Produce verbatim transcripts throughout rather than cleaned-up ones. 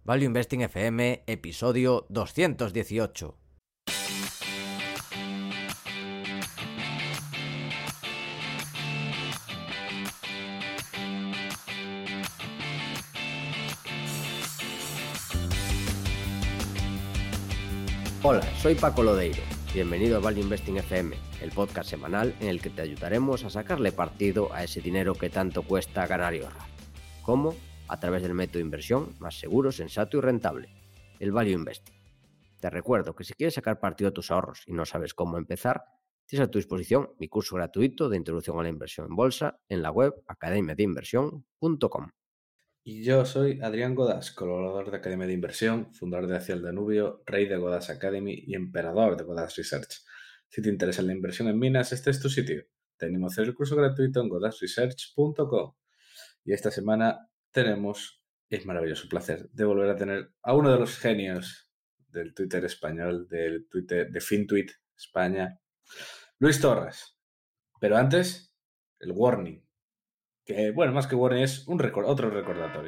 Value Investing F M, episodio doscientos dieciocho. Hola, soy Paco Lodeiro. Bienvenido a Value Investing F M, el podcast semanal en el que te ayudaremos a sacarle partido a ese dinero que tanto cuesta ganar y ahorrar. ¿Cómo? A través del método de inversión más seguro, sensato y rentable, el Value Investing. Te recuerdo que si quieres sacar partido a tus ahorros y no sabes cómo empezar, tienes a tu disposición mi curso gratuito de introducción a la inversión en bolsa en la web academia de inversión punto com. Y yo soy Adrián Godás, colaborador de Academia de Inversión, fundador de Hacia el Danubio, rey de Godás Academy y emperador de Godás Research. Si te interesa la inversión en minas, este es tu sitio. Te animo a hacer el curso gratuito en godás research punto com. Y esta semana tenemos el maravilloso placer de volver a tener a uno de los genios del Twitter español, del Twitter de FinTweet España, Luis Torres. Pero antes, el warning. Que, bueno, más que warning es un record, otro recordatorio.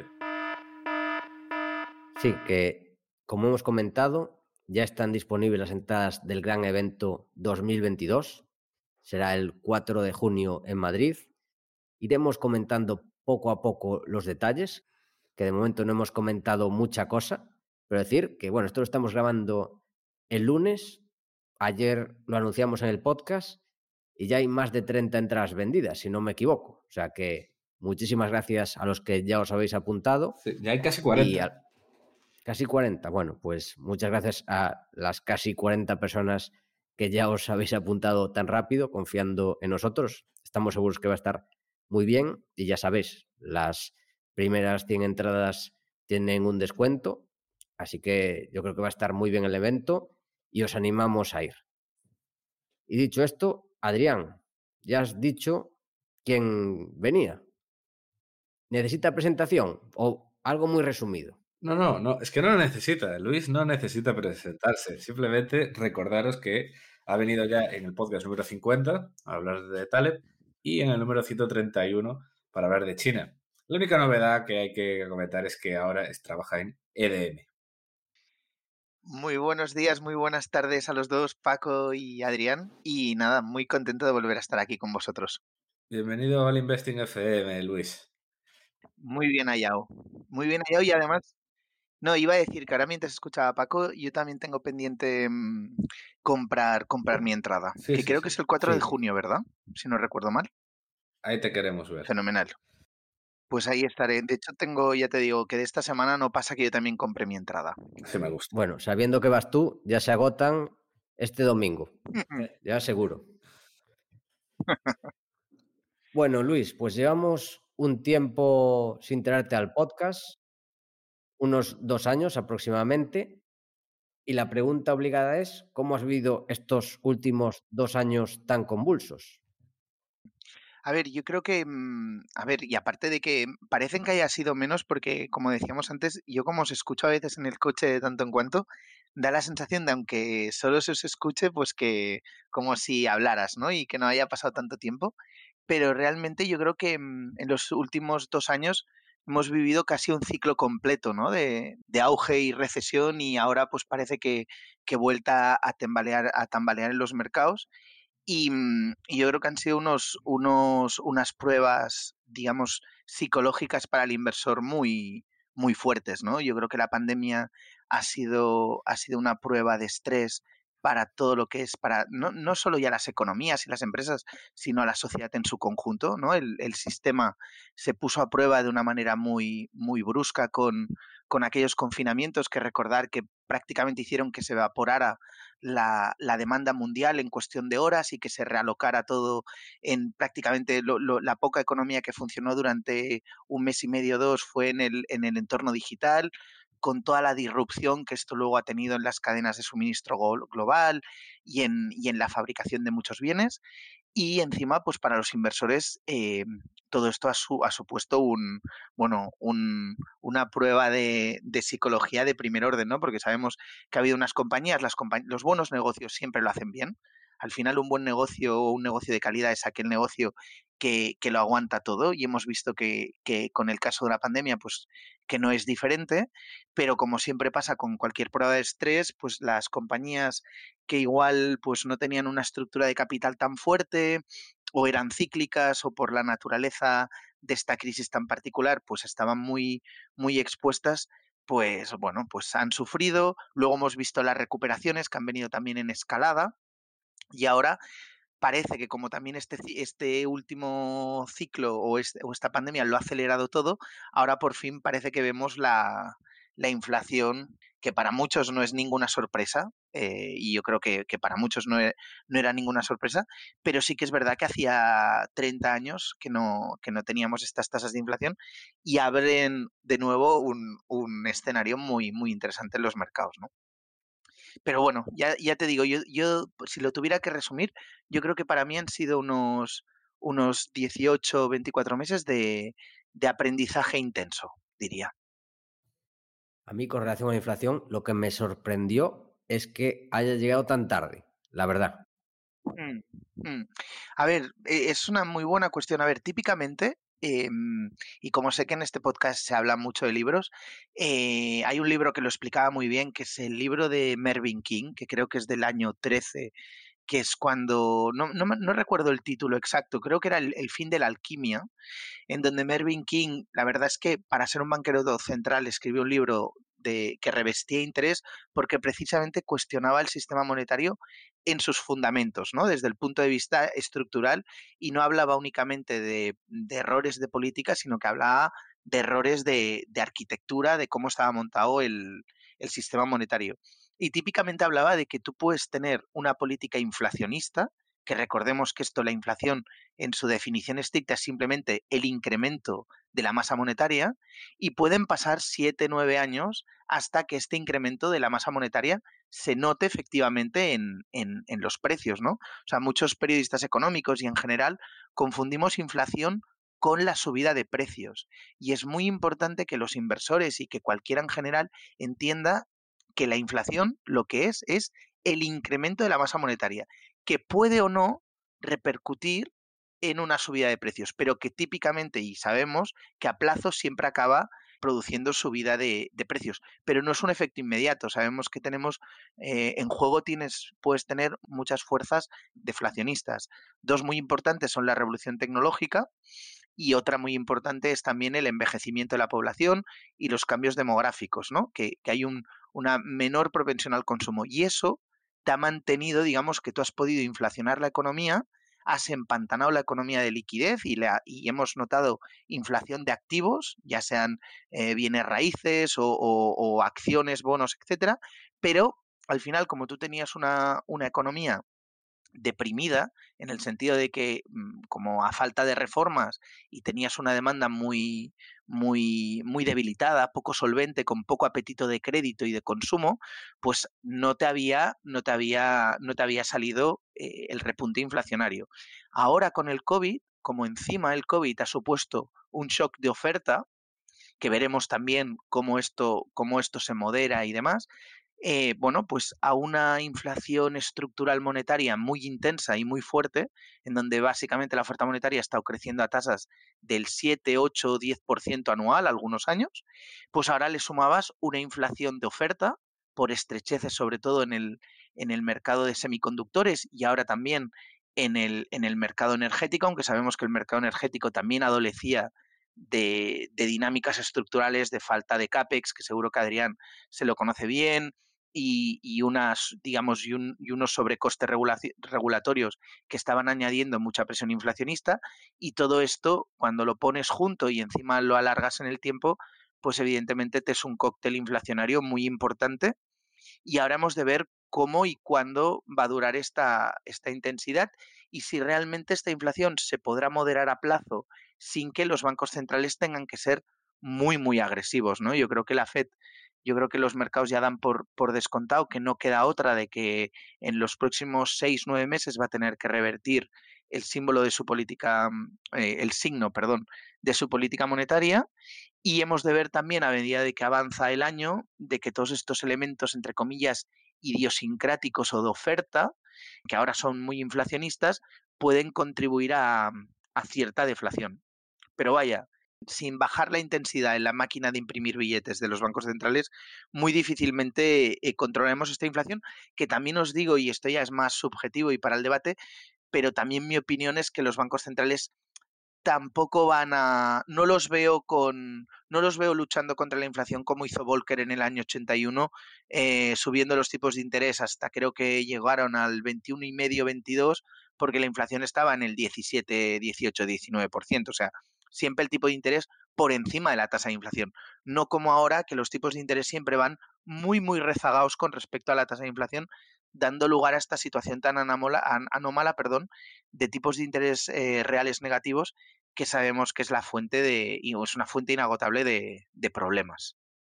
Sí, que como hemos comentado, ya están disponibles las entradas del gran evento dos mil veintidós. Será el cuatro de junio en Madrid. Iremos comentando poco a poco los detalles, que de momento no hemos comentado mucha cosa, pero decir que, bueno, esto lo estamos grabando el lunes, ayer lo anunciamos en el podcast y ya hay más de treinta entradas vendidas, si no me equivoco. O sea que muchísimas gracias a los que ya os habéis apuntado. Sí, ya hay casi cuarenta. Y a, casi cuarenta. Bueno, pues muchas gracias a las casi cuarenta personas que ya os habéis apuntado tan rápido, confiando en nosotros. Estamos seguros que va a estar muy bien y ya sabéis, las primeras cien entradas tienen un descuento, así que yo creo que va a estar muy bien el evento y os animamos a ir. Y dicho esto, Adrián, ya has dicho quién venía. ¿Necesita presentación o algo muy resumido? No, no, no, es que no lo necesita. Luis no necesita presentarse. Simplemente recordaros que ha venido ya en el podcast número cincuenta a hablar de Taleb y en el número ciento treinta y uno para hablar de China. La única novedad que hay que comentar es que ahora es, trabaja en E D M. Muy buenos días, muy buenas tardes a los dos, Paco y Adrián. Y nada, muy contento de volver a estar aquí con vosotros. Bienvenido al Investing F M, Luis. Muy bien hallado. Muy bien hallado y además... No, iba a decir que ahora mientras escuchaba a Paco, yo también tengo pendiente mmm, comprar, comprar mi entrada. Sí, que sí, creo sí. que es el cuatro Sí. de junio, ¿verdad? Si no recuerdo mal. Ahí te queremos ver. Fenomenal. Pues ahí estaré. De hecho, tengo, ya te digo, que de esta semana no pasa que yo también compre mi entrada. Sí, me gusta. Bueno, sabiendo que vas tú, ya se agotan este domingo. Ya seguro. Bueno, Luis, pues llevamos un tiempo sin traerte al podcast, unos dos años aproximadamente, y la pregunta obligada es, ¿cómo has vivido estos últimos dos años tan convulsos? A ver, yo creo que, a ver, y aparte de que parecen que haya sido menos porque, como decíamos antes, yo como os escucho a veces en el coche de tanto en cuanto, da la sensación de, aunque solo se os escuche, pues que como si hablaras, ¿no? Y que no haya pasado tanto tiempo. Pero realmente yo creo que en los últimos dos años hemos vivido casi un ciclo completo, ¿no? De, de auge y recesión y ahora pues parece que, que vuelta a tambalear, a tambalear en los mercados. Y, y yo creo que han sido unos, unos, unas pruebas, digamos, psicológicas para el inversor muy, muy fuertes, ¿no? Yo creo que la pandemia ha sido, ha sido una prueba de estrés para todo lo que es, para no, no solo ya las economías y las empresas, sino a la sociedad en su conjunto, ¿no? El, el sistema se puso a prueba de una manera muy, muy brusca con, con aquellos confinamientos que recordar que prácticamente hicieron que se evaporara la, la demanda mundial en cuestión de horas y que se realocara todo en prácticamente lo, lo, la poca economía que funcionó durante un mes y medio o dos fue en el, en el entorno digital, con toda la disrupción que esto luego ha tenido en las cadenas de suministro global y en, y en la fabricación de muchos bienes. Y encima, pues para los inversores, eh, todo esto ha, su, ha supuesto un, bueno, un, una prueba de, de psicología de primer orden, ¿no? Porque sabemos que ha habido unas compañías, las compañ los buenos negocios siempre lo hacen bien. Al final un buen negocio o un negocio de calidad es aquel negocio que, que lo aguanta todo, y hemos visto que, que con el caso de la pandemia, pues que no es diferente, pero como siempre pasa con cualquier prueba de estrés, pues las compañías que igual pues no tenían una estructura de capital tan fuerte, o eran cíclicas, o por la naturaleza de esta crisis tan particular, pues estaban muy, muy expuestas, pues bueno, pues han sufrido. Luego hemos visto las recuperaciones que han venido también en escalada, y ahora parece que como también este, este último ciclo o, este, o esta pandemia lo ha acelerado todo, ahora por fin parece que vemos la, la inflación, que para muchos no es ninguna sorpresa, eh, y yo creo que, que para muchos no, e, no era ninguna sorpresa, pero sí que es verdad que hacía treinta años que no, que no teníamos estas tasas de inflación, y abren de nuevo un, un escenario muy, muy interesante en los mercados, ¿no? Pero bueno, ya, ya te digo, yo, yo si lo tuviera que resumir, yo creo que para mí han sido unos, unos dieciocho o veinticuatro meses de, de aprendizaje intenso, diría. A mí, con relación a la inflación, lo que me sorprendió es que haya llegado tan tarde, la verdad. Mm, mm. A ver, es una muy buena cuestión. A ver, típicamente, eh, y como sé que en este podcast se habla mucho de libros, eh, hay un libro que lo explicaba muy bien, que es el libro de Mervyn King, que creo que es del año trece, que es cuando, no, no, no recuerdo el título exacto, creo que era el, el fin de la alquimia, en donde Mervyn King, la verdad es que para ser un banquero central escribió un libro de, que revestía interés, porque precisamente cuestionaba el sistema monetario en sus fundamentos, ¿no? Desde el punto de vista estructural, y no hablaba únicamente de, de errores de política, sino que hablaba de errores de, de arquitectura, de cómo estaba montado el, el sistema monetario. Y típicamente hablaba de que tú puedes tener una política inflacionista, que recordemos que esto, la inflación, en su definición estricta, es simplemente el incremento de la masa monetaria, y pueden pasar siete, nueve años hasta que este incremento de la masa monetaria se note efectivamente en, en, en los precios, ¿no? O sea, muchos periodistas económicos y en general confundimos inflación con la subida de precios, y es muy importante que los inversores y que cualquiera en general entienda que la inflación lo que es es el incremento de la masa monetaria, que puede o no repercutir en una subida de precios, pero que típicamente, y sabemos que a plazo siempre acaba produciendo subida de, de precios, pero no es un efecto inmediato. Sabemos que tenemos eh, en juego tienes, puedes tener muchas fuerzas deflacionistas. Dos muy importantes son la revolución tecnológica, y otra muy importante es también el envejecimiento de la población y los cambios demográficos, ¿no? Que, que hay un, una menor propensión al consumo, y eso te ha mantenido, digamos, que tú has podido inflacionar la economía, has empantanado la economía de liquidez, y, la, y hemos notado inflación de activos, ya sean eh, bienes raíces o, o, o acciones, bonos, etcétera, pero al final, como tú tenías una, una economía deprimida, en el sentido de que, como a falta de reformas, y tenías una demanda muy, muy, muy debilitada, poco solvente, con poco apetito de crédito y de consumo, pues no te había, no te había, no te había salido eh, el repunte inflacionario. Ahora con el COVID, como encima el COVID ha supuesto un shock de oferta, que veremos también cómo esto, cómo esto se modera y demás, Eh, bueno, pues a una inflación estructural monetaria muy intensa y muy fuerte, en donde básicamente la oferta monetaria ha estado creciendo a tasas del siete, ocho, diez por ciento anual algunos años, pues ahora le sumabas una inflación de oferta por estrecheces, sobre todo en el, en el mercado de semiconductores, y ahora también en el, en el mercado energético, aunque sabemos que el mercado energético también adolecía de, de dinámicas estructurales, de falta de CAPEX, que seguro que Adrián se lo conoce bien, y, y unas, digamos, y, un, y unos sobrecostes regulatorios que estaban añadiendo mucha presión inflacionista, y todo esto, cuando lo pones junto y encima lo alargas en el tiempo, pues evidentemente te es un cóctel inflacionario muy importante, y ahora hemos de ver cómo y cuándo va a durar esta, esta intensidad, y si realmente esta inflación se podrá moderar a plazo sin que los bancos centrales tengan que ser muy, muy agresivos, ¿no? Yo creo que la Fed, yo creo que los mercados ya dan por, por descontado que no queda otra de que en los próximos seis, nueve meses va a tener que revertir el símbolo de su política, eh, el signo, perdón, de su política monetaria. Y hemos de ver también, a medida de que avanza el año, de que todos estos elementos, entre comillas, idiosincráticos o de oferta, que ahora son muy inflacionistas, pueden contribuir a, a cierta deflación. Pero vaya, sin bajar la intensidad en la máquina de imprimir billetes de los bancos centrales, muy difícilmente eh, controlaremos esta inflación, que también os digo, y esto ya es más subjetivo y para el debate, pero también mi opinión es que los bancos centrales tampoco van a, no los veo con, no los veo luchando contra la inflación como hizo Volcker en el año ochenta y uno, eh, subiendo los tipos de interés hasta creo que llegaron al veintiuno y medio, veintidós, porque la inflación estaba en el diecisiete, dieciocho, diecinueve por ciento, o sea, siempre el tipo de interés por encima de la tasa de inflación, no como ahora que los tipos de interés siempre van muy, muy rezagados con respecto a la tasa de inflación, dando lugar a esta situación tan anómala, anómala perdón, de tipos de interés eh, reales negativos, que sabemos que es la fuente de, y es una fuente inagotable de, de problemas.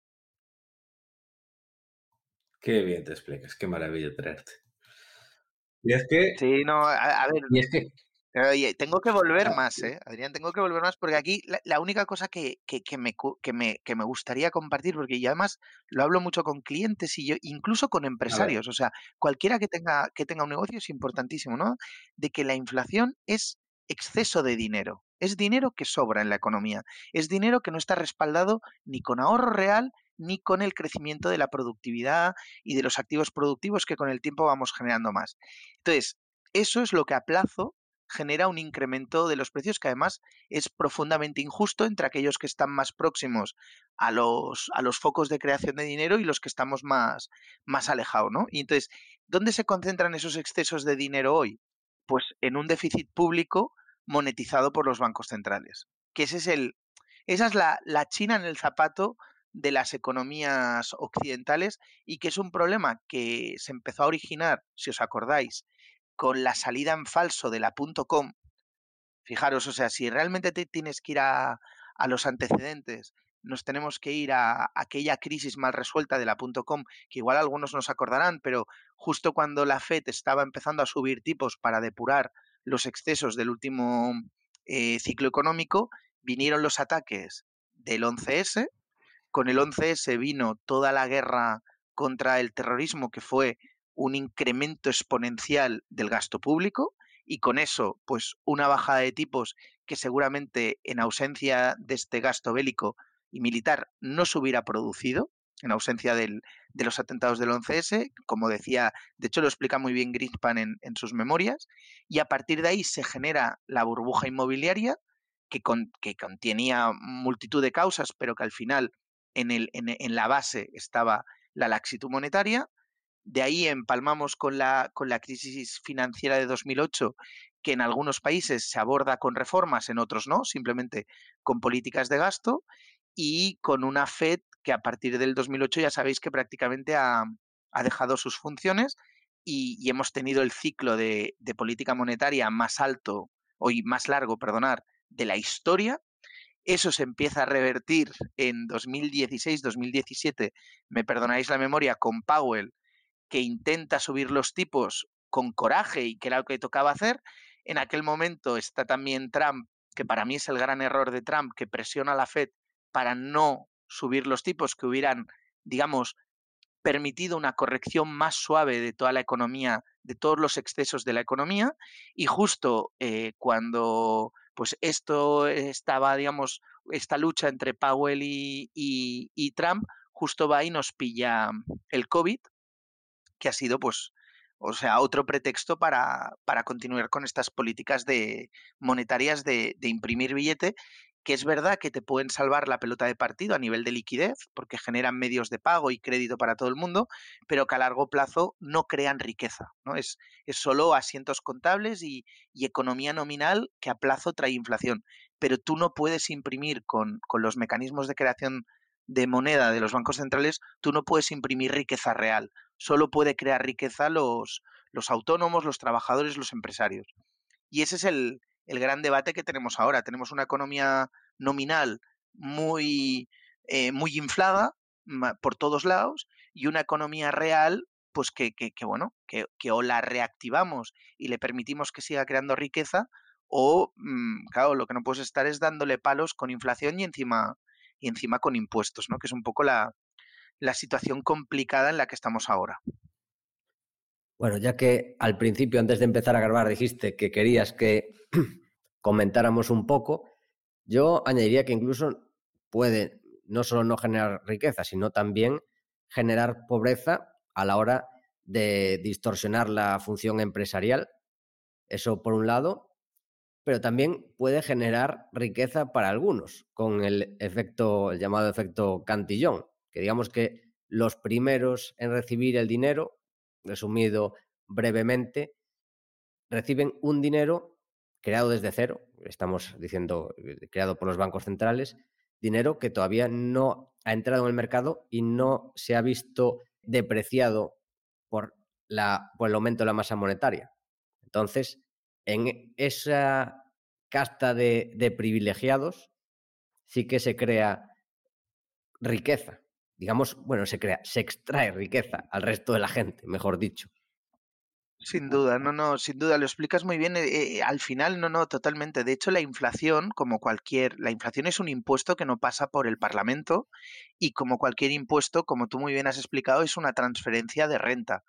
Qué bien te explicas, qué maravilla tenerte. Y es que... Sí, no, a, a ver... Y es que... Oye, tengo que volver más, ¿eh? Adrián, tengo que volver más porque aquí la, la única cosa que, que, que, me, que, me, que me gustaría compartir, porque yo además lo hablo mucho con clientes y yo incluso con empresarios, o sea, cualquiera que tenga, que tenga un negocio es importantísimo, ¿no? De que la inflación es exceso de dinero, es dinero que sobra en la economía, es dinero que no está respaldado ni con ahorro real ni con el crecimiento de la productividad y de los activos productivos que con el tiempo vamos generando más. Entonces, eso es lo que a plazo genera un incremento de los precios que además es profundamente injusto entre aquellos que están más próximos a los, a los focos de creación de dinero y los que estamos más, más alejados, ¿no? Y entonces, ¿dónde se concentran esos excesos de dinero hoy? Pues en un déficit público monetizado por los bancos centrales. Que ese es el, esa es la, la china en el zapato de las economías occidentales y que es un problema que se empezó a originar, si os acordáis, con la salida en falso de la .com. Fijaros, o sea, si realmente te tienes que ir a, a los antecedentes, nos tenemos que ir a, a aquella crisis mal resuelta de la .com, que igual algunos nos acordarán, pero justo cuando la Fed estaba empezando a subir tipos para depurar los excesos del último eh, ciclo económico, vinieron los ataques del once ese, con el once ese vino toda la guerra contra el terrorismo, que fue un incremento exponencial del gasto público, y con eso, pues una bajada de tipos que seguramente en ausencia de este gasto bélico y militar no se hubiera producido, en ausencia del, de los atentados del once ese, como decía, de hecho lo explica muy bien Greenspan en, en sus memorias, y a partir de ahí se genera la burbuja inmobiliaria, que, con, que contenía multitud de causas, pero que al final en, el, en, en la base estaba la laxitud monetaria. De ahí empalmamos con la, con la crisis financiera de dos mil ocho, que en algunos países se aborda con reformas, en otros no, simplemente con políticas de gasto, y con una Fed que a partir del dos mil ocho ya sabéis que prácticamente ha, ha dejado sus funciones y, y hemos tenido el ciclo de, de política monetaria más alto, o más largo, perdonar, de la historia. Eso se empieza a revertir en dos mil dieciséis, dos mil diecisiete, me perdonáis la memoria, con Powell, que intenta subir los tipos con coraje y que era lo que tocaba hacer. En aquel momento está también Trump, que para mí es el gran error de Trump, que presiona a la Fed para no subir los tipos, que hubieran, digamos, permitido una corrección más suave de toda la economía, de todos los excesos de la economía, y justo eh, cuando pues esto estaba, digamos, esta lucha entre Powell y, y, y Trump, justo va y nos pilla el COVID, que ha sido, pues, o sea, otro pretexto para, para continuar con estas políticas de, monetarias de, de imprimir billete, que es verdad que te pueden salvar la pelota de partido a nivel de liquidez, porque generan medios de pago y crédito para todo el mundo, pero que a largo plazo no crean riqueza, ¿no? Es, es solo asientos contables y, y economía nominal que a plazo trae inflación. Pero tú no puedes imprimir con, con los mecanismos de creación de moneda de los bancos centrales, tú no puedes imprimir riqueza real. Solo puede crear riqueza los, los autónomos, los trabajadores, los empresarios. Y ese es el, el gran debate que tenemos ahora. Tenemos una economía nominal muy, eh, muy inflada por todos lados y una economía real pues que, que, que bueno, que, que o la reactivamos y le permitimos que siga creando riqueza o, mmm, claro, lo que no puedes estar es dándole palos con inflación y encima, y encima con impuestos, ¿no? Que es un poco la, la situación complicada en la que estamos ahora. Bueno, ya que al principio, antes de empezar a grabar, dijiste que querías que comentáramos un poco, yo añadiría que incluso puede no solo no generar riqueza, sino también generar pobreza a la hora de distorsionar la función empresarial. Eso por un lado, pero también puede generar riqueza para algunos, con el efecto, el llamado efecto Cantillon, que digamos que los primeros en recibir el dinero, resumido brevemente, reciben un dinero creado desde cero, estamos diciendo creado por los bancos centrales, dinero que todavía no ha entrado en el mercado y no se ha visto depreciado por, la, por el aumento de la masa monetaria. Entonces, en esa casta de, de privilegiados sí que se crea riqueza. Digamos, bueno, se crea, se extrae riqueza al resto de la gente, mejor dicho. Sin duda, no, no, sin duda, lo explicas muy bien. Eh, eh, al final, no, no, totalmente. De hecho, la inflación, como cualquier, la inflación es un impuesto que no pasa por el Parlamento y como cualquier impuesto, como tú muy bien has explicado, es una transferencia de renta.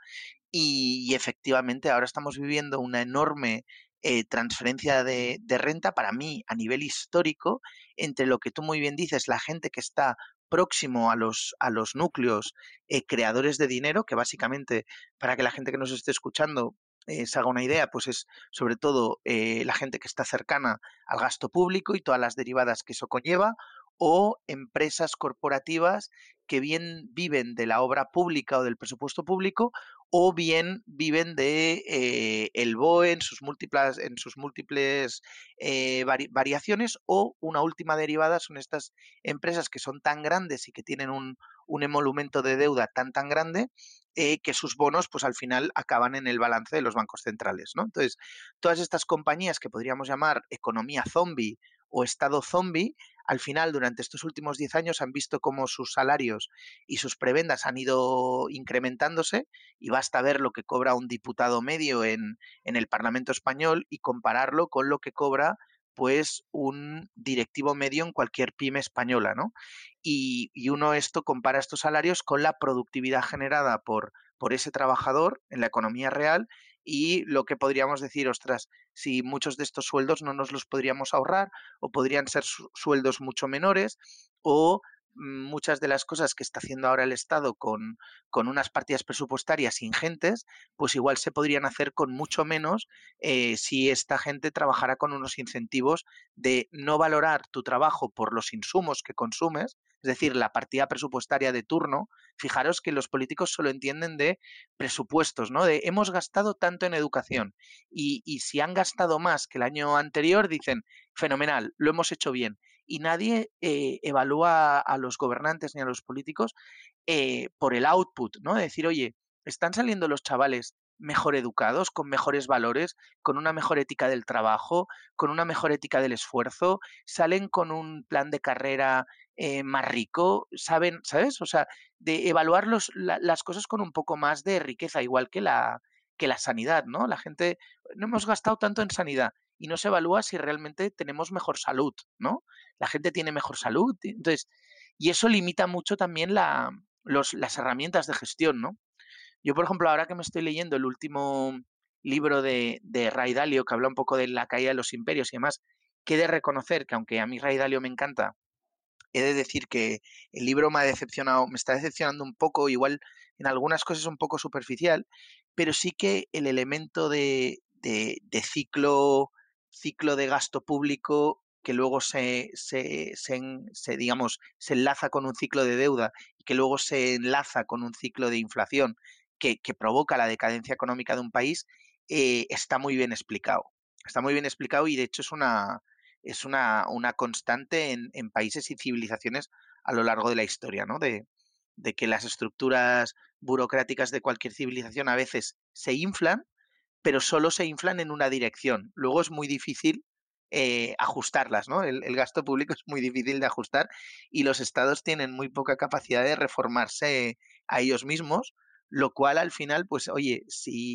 Y, y efectivamente, ahora estamos viviendo una enorme eh, transferencia de, de renta, para mí, a nivel histórico, entre lo que tú muy bien dices, la gente que está próximo a los, a los núcleos eh, creadores de dinero, que básicamente, para que la gente que nos esté escuchando eh, se haga una idea, pues es sobre todo eh, la gente que está cercana al gasto público y todas las derivadas que eso conlleva, o empresas corporativas que bien viven de la obra pública o del presupuesto público, o bien viven de eh, el B O E en sus múltiples, en sus múltiples eh, vari, variaciones, o una última derivada son estas empresas que son tan grandes y que tienen un, un emolumento de deuda tan tan grande eh, que sus bonos pues al final acaban en el balance de los bancos centrales, ¿no? Entonces, todas estas compañías que podríamos llamar economía zombie o estado zombie, al final, durante estos últimos diez años han visto cómo sus salarios y sus prebendas han ido incrementándose, y basta ver lo que cobra un diputado medio en, en el Parlamento español y compararlo con lo que cobra pues un directivo medio en cualquier pyme española, ¿no? Y, y uno esto compara estos salarios con la productividad generada por, por ese trabajador en la economía real, y lo que podríamos decir, ostras, si muchos de estos sueldos no nos los podríamos ahorrar, o podrían ser su sueldos mucho menores, o muchas de las cosas que está haciendo ahora el Estado con, con unas partidas presupuestarias ingentes, pues igual se podrían hacer con mucho menos eh, si esta gente trabajara con unos incentivos de no valorar tu trabajo por los insumos que consumes, es decir, la partida presupuestaria de turno. Fijaros que los políticos solo entienden de presupuestos, ¿no? De hemos gastado tanto en educación, y, y si han gastado más que el año anterior, dicen, fenomenal, lo hemos hecho bien. Y nadie eh, evalúa a los gobernantes ni a los políticos eh, por el output, ¿no? De decir, oye, están saliendo los chavales mejor educados, con mejores valores, con una mejor ética del trabajo, con una mejor ética del esfuerzo, salen con un plan de carrera eh, más rico, saben, ¿sabes? O sea, de evaluar los, la, las cosas con un poco más de riqueza, igual que la, que la sanidad, ¿no? La gente, no hemos gastado tanto en sanidad, y no se evalúa si realmente tenemos mejor salud, ¿no? La gente tiene mejor salud, entonces, y eso limita mucho también la, los, las herramientas de gestión, ¿no? Yo, por ejemplo, ahora que me estoy leyendo el último libro de, de Ray Dalio, que habla un poco de la caída de los imperios y demás, que he de reconocer que aunque a mí Ray Dalio me encanta, he de decir que el libro me ha decepcionado, me está decepcionando un poco, igual en algunas cosas un poco superficial, pero sí que el elemento de, de, de ciclo, ciclo de gasto público que luego se, se, se, se, digamos, se enlaza con un ciclo de deuda, y que luego se enlaza con un ciclo de inflación que, que provoca la decadencia económica de un país, eh, está muy bien explicado. Está muy bien explicado, y de hecho es una, es una, una constante en, en países y civilizaciones a lo largo de la historia, ¿no? De, de que las estructuras burocráticas de cualquier civilización a veces se inflan, pero solo se inflan en una dirección. Luego es muy difícil eh, ajustarlas, ¿no? El, el gasto público es muy difícil de ajustar, y los estados tienen muy poca capacidad de reformarse a ellos mismos, lo cual al final, pues oye,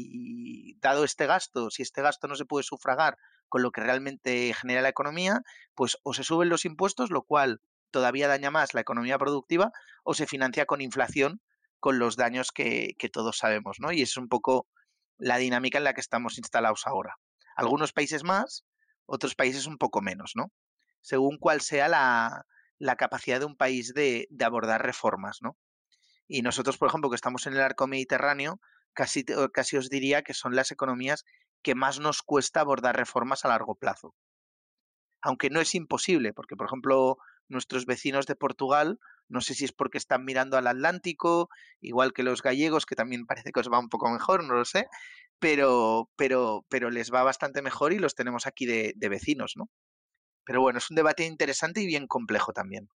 si dado este gasto, si este gasto no se puede sufragar con lo que realmente genera la economía, pues o se suben los impuestos, lo cual todavía daña más la economía productiva, o se financia con inflación, con los daños que, que todos sabemos, ¿no? Y es un poco la dinámica en la que estamos instalados ahora. Algunos países más, otros países un poco menos, ¿no? Según cuál sea la, la capacidad de un país de, de abordar reformas, ¿no? Y nosotros, por ejemplo, que estamos en el arco mediterráneo, casi, casi os diría que son las economías que más nos cuesta abordar reformas a largo plazo. Aunque no es imposible, porque, por ejemplo, nuestros vecinos de Portugal, no sé si es porque están mirando al Atlántico, igual que los gallegos, que también parece que os va un poco mejor, no lo sé, pero, pero, pero les va bastante mejor y los tenemos aquí de, de vecinos, ¿no? Pero bueno, es un debate interesante y bien complejo también.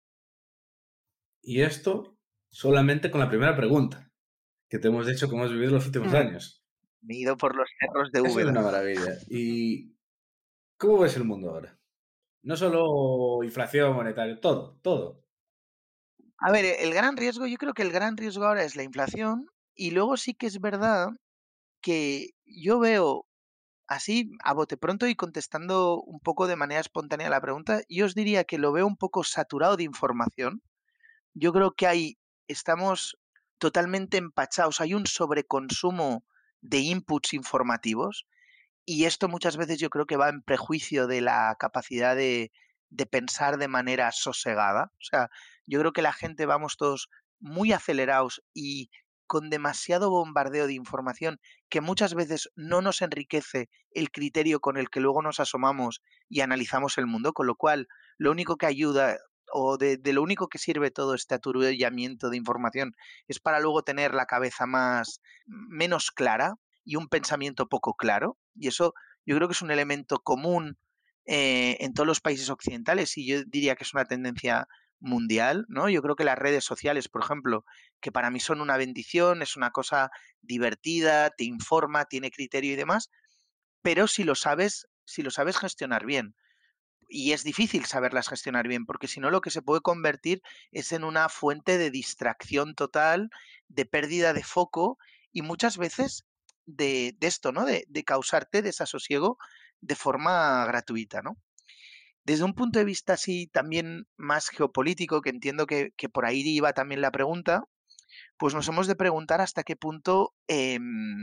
Y esto solamente con la primera pregunta, que te hemos dicho cómo hemos vivido los últimos Hmm. años. Me he ido por los cerros de Eso es Úbeda. una maravilla. ¿Y cómo ves el mundo ahora? No solo inflación monetaria, todo, todo. A ver, el gran riesgo, yo creo que el gran riesgo ahora es la inflación y luego sí que es verdad que yo veo así, a bote pronto y contestando un poco de manera espontánea la pregunta, yo os diría que lo veo un poco saturado de información. Yo creo que hay, estamos totalmente empachados, hay un sobreconsumo de inputs informativos y esto muchas veces yo creo que va en prejuicio de la capacidad de, de pensar de manera sosegada. O sea, yo creo que la gente vamos todos muy acelerados y con demasiado bombardeo de información que muchas veces no nos enriquece el criterio con el que luego nos asomamos y analizamos el mundo, con lo cual lo único que ayuda o de, de lo único que sirve todo este aturullamiento de información es para luego tener la cabeza más menos clara y un pensamiento poco claro. Y eso yo creo que es un elemento común eh, en todos los países occidentales y yo diría que es una tendencia mundial, ¿no? Yo creo que las redes sociales, por ejemplo, que para mí son una bendición, es una cosa divertida, te informa, tiene criterio y demás, pero si lo sabes, si lo sabes gestionar bien. Y es difícil saberlas gestionar bien, porque si no lo que se puede convertir es en una fuente de distracción total, de pérdida de foco y muchas veces de, de esto, ¿no? De, de causarte desasosiego de forma gratuita, ¿no? Desde un punto de vista así también más geopolítico, que entiendo que, que por ahí iba también la pregunta, pues nos hemos de preguntar hasta qué punto eh,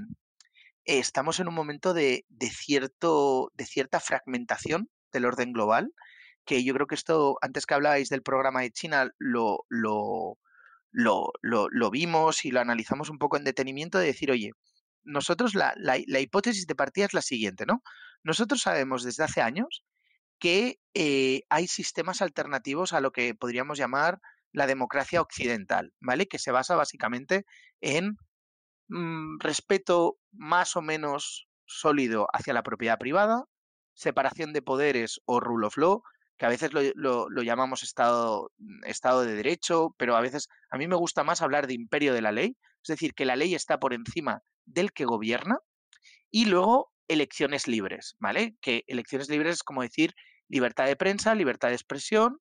estamos en un momento de, de, cierto, de cierta fragmentación del orden global, que yo creo que esto, antes que hablabais del programa de China, lo, lo, lo, lo, lo vimos y lo analizamos un poco en detenimiento de decir, oye, nosotros la, la, la hipótesis de partida es la siguiente, ¿no? Nosotros sabemos desde hace años que eh, hay sistemas alternativos a lo que podríamos llamar la democracia occidental, ¿vale? Que se basa básicamente en mmm, respeto más o menos sólido hacia la propiedad privada, separación de poderes o rule of law, que a veces lo, lo, lo llamamos estado, estado de derecho, pero a veces a mí me gusta más hablar de imperio de la ley, es decir, que la ley está por encima del que gobierna, y luego elecciones libres, ¿vale? Que elecciones libres es como decir libertad de prensa, libertad de expresión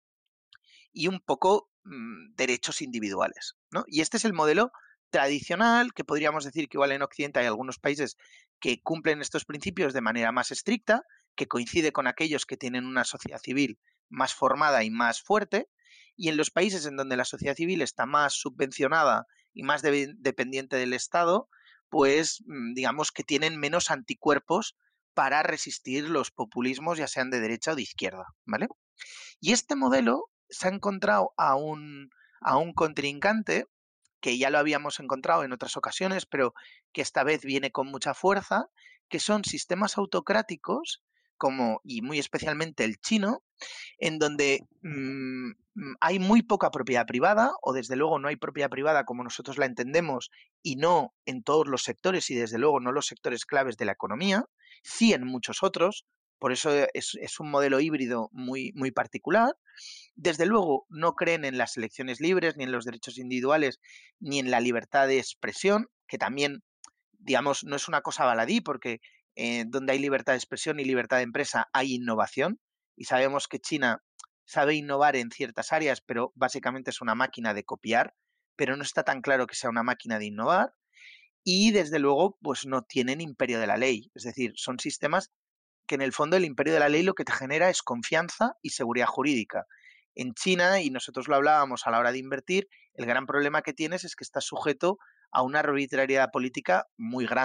y un poco mmm, derechos individuales, ¿no? Y este es el modelo tradicional, que podríamos decir que igual en Occidente hay algunos países que cumplen estos principios de manera más estricta, que coincide con aquellos que tienen una sociedad civil más formada y más fuerte, y en los países en donde la sociedad civil está más subvencionada y más de dependiente del Estado, pues digamos que tienen menos anticuerpos para resistir los populismos, ya sean de derecha o de izquierda, ¿vale? Y este modelo se ha encontrado a un, a un contrincante que ya lo habíamos encontrado en otras ocasiones, pero que esta vez viene con mucha fuerza, que son sistemas autocráticos, como, y muy especialmente el chino, en donde mmm, hay muy poca propiedad privada, o desde luego no hay propiedad privada como nosotros la entendemos, y no en todos los sectores, y desde luego no los sectores claves de la economía, sí en muchos otros, por eso es, es un modelo híbrido muy, muy particular. Desde luego no creen en las elecciones libres, ni en los derechos individuales, ni en la libertad de expresión, que también, digamos, no es una cosa baladí, porque eh, donde hay libertad de expresión y libertad de empresa hay innovación, y sabemos que China sabe innovar en ciertas áreas, pero básicamente es una máquina de copiar, pero no está tan claro que sea una máquina de innovar, y desde luego, pues no tienen imperio de la ley, es decir, son sistemas que en el fondo el imperio de la ley lo que te genera es confianza y seguridad jurídica. En China, y nosotros lo hablábamos a la hora de invertir, el gran problema que tienes es que estás sujeto a una arbitrariedad política muy grande.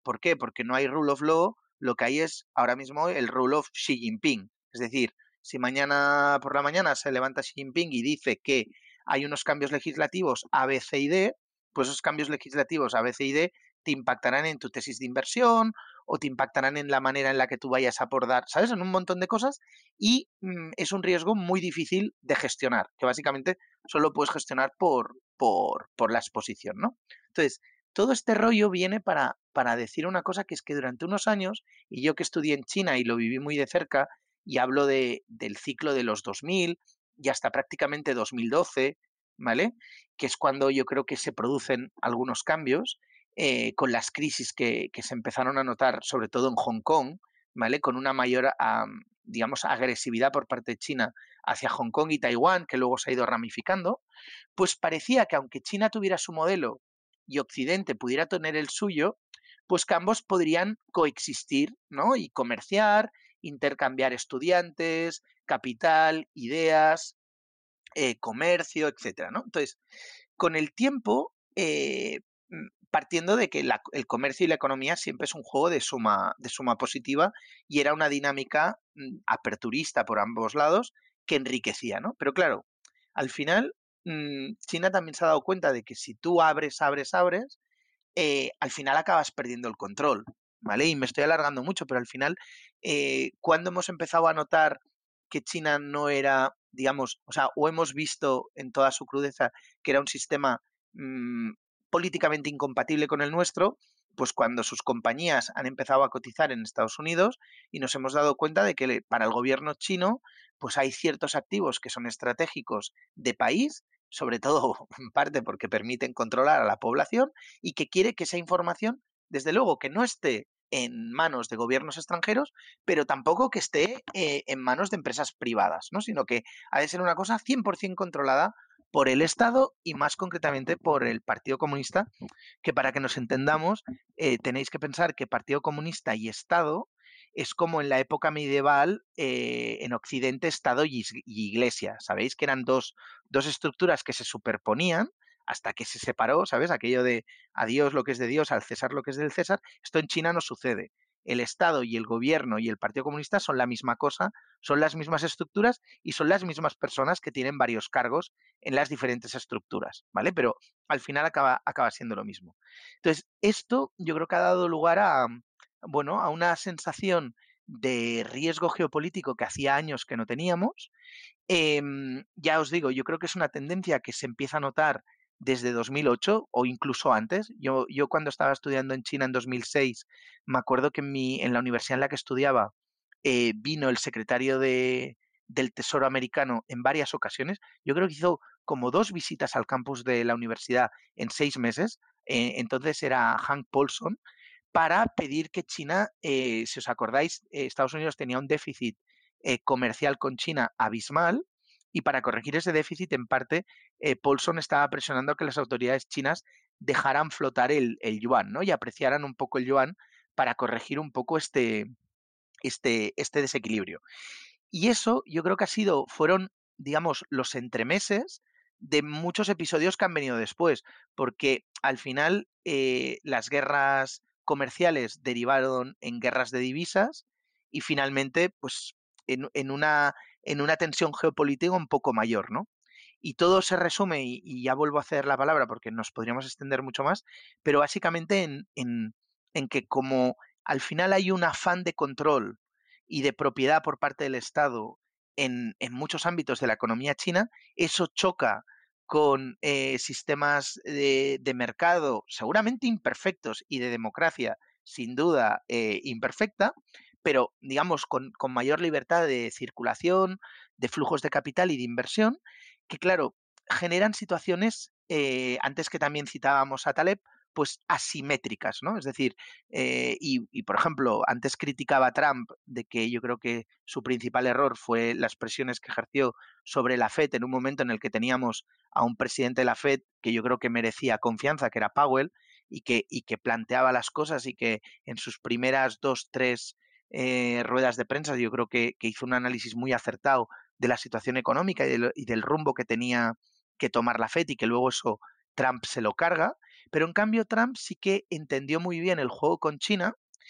¿Por qué? Porque no hay rule of law, lo que hay es ahora mismo el rule of Xi Jinping. Es decir, si mañana por la mañana se levanta Xi Jinping y dice que hay unos cambios legislativos A, B, C y D, pues esos cambios legislativos A, B, C y D te impactarán en tu tesis de inversión o te impactarán en la manera en la que tú vayas a abordar, ¿sabes? En un montón de cosas y mmm, es un riesgo muy difícil de gestionar, que básicamente solo puedes gestionar por, por, por la exposición, ¿no? Entonces, todo este rollo viene para, para decir una cosa, que es que durante unos años, y yo que estudié en China y lo viví muy de cerca, y hablo de, del ciclo de los dos mil y hasta prácticamente dos mil doce, ¿vale? Que es cuando yo creo que se producen algunos cambios, eh, con las crisis que, que se empezaron a notar, sobre todo en Hong Kong, ¿vale? Con una mayor, um, digamos, agresividad por parte de China hacia Hong Kong y Taiwán, que luego se ha ido ramificando, pues parecía que aunque China tuviera su modelo y Occidente pudiera tener el suyo, pues que ambos podrían coexistir, ¿no? Y comerciar, intercambiar estudiantes, capital, ideas, eh, comercio, etcétera, ¿no? Entonces, con el tiempo, eh, partiendo de que la, el comercio y la economía siempre es un juego de suma, de suma positiva y era una dinámica mm, aperturista por ambos lados que enriquecía, ¿no? Pero claro, al final, mmm, China también se ha dado cuenta de que si tú abres, abres, abres, eh, al final acabas perdiendo el control, ¿vale? Y me estoy alargando mucho, pero al final, eh, ¿cuándo hemos empezado a notar que China no era, digamos, o sea, o hemos visto en toda su crudeza que era un sistema mmm, políticamente incompatible con el nuestro? Pues cuando sus compañías han empezado a cotizar en Estados Unidos y nos hemos dado cuenta de que para el gobierno chino, pues hay ciertos activos que son estratégicos de país, sobre todo en parte porque permiten controlar a la población y que quiere que esa información, desde luego, que no esté en manos de gobiernos extranjeros, pero tampoco que esté eh, en manos de empresas privadas, ¿no? Sino que ha de ser una cosa cien por ciento controlada por el Estado y más concretamente por el Partido Comunista, que para que nos entendamos, eh, tenéis que pensar que Partido Comunista y Estado es como en la época medieval, eh, en Occidente, Estado y, y Iglesia. Sabéis que eran dos, dos estructuras que se superponían hasta que se separó, ¿sabes? Aquello de a Dios lo que es de Dios, al César lo que es del César. Esto en China no sucede. El Estado y el gobierno y el Partido Comunista son la misma cosa, son las mismas estructuras y son las mismas personas que tienen varios cargos en las diferentes estructuras, ¿vale? Pero al final acaba, acaba siendo lo mismo. Entonces, esto yo creo que ha dado lugar a, bueno, a una sensación de riesgo geopolítico que hacía años que no teníamos. Eh, ya os digo, yo creo que es una tendencia que se empieza a notar desde dos mil ocho o incluso antes. Yo, yo cuando estaba estudiando en China en dos mil seis, me acuerdo que en, mi, en la universidad en la que estudiaba eh, vino el secretario de, del Tesoro americano en varias ocasiones. Yo creo que hizo como dos visitas al campus de la universidad en seis meses. Eh, entonces era Hank Paulson, para pedir que China, eh, si os acordáis, eh, Estados Unidos tenía un déficit eh, comercial con China abismal y para corregir ese déficit, en parte, eh, Paulson estaba presionando a que las autoridades chinas dejaran flotar el, el yuan, ¿no? Y apreciaran un poco el yuan para corregir un poco este, este, este desequilibrio. Y eso yo creo que ha sido, fueron, digamos, los entremeses de muchos episodios que han venido después, porque al final eh, las guerras comerciales derivaron en guerras de divisas y finalmente, pues, en, en, una, en una tensión geopolítica un poco mayor, ¿no? Y todo se resume, y, y ya vuelvo a hacer la palabra porque nos podríamos extender mucho más, pero básicamente en, en, en que como al final hay un afán de control y de propiedad por parte del Estado en, en muchos ámbitos de la economía china, eso choca con eh, sistemas de, de mercado seguramente imperfectos y de democracia sin duda eh, imperfecta, pero digamos con, con mayor libertad de circulación, de flujos de capital y de inversión, que claro, generan situaciones, eh, antes que también citábamos a Taleb, pues asimétricas, ¿no? Es decir, eh, y, y por ejemplo, antes criticaba a Trump de que yo creo que su principal error fue las presiones que ejerció sobre la Fed en un momento en el que teníamos a un presidente de la Fed que yo creo que merecía confianza, que era Powell, y que, y que planteaba las cosas y que en sus primeras dos, tres eh, ruedas de prensa yo creo que, que hizo un análisis muy acertado de la situación económica y del, y del rumbo que tenía que tomar la Fed y que luego eso Trump se lo carga, Pero en cambio Trump sí que entendió muy bien el juego con China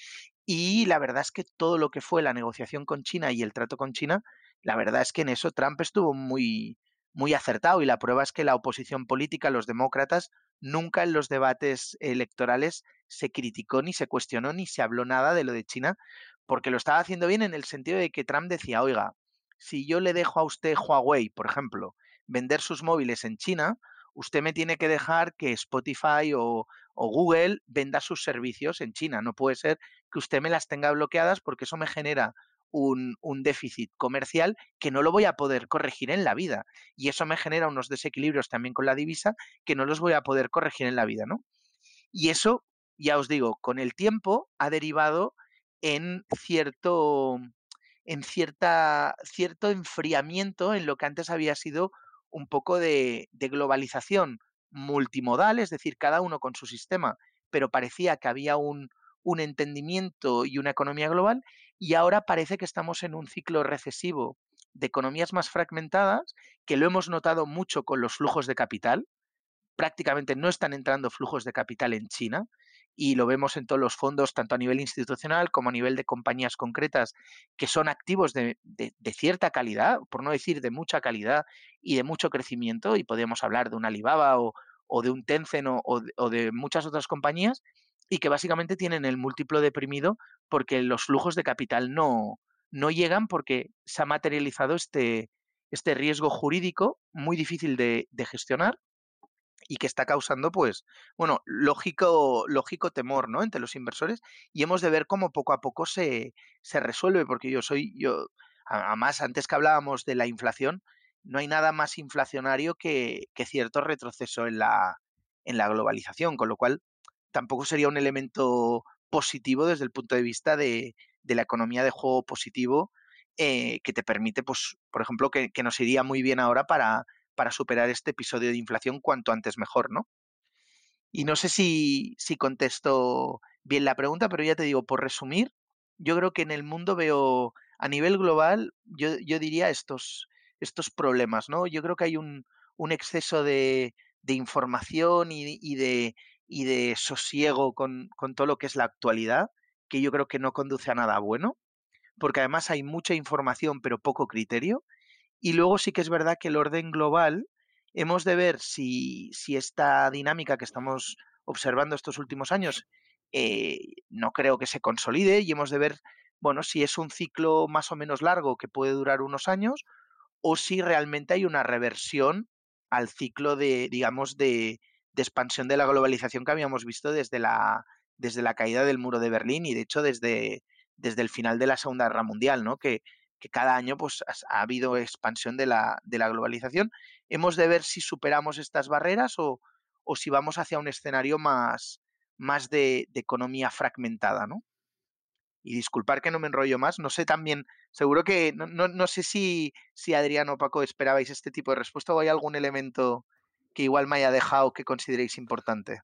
y la verdad es que todo lo que fue la negociación con China y el trato con China, la verdad es que en eso Trump estuvo muy, muy acertado y la prueba es que la oposición política, los demócratas, nunca en los debates electorales se criticó ni se cuestionó ni se habló nada de lo de China porque lo estaba haciendo bien en el sentido de que Trump decía, oiga, si yo le dejo a usted Huawei, por ejemplo, vender sus móviles en China, usted me tiene que dejar que Spotify o, o Google venda sus servicios en China. No puede ser que usted me las tenga bloqueadas porque eso me genera un, un déficit comercial que no lo voy a poder corregir en la vida. Y eso me genera unos desequilibrios también con la divisa que no los voy a poder corregir en la vida, ¿no? Y eso, ya os digo, con el tiempo ha derivado en cierto, en cierta, cierto enfriamiento en lo que antes había sido un poco de, de globalización multimodal, es decir, cada uno con su sistema, pero parecía que había un, un entendimiento y una economía global, y ahora parece que estamos en un ciclo recesivo de economías más fragmentadas, que lo hemos notado mucho con los flujos de capital. Prácticamente no están entrando flujos de capital en China y lo vemos en todos los fondos, tanto a nivel institucional como a nivel de compañías concretas que son activos de, de, de cierta calidad, por no decir de mucha calidad y de mucho crecimiento, y podemos hablar de un Alibaba o, o de un Tencent o, o, de, o de muchas otras compañías, y que básicamente tienen el múltiplo deprimido porque los flujos de capital no, no llegan porque se ha materializado este, este riesgo jurídico muy difícil de, de gestionar y que está causando, pues, bueno, lógico, lógico temor, ¿no? Entre los inversores, y hemos de ver cómo poco a poco se, se resuelve, porque yo soy, yo, además, antes que hablábamos de la inflación, no hay nada más inflacionario que, que cierto retroceso en la, en la globalización, con lo cual tampoco sería un elemento positivo desde el punto de vista de, de la economía de juego positivo, eh, que te permite, pues, por ejemplo, que, que nos iría muy bien ahora para para superar este episodio de inflación cuanto antes mejor, ¿no? Y no sé si, si contesto bien la pregunta, pero ya te digo, por resumir, yo creo que en el mundo veo a nivel global, yo, yo diría estos, estos problemas, ¿no? Yo creo que hay un, un exceso de, de información y, y, de, y de sosiego con, con todo lo que es la actualidad, que yo creo que no conduce a nada bueno, porque además hay mucha información pero poco criterio. Y luego sí que es verdad que el orden global, hemos de ver si, si esta dinámica que estamos observando estos últimos años eh, no creo que se consolide, y hemos de ver, bueno, si es un ciclo más o menos largo que puede durar unos años o si realmente hay una reversión al ciclo de, digamos, de, de expansión de la globalización que habíamos visto desde la, desde la caída del muro de Berlín y de hecho desde, desde el final de la Segunda Guerra Mundial, ¿no? Que, que cada año pues, ha, ha habido expansión de la, de la globalización. Hemos de ver si superamos estas barreras o, o si vamos hacia un escenario más, más de, de economía fragmentada, ¿no? Y disculpar que no me enrollo más, no sé también, seguro que, no, no, no sé si, si Adrián o Paco esperabais este tipo de respuesta o hay algún elemento que igual me haya dejado que consideréis importante.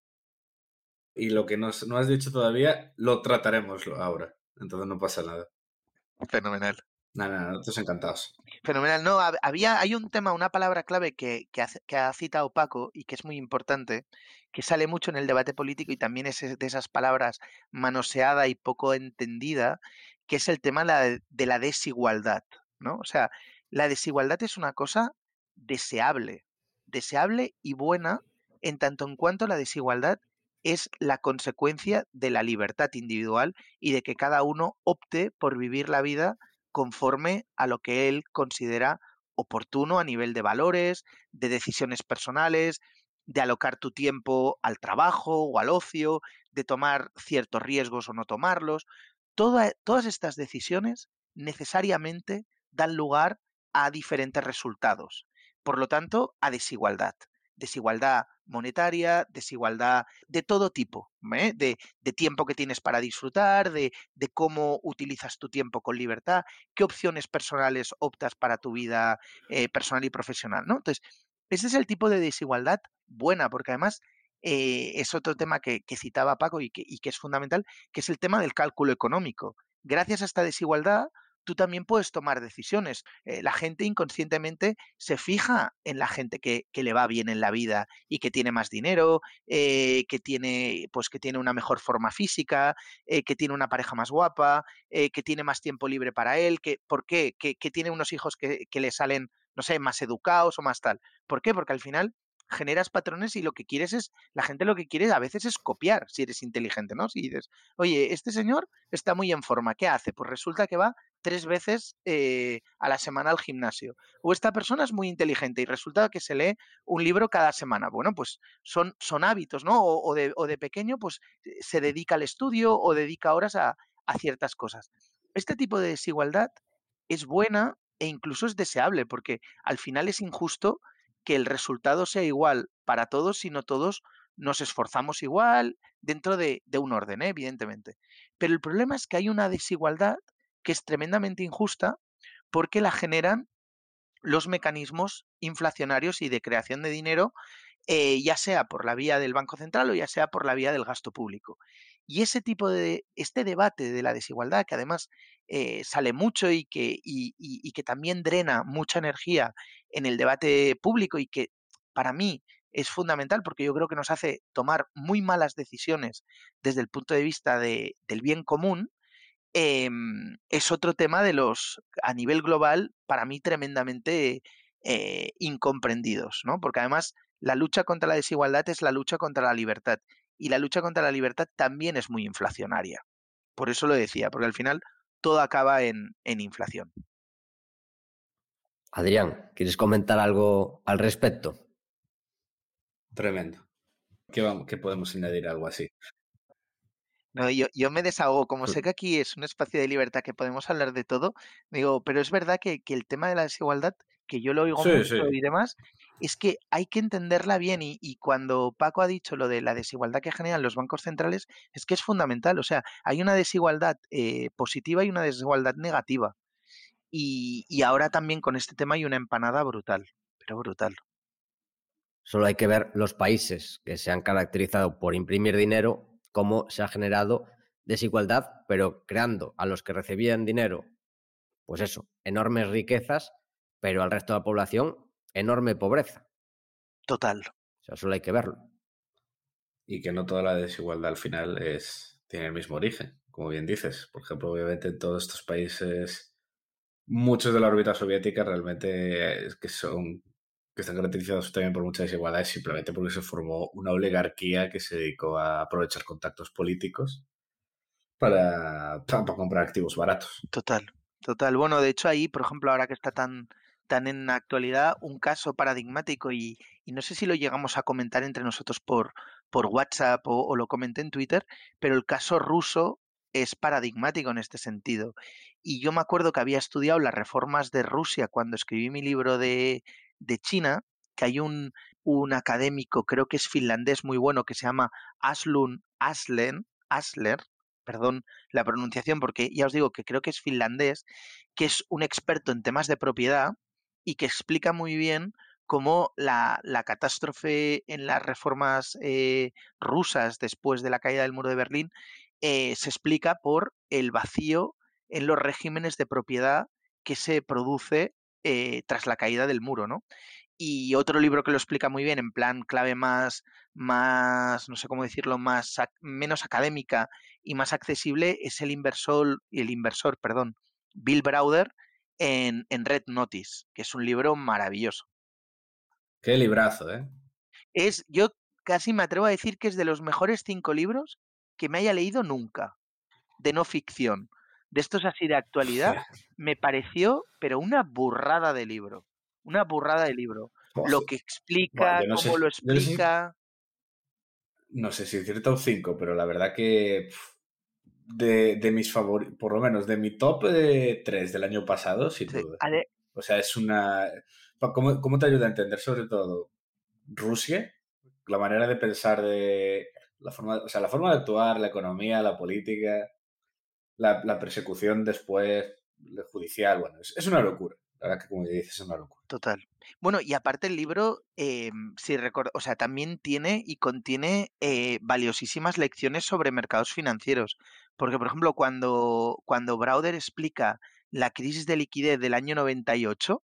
Y lo que nos, no has dicho todavía, lo trataremos ahora, entonces no pasa nada. Fenomenal. Nada, nada, nosotros encantados. Fenomenal. No, había, hay un tema, una palabra clave que, que, ha, que ha citado Paco y que es muy importante, que sale mucho en el debate político y también es de esas palabras manoseada y poco entendida, que es el tema la, de la desigualdad, ¿no? O sea, la desigualdad es una cosa deseable, deseable y buena en tanto en cuanto la desigualdad es la consecuencia de la libertad individual y de que cada uno opte por vivir la vida conforme a lo que él considera oportuno a nivel de valores, de decisiones personales, de alocar tu tiempo al trabajo o al ocio, de tomar ciertos riesgos o no tomarlos. Toda, todas estas decisiones necesariamente dan lugar a diferentes resultados. Por lo tanto, a desigualdad. Desigualdad monetaria, desigualdad de todo tipo, ¿eh? de, de tiempo que tienes para disfrutar, de, de cómo utilizas tu tiempo con libertad, qué opciones personales optas para tu vida eh, personal y profesional, ¿no? Entonces, ese es el tipo de desigualdad buena, porque además eh, es otro tema que, que citaba Paco y que, y que es fundamental, que es el tema del cálculo económico. Gracias a esta desigualdad tú también puedes tomar decisiones. Eh, la gente inconscientemente se fija en la gente que, que le va bien en la vida y que tiene más dinero, eh, que tiene, pues que tiene una mejor forma física, eh, que tiene una pareja más guapa, eh, que tiene más tiempo libre para él, que, ¿por qué? Que, que tiene unos hijos que, que le salen, no sé, más educados o más tal. ¿Por qué? Porque al final generas patrones y lo que quieres es, la gente lo que quiere a veces es copiar, si eres inteligente, ¿no? Si dices, oye, este señor está muy en forma, ¿qué hace? Pues resulta que va tres veces eh, a la semana al gimnasio. O esta persona es muy inteligente y resulta que se lee un libro cada semana. Bueno, pues son, son hábitos, ¿no? O, o, de, o de pequeño, pues se dedica al estudio o dedica horas a, a ciertas cosas. Este tipo de desigualdad es buena e incluso es deseable, porque al final es injusto que el resultado sea igual para todos si no todos nos esforzamos igual dentro de, de un orden, ¿eh? Evidentemente. Pero el problema es que hay una desigualdad que es tremendamente injusta porque la generan los mecanismos inflacionarios y de creación de dinero, eh, ya sea por la vía del Banco Central o ya sea por la vía del gasto público. Y ese tipo de, este debate de la desigualdad, que además eh, sale mucho y que, y, y, y que también drena mucha energía en el debate público y que para mí es fundamental porque yo creo que nos hace tomar muy malas decisiones desde el punto de vista de, del bien común, eh, es otro tema de los, a nivel global, para mí tremendamente eh, incomprendidos, ¿no? Porque además la lucha contra la desigualdad es la lucha contra la libertad y la lucha contra la libertad también es muy inflacionaria. Por eso lo decía, porque al final todo acaba en, en inflación. Adrián, ¿quieres comentar algo al respecto? Tremendo. ¿Qué, vamos, qué podemos añadir a algo así? No, yo, yo me desahogo, como sé que aquí es un espacio de libertad que podemos hablar de todo, digo, pero es verdad que, que el tema de la desigualdad, que yo lo oigo Sí, mucho sí. y demás, es que hay que entenderla bien y, y cuando Paco ha dicho lo de la desigualdad que generan los bancos centrales, es que es fundamental, o sea, hay una desigualdad eh, positiva y una desigualdad negativa. Y, y ahora también con este tema hay una empanada brutal, pero brutal. Solo hay que ver los países que se han caracterizado por imprimir dinero, cómo se ha generado desigualdad, pero creando a los que recibían dinero, pues eso, enormes riquezas, pero al resto de la población, enorme pobreza. Total. O sea, solo hay que verlo. Y que no toda la desigualdad al final es, tiene el mismo origen, como bien dices. Por ejemplo, obviamente en todos estos países, muchos de la órbita soviética realmente es que son que están caracterizados también por mucha desigualdad simplemente porque se formó una oligarquía que se dedicó a aprovechar contactos políticos para, para comprar activos baratos. Total, total. Bueno, de hecho ahí, por ejemplo, ahora que está tan, tan en la actualidad, un caso paradigmático y, y no sé si lo llegamos a comentar entre nosotros por, por WhatsApp o, o lo comenté en Twitter, pero el caso ruso es paradigmático en este sentido. Y yo me acuerdo que había estudiado las reformas de Rusia cuando escribí mi libro de, de China, que hay un, un académico, creo que es finlandés muy bueno, que se llama Aslun Aslen, Asler, perdón la pronunciación, porque ya os digo que creo que es finlandés, que es un experto en temas de propiedad y que explica muy bien cómo la, la catástrofe en las reformas eh, rusas después de la caída del muro de Berlín eh, se explica por el vacío en los regímenes de propiedad que se produce eh, tras la caída del muro, ¿no? Y otro libro que lo explica muy bien, en plan clave más, más no sé cómo decirlo, más menos académica y más accesible, es el inversor, el inversor, perdón, Bill Browder en, en Red Notice, que es un libro maravilloso. Qué librazo, ¿eh? Es, yo casi me atrevo a decir que es de los mejores cinco libros que me haya leído nunca, de no ficción. De estos así de actualidad, me pareció, pero una burrada de libro. Una burrada de libro. Lo que Bueno, explica, yo no cómo sé, lo yo no sé, explica. no sé si decir top cinco, pero la verdad que pff, de, de mis favoritos, por lo menos de mi top de tres del año pasado, sin Sí, duda. ade- O sea, es una... ¿Cómo, cómo te ayuda a entender sobre todo Rusia? La manera de pensar de... La forma, o sea, la forma de actuar, la economía, la política, la, la persecución después, la judicial, bueno, es, es una locura. La verdad que como dices, es una locura. Total. Bueno, y aparte el libro, eh, si record- o sea, también tiene y contiene eh, valiosísimas lecciones sobre mercados financieros. Porque, por ejemplo, cuando, cuando Browder explica la crisis de liquidez del año noventa y ocho,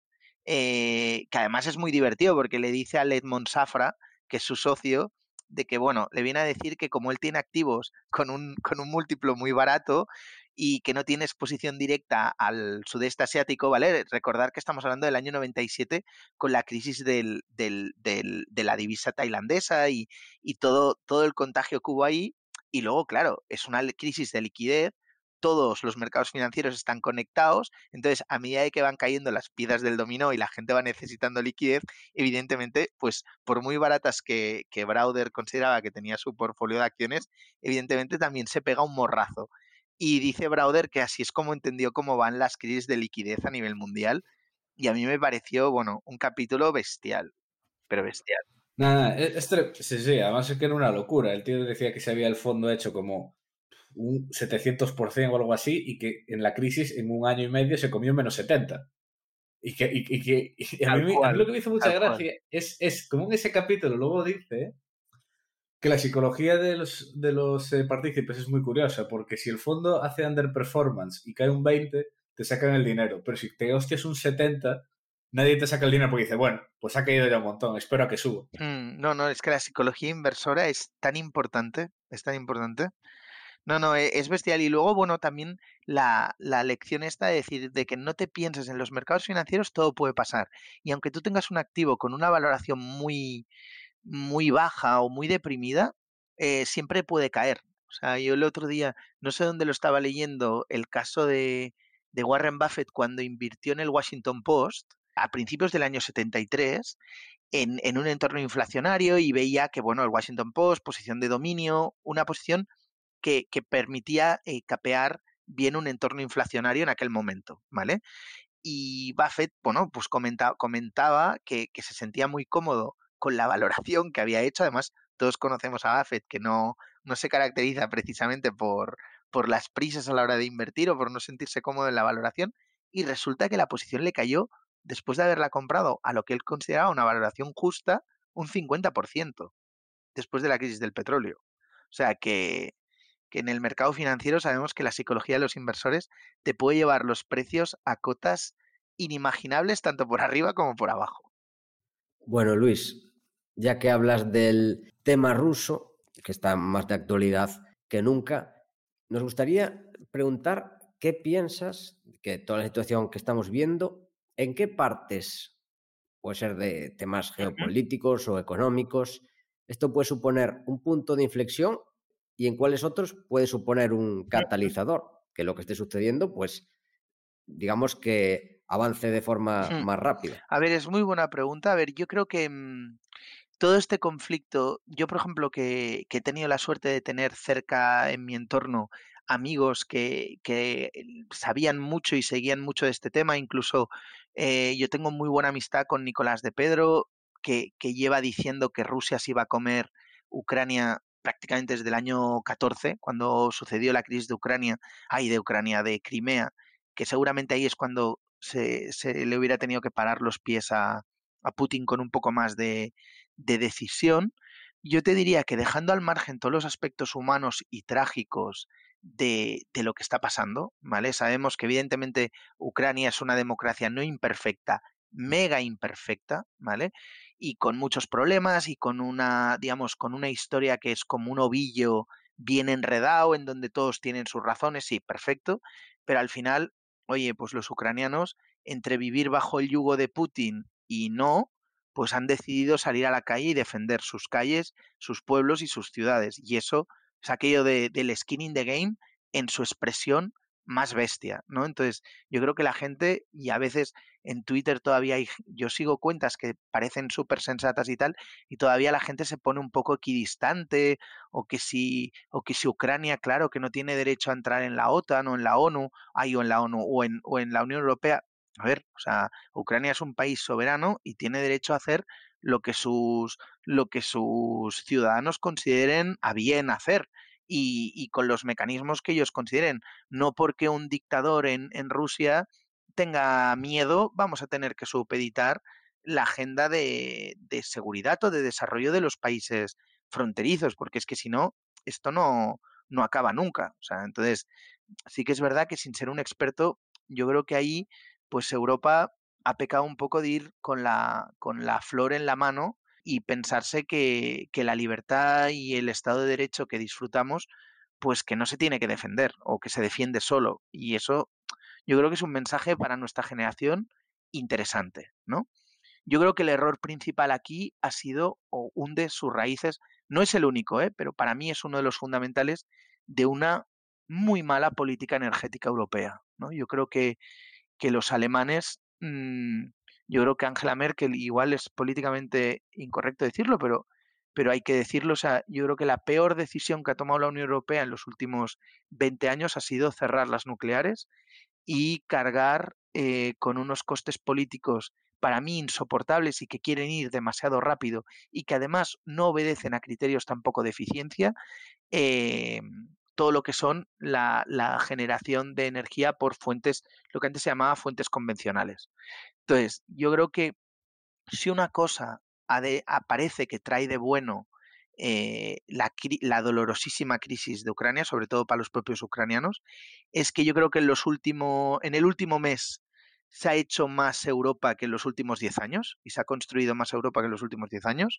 eh, que además es muy divertido porque le dice a Edmond Safra, que es su socio, de que, bueno, le viene a decir que como él tiene activos con un, con un múltiplo muy barato y que no tiene exposición directa al sudeste asiático, ¿vale? Recordar que estamos hablando del año noventa y siete con la crisis del, del, del, de la divisa tailandesa y, y todo, todo el contagio que hubo ahí. Y luego, claro, es una crisis de liquidez, todos los mercados financieros están conectados, entonces a medida de que van cayendo las piezas del dominó y la gente va necesitando liquidez, evidentemente, pues por muy baratas que, que Browder consideraba que tenía su portfolio de acciones, evidentemente también se pega un morrazo. Y dice Browder que así es como entendió cómo van las crisis de liquidez a nivel mundial, y a mí me pareció, bueno, un capítulo bestial, pero bestial. Nada, esto, sí, sí, además es que era una locura. El tío decía que se había el fondo hecho como un setecientos por ciento o algo así y que en la crisis en un año y medio se comió menos setenta. Y que, y, y que y a, mí, cual, a mí lo que me hizo mucha gracia es, es, como en ese capítulo luego dice que la psicología de los, de los eh, partícipes es muy curiosa, porque si el fondo hace underperformance y cae un veinte, te sacan el dinero, pero si te hostias un setenta, nadie te saca el dinero porque dice, bueno, pues ha caído ya un montón, espero a que suba. Mm, no, no, es que la psicología inversora es tan importante, es tan importante. No, no, es bestial. Y luego, bueno, también la, la lección esta de decir de que no te pienses en los mercados financieros, todo puede pasar. Y aunque tú tengas un activo con una valoración muy, muy baja o muy deprimida, eh, siempre puede caer. O sea, yo el otro día, no sé dónde lo estaba leyendo, el caso de, de Warren Buffett cuando invirtió en el Washington Post a principios del año setenta y tres, en, en un entorno inflacionario, y veía que, bueno, el Washington Post, posición de dominio, una posición que, que permitía eh, capear bien un entorno inflacionario en aquel momento, ¿vale? Y Buffett, bueno, pues comenta, comentaba que, que se sentía muy cómodo con la valoración que había hecho. Además, todos conocemos a Buffett, que no, no se caracteriza precisamente por, por las prisas a la hora de invertir o por no sentirse cómodo en la valoración, y resulta que la posición le cayó después de haberla comprado a lo que él consideraba una valoración justa, un cincuenta por ciento después de la crisis del petróleo. O sea que, que en el mercado financiero sabemos que la psicología de los inversores te puede llevar los precios a cotas inimaginables tanto por arriba como por abajo. Bueno, Luis, ya que hablas del tema ruso, que está más de actualidad que nunca, nos gustaría preguntar qué piensas que toda la situación que estamos viendo, en qué partes, puede ser de temas geopolíticos o económicos, esto puede suponer un punto de inflexión y en cuáles otros puede suponer un catalizador, que lo que esté sucediendo, pues digamos que avance de forma Hmm. más rápida. A ver, es muy buena pregunta. A ver, yo creo que mmm, todo este conflicto, yo por ejemplo que, que he tenido la suerte de tener cerca en mi entorno amigos que, que sabían mucho y seguían mucho de este tema, incluso eh, yo tengo muy buena amistad con Nicolás de Pedro, que, que lleva diciendo que Rusia se iba a comer Ucrania prácticamente desde el año catorce, cuando sucedió la crisis de Ucrania, ay, de Ucrania, de Crimea, que seguramente ahí es cuando se, se le hubiera tenido que parar los pies a, a Putin con un poco más de, de decisión. Yo te diría que dejando al margen todos los aspectos humanos y trágicos de, de lo que está pasando, ¿vale? Sabemos que evidentemente Ucrania es una democracia no imperfecta, mega imperfecta, ¿vale? Y con muchos problemas y con una, digamos, con una historia que es como un ovillo bien enredado en donde todos tienen sus razones, sí, perfecto, pero al final, oye, pues los ucranianos, entre vivir bajo el yugo de Putin y no, pues han decidido salir a la calle y defender sus calles, sus pueblos y sus ciudades. Y eso es aquello de, del skin in the game en su expresión más bestia, ¿no? Entonces, yo creo que la gente, y a veces en Twitter todavía hay, yo sigo cuentas que parecen súper sensatas y tal, y todavía la gente se pone un poco equidistante, o que si, o que si Ucrania, claro, que no tiene derecho a entrar en la OTAN o en la ONU, ay, o en la ONU, o en, o en la Unión Europea. A ver, o sea, Ucrania es un país soberano y tiene derecho a hacer lo que sus, lo que sus ciudadanos consideren a bien hacer. Y, y con los mecanismos que ellos consideren. No porque un dictador en, en Rusia tenga miedo, vamos a tener que supeditar la agenda de, de seguridad o de desarrollo de los países fronterizos, porque es que si no, esto no, no acaba nunca. O sea, entonces, sí que es verdad que sin ser un experto, yo creo que ahí pues Europa ha pecado un poco de ir con la, con la flor en la mano y pensarse que, que la libertad y el Estado de Derecho que disfrutamos, pues que no se tiene que defender o que se defiende solo. Y eso yo creo que es un mensaje para nuestra generación interesante, ¿no? Yo creo que el error principal aquí ha sido o hunde sus raíces, no es el único, ¿eh? Pero para mí es uno de los fundamentales de una muy mala política energética europea, ¿no? Yo creo que, que los alemanes, mmm, yo creo que Angela Merkel, igual es políticamente incorrecto decirlo, pero, pero hay que decirlo, o sea, yo creo que la peor decisión que ha tomado la Unión Europea en los últimos veinte años ha sido cerrar las nucleares y cargar eh, con unos costes políticos para mí insoportables y que quieren ir demasiado rápido y que además no obedecen a criterios tampoco de eficiencia, eh, todo lo que son la, la generación de energía por fuentes, lo que antes se llamaba fuentes convencionales. Entonces, yo creo que si una cosa ade- aparece que trae de bueno eh, la, cri- la dolorosísima crisis de Ucrania, sobre todo para los propios ucranianos, es que yo creo que en, los último, en el último mes se ha hecho más Europa que en los últimos diez años y se ha construido más Europa que en los últimos diez años.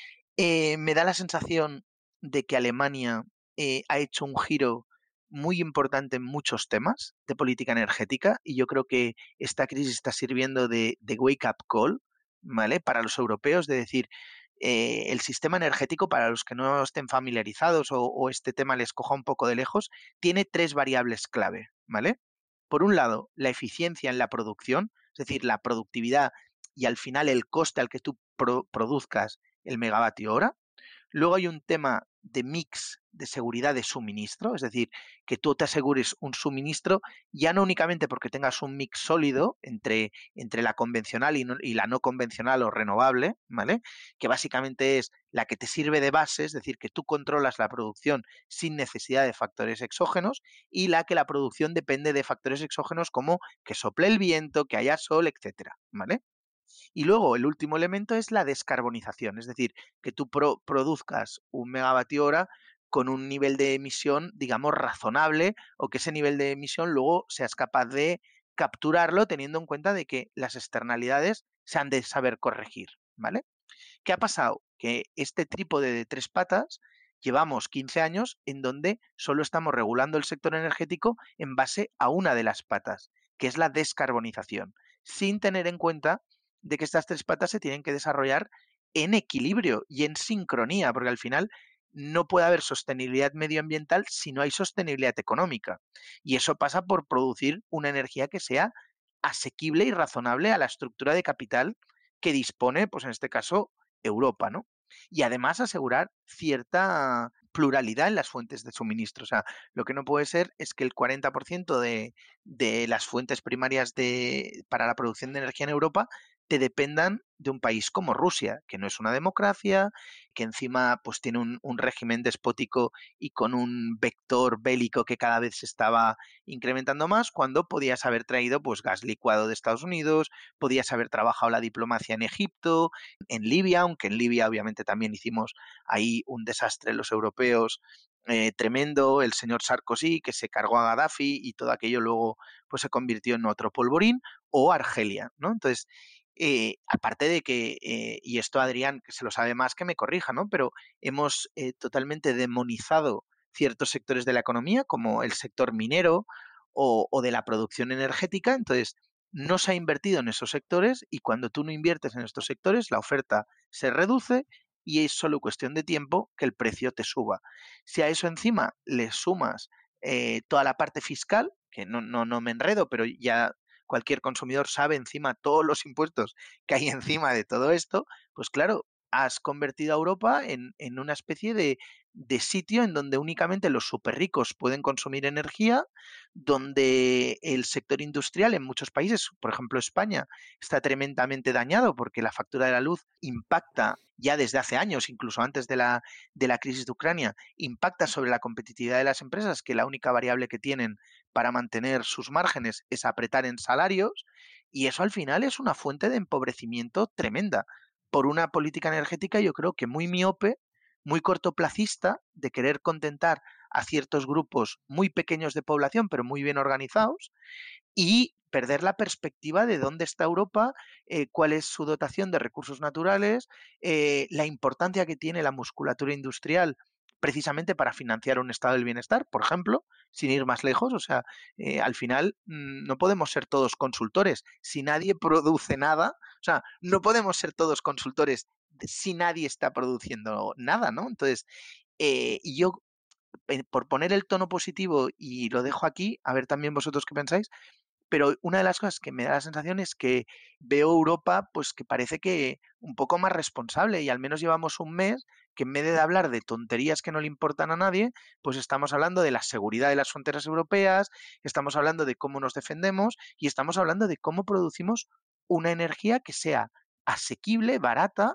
Eh, me da la sensación de que Alemania eh, ha hecho un giro muy importante en muchos temas de política energética y yo creo que esta crisis está sirviendo de, de wake-up call, ¿vale? Para los europeos, de decir, eh, el sistema energético, para los que no estén familiarizados o, o este tema les coja un poco de lejos, tiene tres variables clave, ¿vale? Por un lado, la eficiencia en la producción, es decir, la productividad y al final el coste al que tú pro produzcas el megavatio hora. Luego hay un tema de mix de seguridad de suministro, es decir, que tú te asegures un suministro ya no únicamente porque tengas un mix sólido entre, entre la convencional y, no, y la no convencional o renovable, ¿vale? Que básicamente es la que te sirve de base, es decir, que tú controlas la producción sin necesidad de factores exógenos, y la que la producción depende de factores exógenos como que sople el viento, que haya sol, etcétera, ¿vale? Y luego el último elemento es la descarbonización, es decir, que tú pro produzcas un megavatio hora con un nivel de emisión, digamos, razonable, o que ese nivel de emisión luego seas capaz de capturarlo teniendo en cuenta de que las externalidades se han de saber corregir, ¿vale? ¿Qué ha pasado? Que este trípode de tres patas llevamos quince años en donde solo estamos regulando el sector energético en base a una de las patas, que es la descarbonización, sin tener en cuenta de que estas tres patas se tienen que desarrollar en equilibrio y en sincronía, porque al final no puede haber sostenibilidad medioambiental si no hay sostenibilidad económica. Y eso pasa por producir una energía que sea asequible y razonable a la estructura de capital que dispone, pues en este caso, Europa, ¿no? Y además asegurar cierta pluralidad en las fuentes de suministro. O sea, lo que no puede ser es que el cuarenta por ciento de, de las fuentes primarias de, para la producción de energía en Europa te dependan de un país como Rusia, que no es una democracia, que encima pues tiene un, un régimen despótico y con un vector bélico que cada vez se estaba incrementando más, cuando podías haber traído pues gas licuado de Estados Unidos, podías haber trabajado la diplomacia en Egipto, en Libia, aunque en Libia obviamente también hicimos ahí un desastre los europeos eh, tremendo, el señor Sarkozy que se cargó a Gaddafi y todo aquello luego pues se convirtió en otro polvorín, o Argelia, ¿no? Entonces, eh, aparte de que, eh, y esto Adrián, que se lo sabe más, que me corrija, ¿no? Pero hemos eh, totalmente demonizado ciertos sectores de la economía, como el sector minero o, o de la producción energética. Entonces, no se ha invertido en esos sectores y cuando tú no inviertes en estos sectores, la oferta se reduce y es solo cuestión de tiempo que el precio te suba. Si a eso encima le sumas eh, toda la parte fiscal, que no, no, no me enredo, pero ya cualquier consumidor sabe encima todos los impuestos que hay encima de todo esto, pues claro, has convertido a Europa en, en una especie de, de sitio en donde únicamente los súper ricos pueden consumir energía, donde el sector industrial en muchos países, por ejemplo España, está tremendamente dañado porque la factura de la luz impacta ya desde hace años, incluso antes de la, de la crisis de Ucrania, impacta sobre la competitividad de las empresas, que la única variable que tienen para mantener sus márgenes es apretar en salarios, y eso al final es una fuente de empobrecimiento tremenda por una política energética, yo creo que muy miope, muy cortoplacista, de querer contentar a ciertos grupos muy pequeños de población, pero muy bien organizados, y perder la perspectiva de dónde está Europa, eh, cuál es su dotación de recursos naturales, eh, la importancia que tiene la musculatura industrial precisamente para financiar un estado del bienestar, por ejemplo, sin ir más lejos. O sea, eh, al final mmm, no podemos ser todos consultores si nadie produce nada. O sea, no podemos ser todos consultores si nadie está produciendo nada, ¿no? Entonces, eh, yo, eh, por poner el tono positivo, y lo dejo aquí, a ver también vosotros qué pensáis, pero una de las cosas que me da la sensación es que veo Europa, pues que parece que un poco más responsable, y al menos llevamos un mes que en vez de hablar de tonterías que no le importan a nadie, pues estamos hablando de la seguridad de las fronteras europeas, estamos hablando de cómo nos defendemos y estamos hablando de cómo producimos una energía que sea asequible, barata,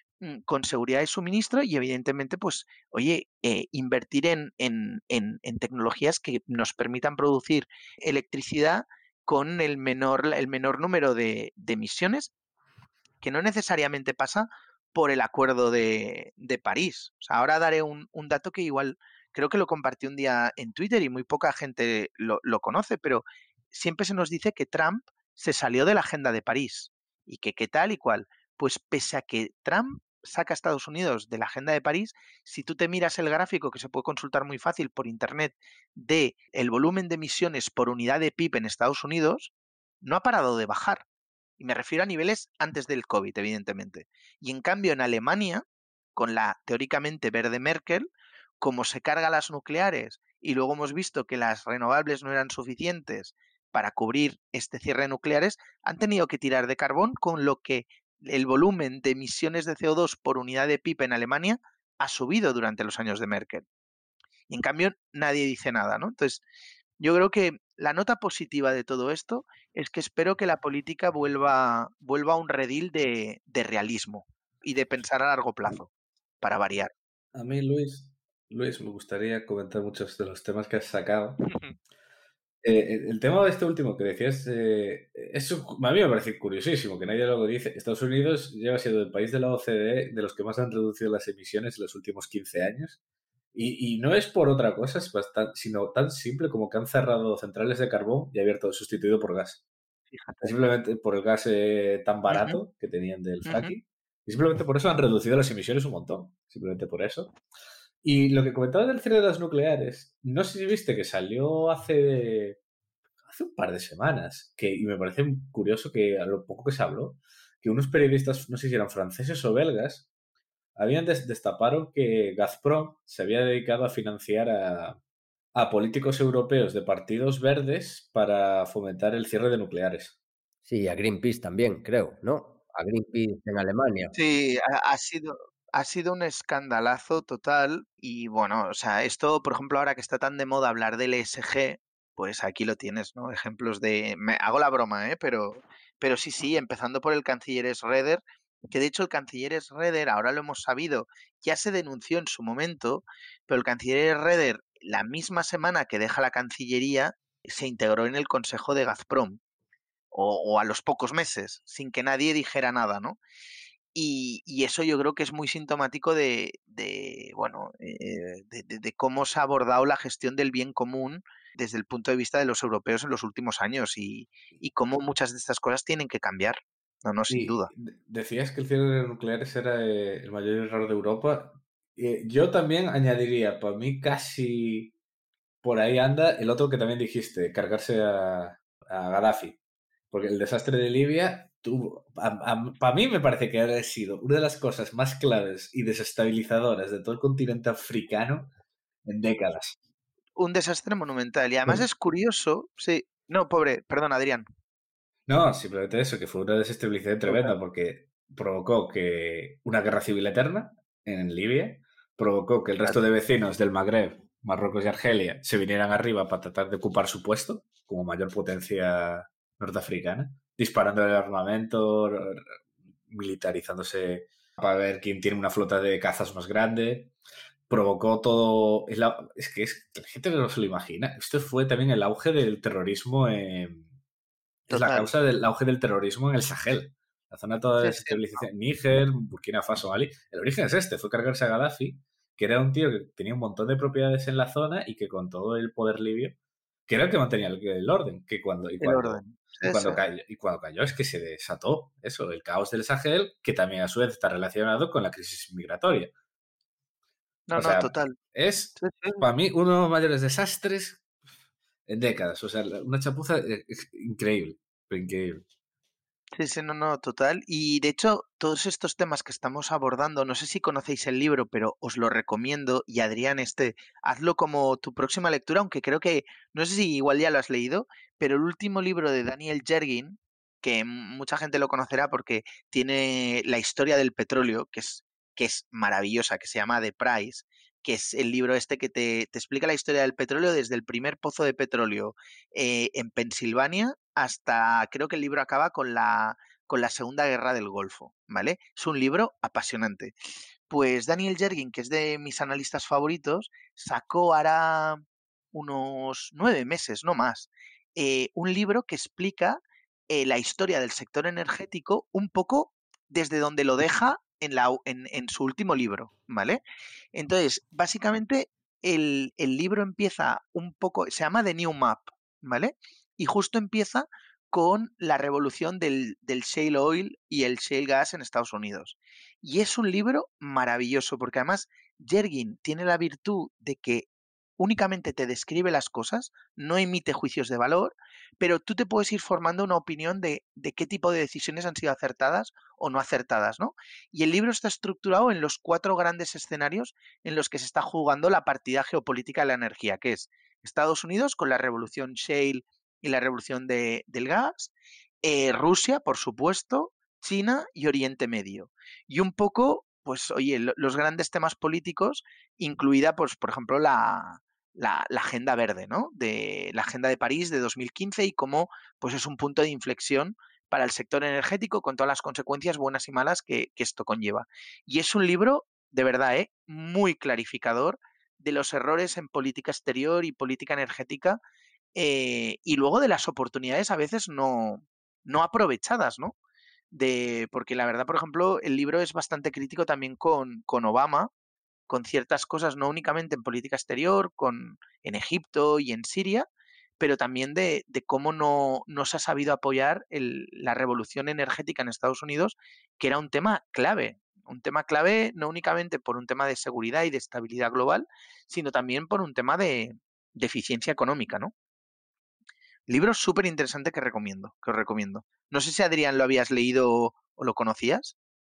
con seguridad de suministro y evidentemente, pues, oye, eh, invertir en, en, en, en tecnologías que nos permitan producir electricidad con el menor, el menor número de, de emisiones, que no necesariamente pasa por el acuerdo de, de París. O sea, ahora daré un, un dato que igual creo que lo compartí un día en Twitter y muy poca gente lo, lo conoce, pero siempre se nos dice que Trump se salió de la agenda de París y que qué tal y cual. Pues pese a que Trump saca a Estados Unidos de la agenda de París, si tú te miras el gráfico que se puede consultar muy fácil por internet de el volumen de emisiones por unidad de P I B en Estados Unidos, no ha parado de bajar. Y me refiero a niveles antes del COVID, evidentemente. Y en cambio en Alemania, con la teóricamente verde Merkel, como se carga las nucleares y luego hemos visto que las renovables no eran suficientes para cubrir este cierre de nucleares, han tenido que tirar de carbón, con lo que el volumen de emisiones de C O dos por unidad de P I B en Alemania ha subido durante los años de Merkel. Y en cambio nadie dice nada, ¿no? Entonces, yo creo que la nota positiva de todo esto es que espero que la política vuelva, vuelva a un redil de, de realismo y de pensar a largo plazo, para variar. A mí, Luis, Luis, me gustaría comentar muchos de los temas que has sacado. Eh, el tema de este último que decías, eh, es, a mí me parece curiosísimo, que nadie luego dice. Estados Unidos lleva siendo el país de la O C D E de los que más han reducido las emisiones en los últimos quince años. Y, y no es por otra cosa, es bastante, sino tan simple como que han cerrado centrales de carbón y abierto, sustituido por gas. Fíjate. Simplemente por el gas eh, tan barato uh-huh. que tenían del fracking. Uh-huh. Y simplemente por eso han reducido las emisiones un montón. Simplemente por eso. Y lo que comentabas del cierre de las nucleares, no sé si viste que salió hace, hace un par de semanas, que, y me parece curioso que a lo poco que se habló, que unos periodistas, no sé si eran franceses o belgas, habían des- destaparon que Gazprom se había dedicado a financiar a, a políticos europeos de partidos verdes para fomentar el cierre de nucleares. Sí, a Greenpeace también, creo, ¿no? A Greenpeace en Alemania. Sí, ha, ha sido... Ha sido un escandalazo total y bueno, o sea, esto, por ejemplo, ahora que está tan de moda hablar del E S G, pues aquí lo tienes, ¿no? Ejemplos de... Me hago la broma, ¿eh? Pero, pero sí, sí, empezando por el canciller Schroeder, que de hecho el canciller Schroeder, ahora lo hemos sabido, ya se denunció en su momento, pero el canciller Schroeder, la misma semana que deja la Cancillería, se integró en el Consejo de Gazprom, o, o a los pocos meses, sin que nadie dijera nada, ¿no? Y, y eso yo creo que es muy sintomático de, de bueno, eh, de, de, de cómo se ha abordado la gestión del bien común desde el punto de vista de los europeos en los últimos años y, y cómo muchas de estas cosas tienen que cambiar. No, no, sin y duda. Decías que el cierre de nucleares era el mayor error de Europa. Yo también añadiría, para mí casi por ahí anda el otro que también dijiste, cargarse a, a Gaddafi. Porque el desastre de Libia, tuvo, para mí me parece que ha sido una de las cosas más claves y desestabilizadoras de todo el continente africano en décadas. Un desastre monumental. Y además es curioso, sí. No, pobre, perdón, Adrián. No, simplemente eso, que fue una desestabilización tremenda porque provocó que una guerra civil eterna en Libia, provocó que el resto de vecinos del Magreb, Marruecos y Argelia, se vinieran arriba para tratar de ocupar su puesto como mayor potencia norteafricana, disparando el armamento, militarizándose para ver quién tiene una flota de cazas más grande. Provocó todo... Es, la, es que es, la gente no se lo imagina. Esto fue también el auge del terrorismo en... Es la causa del auge del terrorismo en el Sahel. La zona toda de desestabilización. Níger, Burkina Faso, Mali. El origen es este. Fue cargarse a Gaddafi, que era un tío que tenía un montón de propiedades en la zona y que con todo el poder libio, que era el que mantenía el, el orden, que cuando, y El cuando, orden. y cuando Eso. cayó, y cuando cayó es que se desató eso, el caos del Sahel, que también a su vez está relacionado con la crisis migratoria. No, O no, sea, total. es Sí, sí. para mí uno de los mayores desastres en décadas. O sea, una chapuza eh, increíble, pero increíble. Sí, sí, no, no, total. Y de hecho, todos estos temas que estamos abordando, no sé si conocéis el libro, pero os lo recomiendo. Y Adrián, este, hazlo como tu próxima lectura, aunque creo que, no sé si igual ya lo has leído, pero el último libro de Daniel Yergin, que mucha gente lo conocerá porque tiene la historia del petróleo, que es, que es maravillosa, que se llama The Price, que es el libro este que te, te explica la historia del petróleo desde el primer pozo de petróleo eh, en Pensilvania hasta, creo que el libro acaba con la, con la Segunda Guerra del Golfo, ¿vale? Es un libro apasionante. Pues Daniel Yergin, que es de mis analistas favoritos, sacó hará unos nueve meses, no más, eh, un libro que explica eh, la historia del sector energético un poco desde donde lo deja en, la, en, en su último libro, ¿vale? Entonces, básicamente, el, el libro empieza un poco, se llama The New Map, ¿vale? Y justo empieza con la revolución del, del shale oil y el shale gas en Estados Unidos. Y es un libro maravilloso, porque además Yergin tiene la virtud de que únicamente te describe las cosas, no emite juicios de valor, pero tú te puedes ir formando una opinión de, de qué tipo de decisiones han sido acertadas o no acertadas, ¿no? Y el libro está estructurado en los cuatro grandes escenarios en los que se está jugando la partida geopolítica de la energía, que es Estados Unidos con la revolución shale y la revolución de, del gas, eh, Rusia, por supuesto, China y Oriente Medio. Y un poco, pues, oye, lo, los grandes temas políticos, incluida, pues, por ejemplo, la, la, la, agenda verde, ¿no? De la agenda de París de dos mil quince y cómo, pues, es un punto de inflexión para el sector energético con todas las consecuencias buenas y malas que, que esto conlleva. Y es un libro, de verdad, ¿eh? Muy clarificador de los errores en política exterior y política energética eh, y luego de las oportunidades a veces no, no aprovechadas, ¿no? De, porque la verdad, por ejemplo, el libro es bastante crítico también con, con Obama, con ciertas cosas, no únicamente en política exterior, con, en Egipto y en Siria, pero también de, de cómo no, no se ha sabido apoyar el, la revolución energética en Estados Unidos, que era un tema clave, un tema clave no únicamente por un tema de seguridad y de estabilidad global, sino también por un tema de, de eficiencia económica, ¿no? Libro súper interesante que recomiendo, que os recomiendo. No sé si Adrián lo habías leído o lo conocías.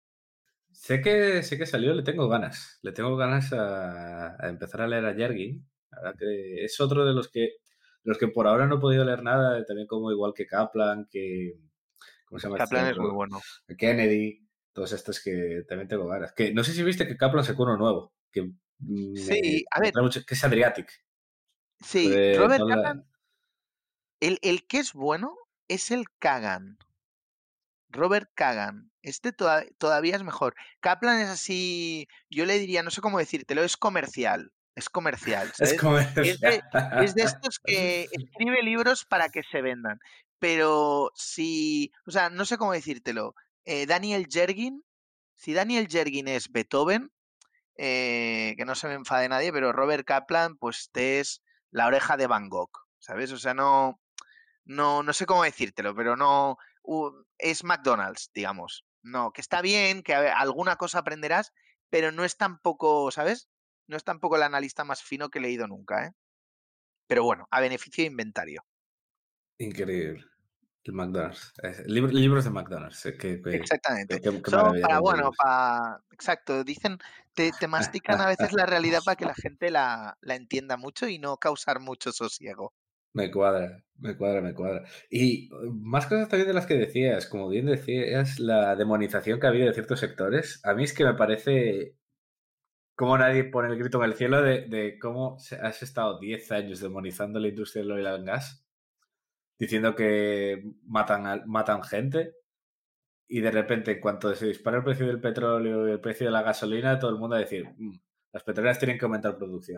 Sé que, sé que salió, le tengo ganas. Le tengo ganas a, a empezar a leer a Yergin. La verdad que es otro de los que, de los que por ahora no he podido leer nada, también como igual que Kaplan, que... ¿Cómo se llama este Kaplan es muy otro? bueno. Kennedy, todos estos que también tengo ganas. Que no sé si viste que Kaplan sacó uno nuevo, que me, Sí, a me ver, trae mucho, que es Adriatic. sí, De Robert toda la- Kaplan, el, el que es bueno es el Kagan. Robert Kagan. Este toda- todavía es mejor. Kaplan es así, yo le diría, no sé cómo decírtelo, es comercial. Es comercial, Es ¿sabes? como... Es de, es de estos que escribe libros para que se vendan. Pero si, o sea, no sé cómo decírtelo. Eh, Daniel Yergin, si Daniel Yergin es Beethoven, eh, que no se me enfade nadie, pero Robert Kaplan, pues te es la oreja de Van Gogh, ¿sabes? O sea, no, no, no sé cómo decírtelo, pero no, uh, es McDonald's, digamos. No, que está bien, que a ver, alguna cosa aprenderás, pero no es tampoco, ¿sabes? No es tampoco el analista más fino que he leído nunca, ¿eh? Pero bueno, a beneficio de inventario. Increíble. El McDonald's. Eh, libr- libros de McDonald's. eh, Qué, qué, Exactamente. qué- qué- qué Son maravilla para, con bueno, libros. para, exacto, dicen, te, te mastican a veces la realidad para que la gente la, la entienda mucho y no causar mucho sosiego. Me cuadra, me cuadra, me cuadra. Y uh, más cosas también de las que decías, como bien decías, la demonización que ha habido de ciertos sectores. A mí es que me parece como nadie pone el grito en el cielo de, de cómo se- has estado diez años demonizando la industria del oil and gas, diciendo que matan, a- matan gente, y de repente, en cuanto se dispara el precio del petróleo y el precio de la gasolina, todo el mundo a decir, "Mm, las petroleras tienen que aumentar producción".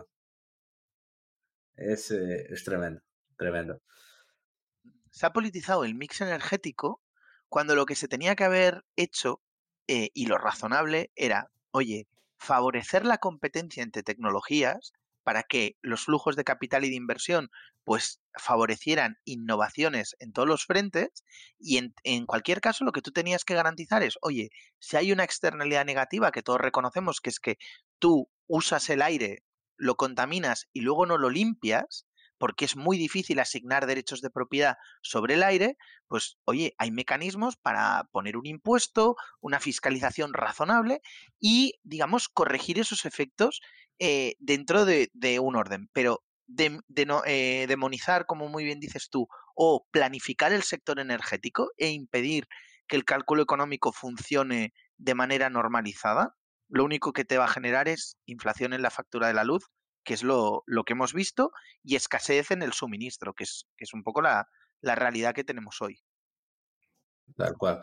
Es, eh, es tremendo, tremendo. Se ha politizado el mix energético cuando lo que se tenía que haber hecho, eh, y lo razonable, era, oye, favorecer la competencia entre tecnologías para que los flujos de capital y de inversión pues favorecieran innovaciones en todos los frentes y en, en cualquier caso lo que tú tenías que garantizar es, oye, si hay una externalidad negativa que todos reconocemos que es que tú usas el aire, lo contaminas y luego no lo limpias, porque es muy difícil asignar derechos de propiedad sobre el aire, pues oye, hay mecanismos para poner un impuesto, una fiscalización razonable y, digamos, corregir esos efectos eh, dentro de, de, un orden. Pero de, de no, eh, demonizar, como muy bien dices tú, o planificar el sector energético e impedir que el cálculo económico funcione de manera normalizada, lo único que te va a generar es inflación en la factura de la luz, que es lo, lo que hemos visto, y escasez en el suministro, que es, que es un poco la, la realidad que tenemos hoy. Tal cual.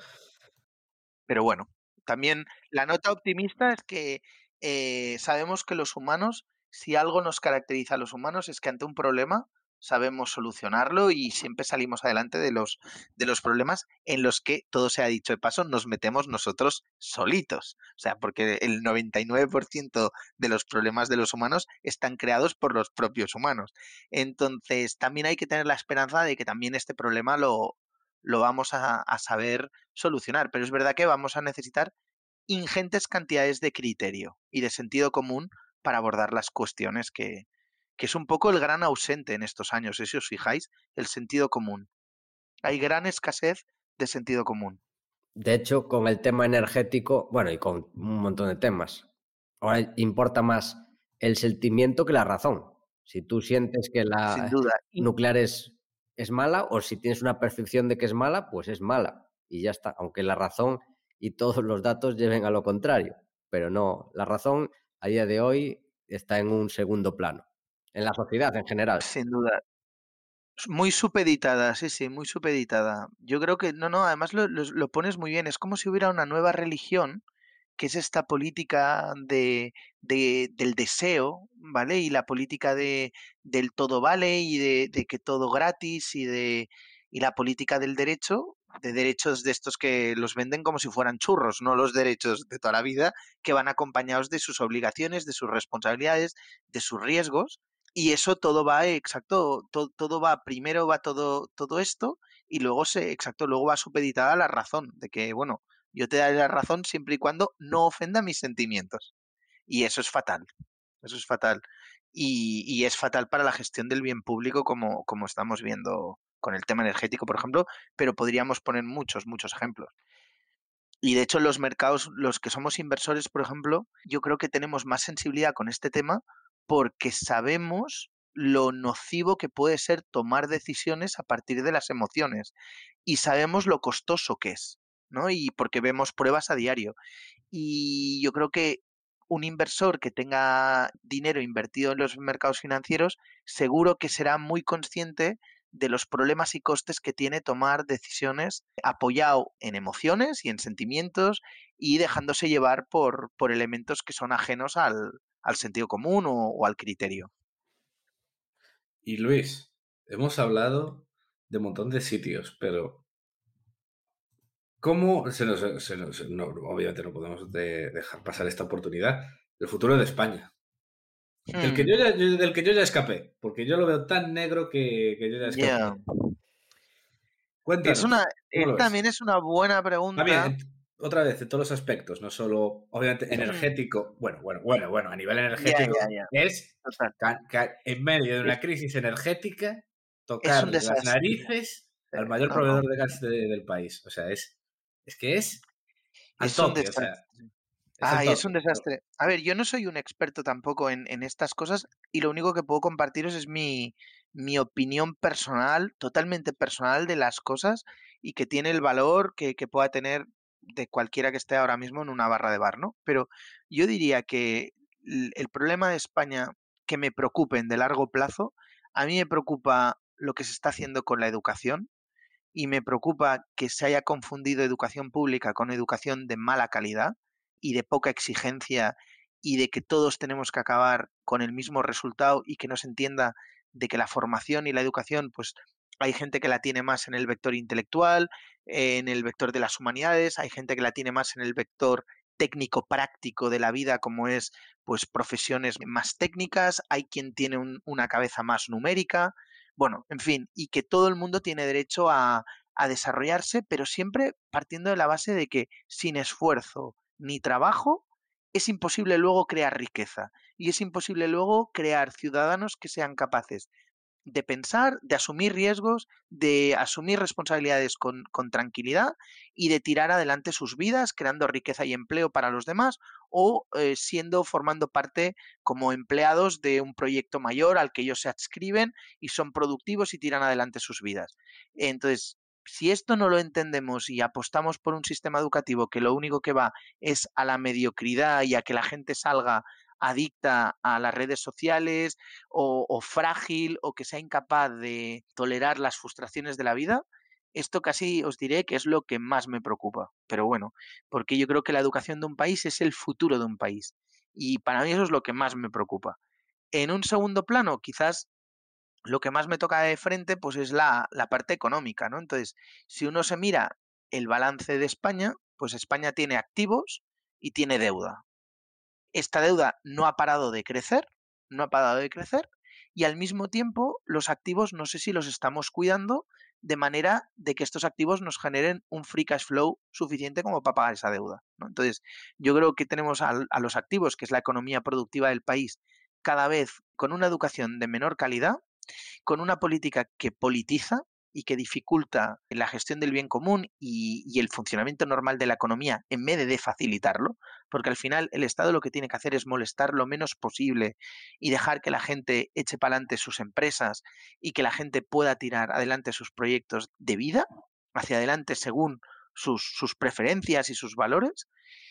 Pero bueno, también la nota optimista es que eh, sabemos que los humanos, si algo nos caracteriza a los humanos, es que ante un problema sabemos solucionarlo y siempre salimos adelante de los, de los problemas en los que, todo se ha dicho de paso, nos metemos nosotros solitos. O sea, porque el noventa y nueve por ciento de los problemas de los humanos están creados por los propios humanos. Entonces, también hay que tener la esperanza de que también este problema lo, lo vamos a, a saber solucionar. Pero es verdad que vamos a necesitar ingentes cantidades de criterio y de sentido común para abordar las cuestiones que, que es un poco el gran ausente en estos años, si os fijáis, el sentido común. Hay gran escasez de sentido común. De hecho, con el tema energético, bueno, y con un montón de temas, ahora importa más el sentimiento que la razón. Si tú sientes que la Sin duda. nuclear es, es mala, o si tienes una percepción de que es mala, pues es mala. Y ya está, aunque la razón y todos los datos lleven a lo contrario. Pero no, la razón a día de hoy está en un segundo plano, en la sociedad en general. Sin duda. Muy supeditada, sí, sí, muy supeditada. Yo creo que, no, no, además lo, lo, lo pones muy bien. Es como si hubiera una nueva religión, que es esta política de, de, del deseo, ¿vale? Y la política de, del todo vale y de, de que todo gratis y de y la política del derecho, de derechos de estos que los venden como si fueran churros, no los derechos de toda la vida, que van acompañados de sus obligaciones, de sus responsabilidades, de sus riesgos. Y eso todo va, exacto, todo, todo va, primero va todo, todo esto y luego se, exacto, luego va supeditada a la razón, de que, bueno, yo te daré la razón siempre y cuando no ofenda mis sentimientos. Y eso es fatal, eso es fatal. Y, y es fatal para la gestión del bien público como, como estamos viendo con el tema energético, por ejemplo, pero podríamos poner muchos, muchos ejemplos. Y de hecho los mercados, los que somos inversores, por ejemplo, yo creo que tenemos más sensibilidad con este tema porque sabemos lo nocivo que puede ser tomar decisiones a partir de las emociones y sabemos lo costoso que es, ¿no? Y porque vemos pruebas a diario. Y yo creo que un inversor que tenga dinero invertido en los mercados financieros seguro que será muy consciente de los problemas y costes que tiene tomar decisiones apoyado en emociones y en sentimientos y dejándose llevar por, por elementos que son ajenos al, al sentido común o, o al criterio. Y Luis, hemos hablado de un montón de sitios, pero ¿cómo se nos, se nos no, obviamente no podemos de, dejar pasar esta oportunidad? El futuro de España. Hmm. Del, que yo ya, del que yo ya escapé, porque yo lo veo tan negro que, que yo ya escapé. Yeah. Cuéntanos. Es una, es, también es una buena pregunta. También, otra vez, en todos los aspectos, no solo, obviamente, energético. Bueno, bueno, bueno, bueno, a nivel energético yeah, yeah, yeah. es ca, ca, en medio de una crisis energética tocar las narices al mayor no, proveedor no. de gas de, del país. O sea, es, es que es al es toque, o sea. Es ah, es un desastre. A ver, yo no soy un experto tampoco en, en estas cosas y lo único que puedo compartiros es mi, mi opinión personal, totalmente personal de las cosas y que tiene el valor que, que pueda tener de cualquiera que esté ahora mismo en una barra de bar, ¿no? Pero yo diría que el, el problema de España que me preocupe en de largo plazo, a mí me preocupa lo que se está haciendo con la educación y me preocupa que se haya confundido educación pública con educación de mala calidad y de poca exigencia y de que todos tenemos que acabar con el mismo resultado y que no se entienda de que la formación y la educación, pues hay gente que la tiene más en el vector intelectual, en el vector de las humanidades, hay gente que la tiene más en el vector técnico práctico de la vida, como es pues profesiones más técnicas, hay quien tiene un, una cabeza más numérica, bueno, en fin, y que todo el mundo tiene derecho a, a desarrollarse, pero siempre partiendo de la base de que sin esfuerzo ni trabajo es imposible luego crear riqueza y es imposible luego crear ciudadanos que sean capaces de pensar, de asumir riesgos, de asumir responsabilidades con, con, tranquilidad y de tirar adelante sus vidas, creando riqueza y empleo para los demás o eh, siendo, formando parte como empleados de un proyecto mayor al que ellos se adscriben y son productivos y tiran adelante sus vidas. Entonces, si esto no lo entendemos y apostamos por un sistema educativo que lo único que va es a la mediocridad y a que la gente salga adicta a las redes sociales o, o frágil o que sea incapaz de tolerar las frustraciones de la vida, esto casi os diré que es lo que más me preocupa. Pero bueno, porque yo creo que la educación de un país es el futuro de un país. Y para mí eso es lo que más me preocupa. En un segundo plano, quizás lo que más me toca de frente pues es la, la parte económica, ¿no? Entonces, si uno se mira el balance de España, pues España tiene activos y tiene deuda. Esta deuda no ha parado de crecer, no ha parado de crecer, y al mismo tiempo los activos no sé si los estamos cuidando de manera de que estos activos nos generen un free cash flow suficiente como para pagar esa deuda, ¿no? Entonces, yo creo que tenemos a, a los activos, que es la economía productiva del país, cada vez con una educación de menor calidad, con una política que politiza y que dificulta la gestión del bien común y, y el funcionamiento normal de la economía en vez de facilitarlo, porque al final el Estado lo que tiene que hacer es molestar lo menos posible y dejar que la gente eche para adelante sus empresas y que la gente pueda tirar adelante sus proyectos de vida hacia adelante según sus, sus preferencias y sus valores.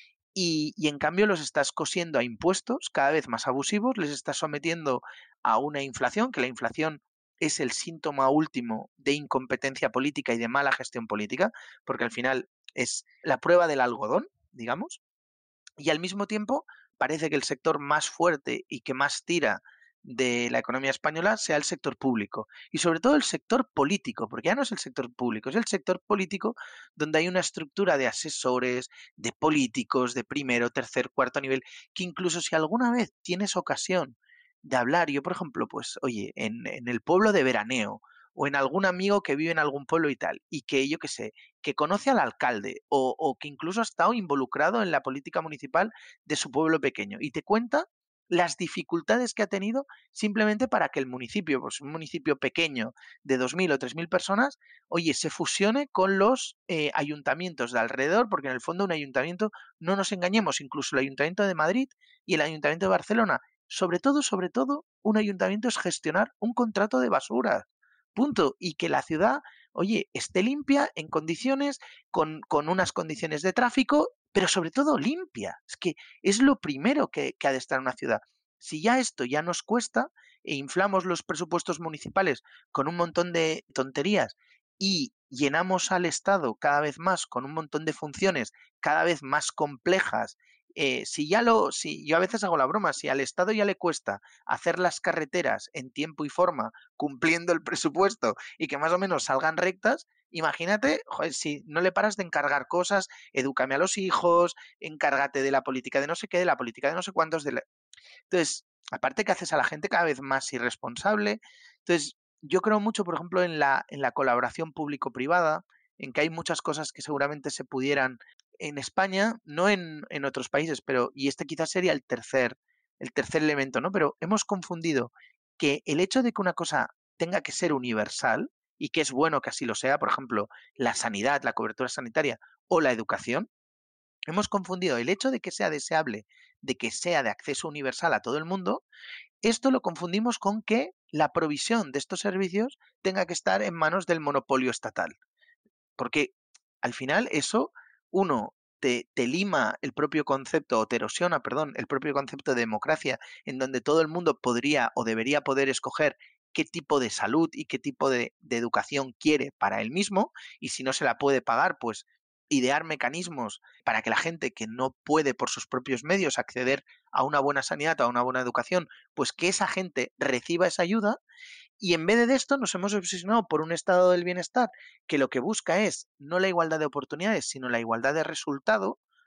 Y, y en cambio los estás cosiendo a impuestos cada vez más abusivos, les estás sometiendo a una inflación, que la inflación es el síntoma último de incompetencia política y de mala gestión política, porque al final es la prueba del algodón, digamos, y al mismo tiempo parece que el sector más fuerte y que más tira de la economía española sea el sector público y sobre todo el sector político, porque ya no es el sector público, es el sector político donde hay una estructura de asesores, de políticos de primero, tercer, cuarto nivel, que incluso si alguna vez tienes ocasión de hablar, yo por ejemplo, pues oye, en, en el pueblo de veraneo o en algún amigo que vive en algún pueblo y tal, y que yo qué sé, que conoce al alcalde o, o que incluso ha estado involucrado en la política municipal de su pueblo pequeño y te cuenta las dificultades que ha tenido simplemente para que el municipio, pues un municipio pequeño de dos mil o tres mil personas, oye, se fusione con los eh, ayuntamientos de alrededor, porque en el fondo un ayuntamiento, no nos engañemos, incluso el Ayuntamiento de Madrid y el Ayuntamiento de Barcelona, sobre todo, sobre todo, un ayuntamiento es gestionar un contrato de basuras. Punto. Y que la ciudad, oye, esté limpia, en condiciones, con, con unas condiciones de tráfico, pero sobre todo limpia. Es que es lo primero que, que ha de estar una ciudad. Si ya esto ya nos cuesta e inflamos los presupuestos municipales con un montón de tonterías y llenamos al Estado cada vez más con un montón de funciones cada vez más complejas, eh, si ya lo, si yo a veces hago la broma, si al Estado ya le cuesta hacer las carreteras en tiempo y forma, cumpliendo el presupuesto y que más o menos salgan rectas, imagínate, joder, si no le paras de encargar cosas, edúcame a los hijos, encárgate de la política de no sé qué, de la política de no sé cuántos, de la... Entonces, aparte que haces a la gente cada vez más irresponsable, entonces yo creo mucho, por ejemplo, en la, en la colaboración público-privada, en que hay muchas cosas que seguramente se pudieran en España, no en, en otros países, pero, y este quizás sería el tercer, el tercer elemento, ¿no? Pero hemos confundido que el hecho de que una cosa tenga que ser universal, y que es bueno que así lo sea, por ejemplo, la sanidad, la cobertura sanitaria o la educación, hemos confundido el hecho de que sea deseable, de que sea de acceso universal a todo el mundo, esto lo confundimos con que la provisión de estos servicios tenga que estar en manos del monopolio estatal. Porque al final eso, uno, te, te lima el propio concepto, o te erosiona, perdón, el propio concepto de democracia, en donde todo el mundo podría o debería poder escoger qué tipo de salud y qué tipo de, de educación quiere para él mismo, y si no se la puede pagar, pues idear mecanismos para que la gente que no puede por sus propios medios acceder a una buena sanidad o a una buena educación, pues que esa gente reciba esa ayuda. Y en vez de esto nos hemos obsesionado por un estado del bienestar que lo que busca es no la igualdad de oportunidades, sino la igualdad de resultado,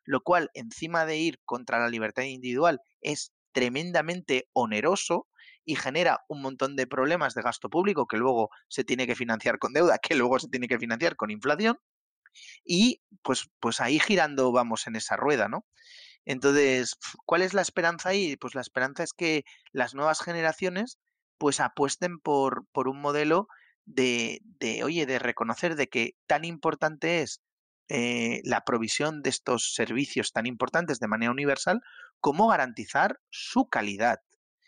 lo cual, encima de ir contra la libertad individual, es tremendamente oneroso y genera un montón de problemas de gasto público que luego se tiene que financiar con deuda, que luego se tiene que financiar con inflación, y pues, pues ahí girando vamos en esa rueda, ¿no? Entonces, ¿cuál es la esperanza ahí? Pues la esperanza es que las nuevas generaciones pues apuesten por, por un modelo de, de, oye, de reconocer de que tan importante es eh, la provisión de estos servicios tan importantes de manera universal como garantizar su calidad.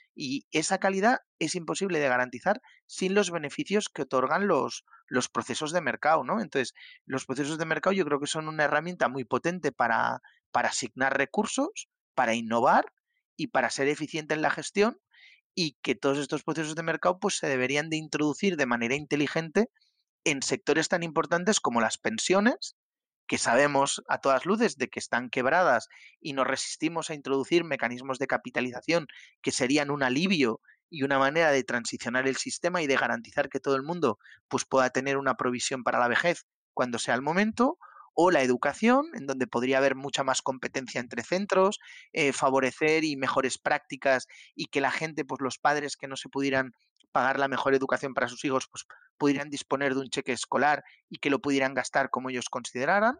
Y esa calidad es imposible de garantizar sin los beneficios que otorgan los, los procesos de mercado, ¿no? Entonces, los procesos de mercado yo creo que son una herramienta muy potente para, para asignar recursos, para innovar y para ser eficiente en la gestión, y que todos estos procesos de mercado pues se deberían de introducir de manera inteligente en sectores tan importantes como las pensiones, que sabemos a todas luces de que están quebradas y nos resistimos a introducir mecanismos de capitalización que serían un alivio y una manera de transicionar el sistema y de garantizar que todo el mundo pues, pueda tener una provisión para la vejez cuando sea el momento, o la educación, en donde podría haber mucha más competencia entre centros, eh, favorecer y mejores prácticas, y que la gente, pues los padres que no se pudieran pagar la mejor educación para sus hijos, pues pudieran disponer de un cheque escolar y que lo pudieran gastar como ellos consideraran.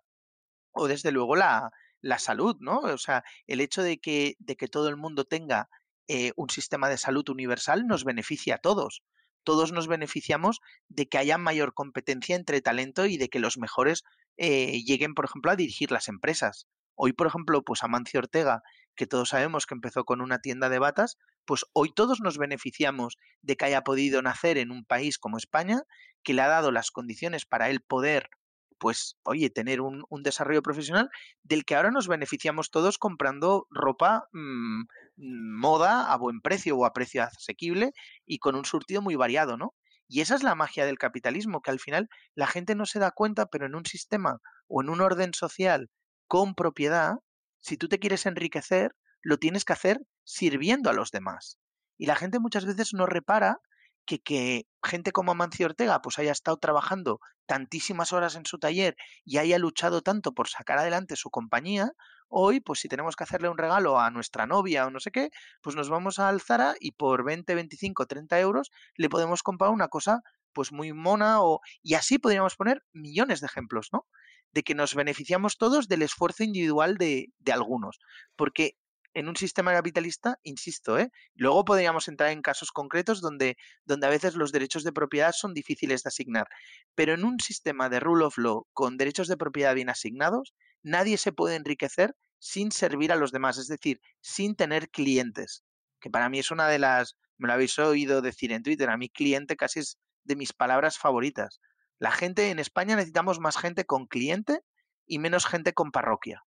O desde luego la, la salud, ¿no? O sea, el hecho de que, de que todo el mundo tenga eh, un sistema de salud universal nos beneficia a todos. Todos nos beneficiamos de que haya mayor competencia entre talento y de que los mejores eh, lleguen, por ejemplo, a dirigir las empresas. Hoy, por ejemplo, pues Amancio Ortega, que todos sabemos que empezó con una tienda de batas, pues hoy todos nos beneficiamos de que haya podido nacer en un país como España, que le ha dado las condiciones para él poder, pues, oye, tener un, un desarrollo profesional del que ahora nos beneficiamos todos comprando ropa mmm, moda a buen precio o a precio asequible y con un surtido muy variado, ¿no? Y esa es la magia del capitalismo, que al final la gente no se da cuenta, pero en un sistema o en un orden social con propiedad, si tú te quieres enriquecer, lo tienes que hacer sirviendo a los demás. Y la gente muchas veces no repara que, que gente como Amancio Ortega pues haya estado trabajando tantísimas horas en su taller y haya luchado tanto por sacar adelante su compañía. Hoy, pues si tenemos que hacerle un regalo a nuestra novia o no sé qué, pues nos vamos al Zara y por veinte, veinticinco, treinta euros le podemos comprar una cosa pues muy mona, o, y así podríamos poner millones de ejemplos, ¿no? De que nos beneficiamos todos del esfuerzo individual de, de algunos. Porque en un sistema capitalista, insisto, ¿eh? Luego podríamos entrar en casos concretos donde, donde a veces los derechos de propiedad son difíciles de asignar, pero en un sistema de rule of law con derechos de propiedad bien asignados, nadie se puede enriquecer sin servir a los demás, es decir, sin tener clientes, que para mí es una de las, me lo habéis oído decir en Twitter, a mí cliente casi es de mis palabras favoritas. La gente en España necesitamos más gente con cliente y menos gente con parroquia.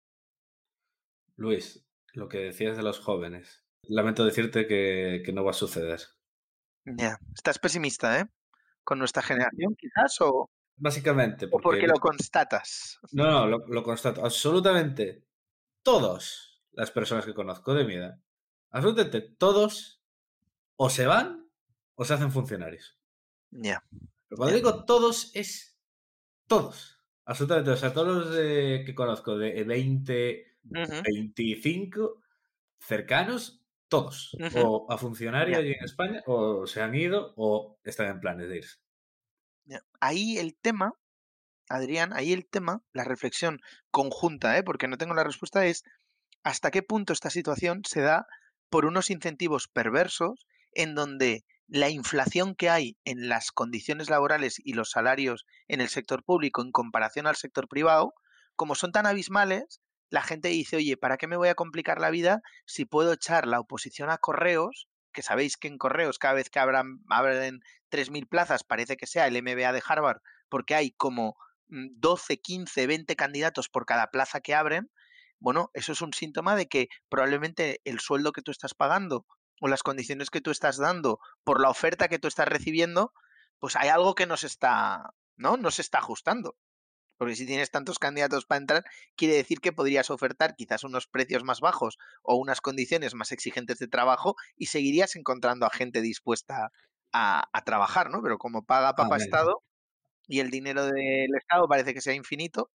Luis, lo que decías de los jóvenes. Lamento decirte que, que no va a suceder. Ya, yeah. Estás pesimista, ¿eh? Con nuestra generación, quizás, o... Básicamente, porque... o porque lo constatas. No, no, lo, lo constato. Absolutamente todas las personas que conozco de mi edad, absolutamente todos o se van o se hacen funcionarios. Ya. Yeah. Pero cuando yeah. digo todos, es todos. Absolutamente. O sea, todos los de, que conozco de veinte, uh-huh. veinticinco, cercanos, todos. Uh-huh. O a funcionarios yeah. allí en España, o se han ido, o están en planes de irse. Yeah. Ahí el tema, Adrián, ahí el tema, la reflexión conjunta, ¿eh? Porque no tengo la respuesta, es hasta qué punto esta situación se da por unos incentivos perversos en donde la inflación que hay en las condiciones laborales y los salarios en el sector público en comparación al sector privado, como son tan abismales, la gente dice, oye, ¿para qué me voy a complicar la vida si puedo echar la oposición a correos? Que sabéis que en correos cada vez que abran, abren tres mil plazas parece que sea el M B A de Harvard, porque hay como doce, quince, veinte candidatos por cada plaza que abren. Bueno, eso es un síntoma de que probablemente el sueldo que tú estás pagando o las condiciones que tú estás dando por la oferta que tú estás recibiendo, pues hay algo que no se está, ¿no? No se está ajustando. Porque si tienes tantos candidatos para entrar, quiere decir que podrías ofertar quizás unos precios más bajos o unas condiciones más exigentes de trabajo y seguirías encontrando a gente dispuesta a, a trabajar, ¿no? Pero como paga papá ah, Estado y el dinero del Estado parece que sea infinito,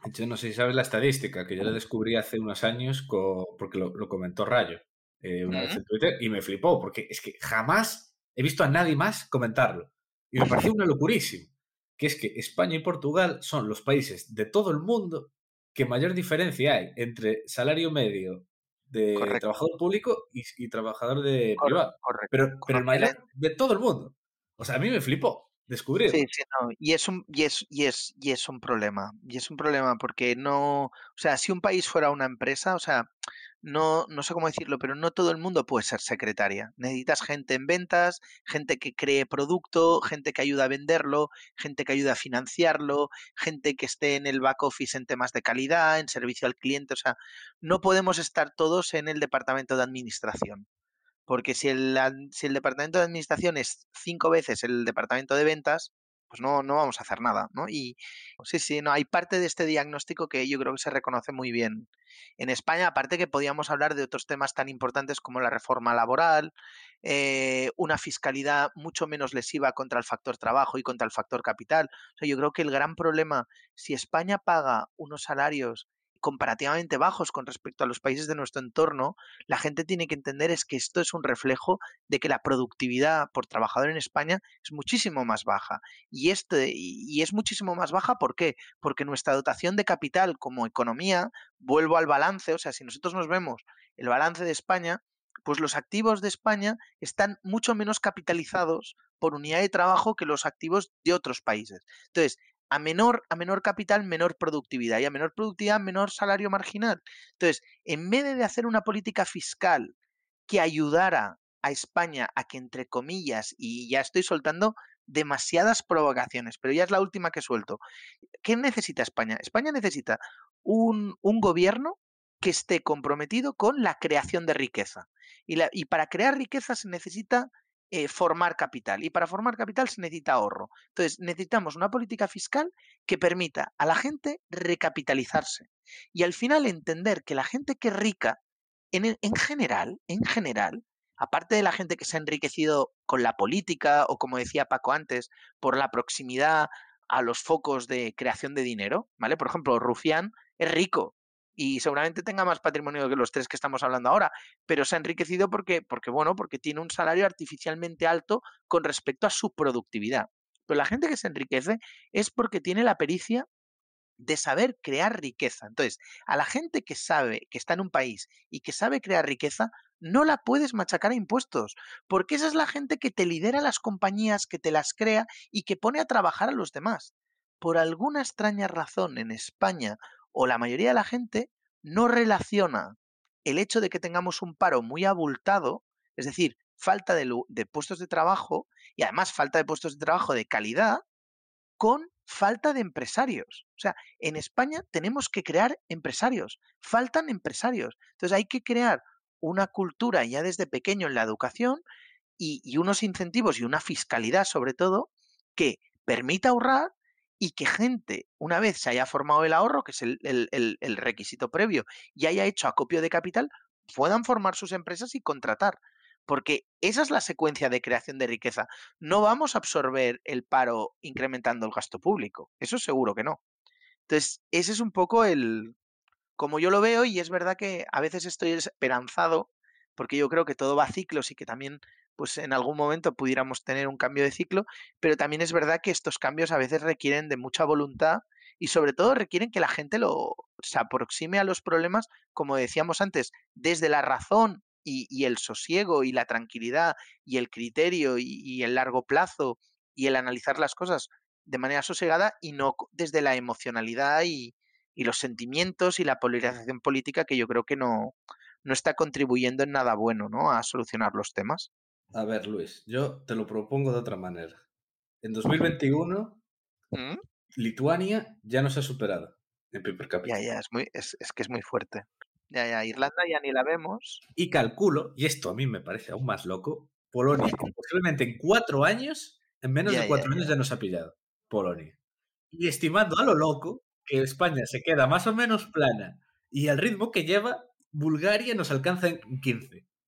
Yo no sé si sabes la estadística, que yo la descubrí hace unos años co, porque lo, lo comentó Rayo eh, una uh-huh. vez en Twitter y me flipó, porque es que jamás he visto a nadie más comentarlo. Y me pareció una locurísima, que es que España y Portugal son los países de todo el mundo que mayor diferencia hay entre salario medio de correcto. Trabajador público y, y trabajador de correcto, privado. Correcto, pero, correcto. pero el mayor de todo el mundo. O sea, a mí me flipó descubrirlo. Sí, sí, no. Y es un, y es, y es, y es un problema. Y es un problema porque no, o sea, si un país fuera una empresa, o sea, no, no sé cómo decirlo, pero no todo el mundo puede ser secretaria. Necesitas gente en ventas, gente que cree producto, gente que ayuda a venderlo, gente que ayuda a financiarlo, gente que esté en el back office en temas de calidad, en servicio al cliente. O sea, no podemos estar todos en el departamento de administración. Porque si el, si el departamento de administración es cinco veces el departamento de ventas, pues no, no vamos a hacer nada, ¿no? Y sí, sí, no, hay parte de este diagnóstico que yo creo que se reconoce muy bien en España, aparte que podíamos hablar de otros temas tan importantes como la reforma laboral, eh, una fiscalidad mucho menos lesiva contra el factor trabajo y contra el factor capital. O sea, yo creo que el gran problema, si España paga unos salarios comparativamente bajos con respecto a los países de nuestro entorno, la gente tiene que entender es que esto es un reflejo de que la productividad por trabajador en España es muchísimo más baja. Y, este, y es muchísimo más baja, ¿por qué? Porque nuestra dotación de capital como economía, vuelvo al balance, o sea, si nosotros nos vemos el balance de España, pues los activos de España están mucho menos capitalizados por unidad de trabajo que los activos de otros países. Entonces, A menor, a menor capital, menor productividad, y a menor productividad, menor salario marginal. Entonces, en vez de hacer una política fiscal que ayudara a España a que, entre comillas, y ya estoy soltando demasiadas provocaciones, pero ya es la última que suelto. ¿Qué necesita España? España necesita un, un gobierno que esté comprometido con la creación de riqueza. Y, la, y para crear riqueza se necesita Eh, formar capital, y para formar capital se necesita ahorro. Entonces necesitamos una política fiscal que permita a la gente recapitalizarse y al final entender que la gente que es rica en, en general, en general, aparte de la gente que se ha enriquecido con la política o, como decía Paco antes, por la proximidad a los focos de creación de dinero, ¿vale? Por ejemplo, Rufián es rico y seguramente tenga más patrimonio que los tres que estamos hablando ahora, pero se ha enriquecido porque, porque, bueno, porque tiene un salario artificialmente alto con respecto a su productividad. Pero la gente que se enriquece es porque tiene la pericia de saber crear riqueza. Entonces, a la gente que sabe, que está en un país y que sabe crear riqueza, no la puedes machacar a impuestos, porque esa es la gente que te lidera las compañías, que te las crea y que pone a trabajar a los demás. Por alguna extraña razón en España, o la mayoría de la gente, no relaciona el hecho de que tengamos un paro muy abultado, es decir, falta de, de puestos de trabajo, y además falta de puestos de trabajo de calidad, con falta de empresarios. O sea, en España tenemos que crear empresarios, faltan empresarios. Entonces hay que crear una cultura ya desde pequeño en la educación y, y unos incentivos y una fiscalidad sobre todo que permita ahorrar y que gente, una vez se haya formado el ahorro, que es el, el, el, el requisito previo, y haya hecho acopio de capital, puedan formar sus empresas y contratar. Porque esa es la secuencia de creación de riqueza. No vamos a absorber el paro incrementando el gasto público. Eso seguro que no. Entonces, ese es un poco el, como yo lo veo, y es verdad que a veces estoy esperanzado, porque yo creo que todo va a ciclos y que también, pues en algún momento pudiéramos tener un cambio de ciclo, pero también es verdad que estos cambios a veces requieren de mucha voluntad y sobre todo requieren que la gente lo, se aproxime a los problemas, como decíamos antes, desde la razón y, y el sosiego y la tranquilidad y el criterio y, y el largo plazo y el analizar las cosas de manera sosegada y no desde la emocionalidad y, y los sentimientos y la polarización política, que yo creo que no, no está contribuyendo en nada bueno, ¿no?, a solucionar los temas. A ver, Luis, yo te lo propongo de otra manera. En dos mil veintiuno, ¿Mm? Lituania ya nos ha superado en P I B per cápita. Ya, ya, es, muy, es, es que es muy fuerte. Ya, ya, Irlanda ya ni la vemos. Y calculo, y esto a mí me parece aún más loco, Polonia, posiblemente en cuatro años, en menos ya, de cuatro ya, años ya. ya nos ha pillado Polonia. Y estimando a lo loco que España se queda más o menos plana y al ritmo que lleva, Bulgaria nos alcanza en quince.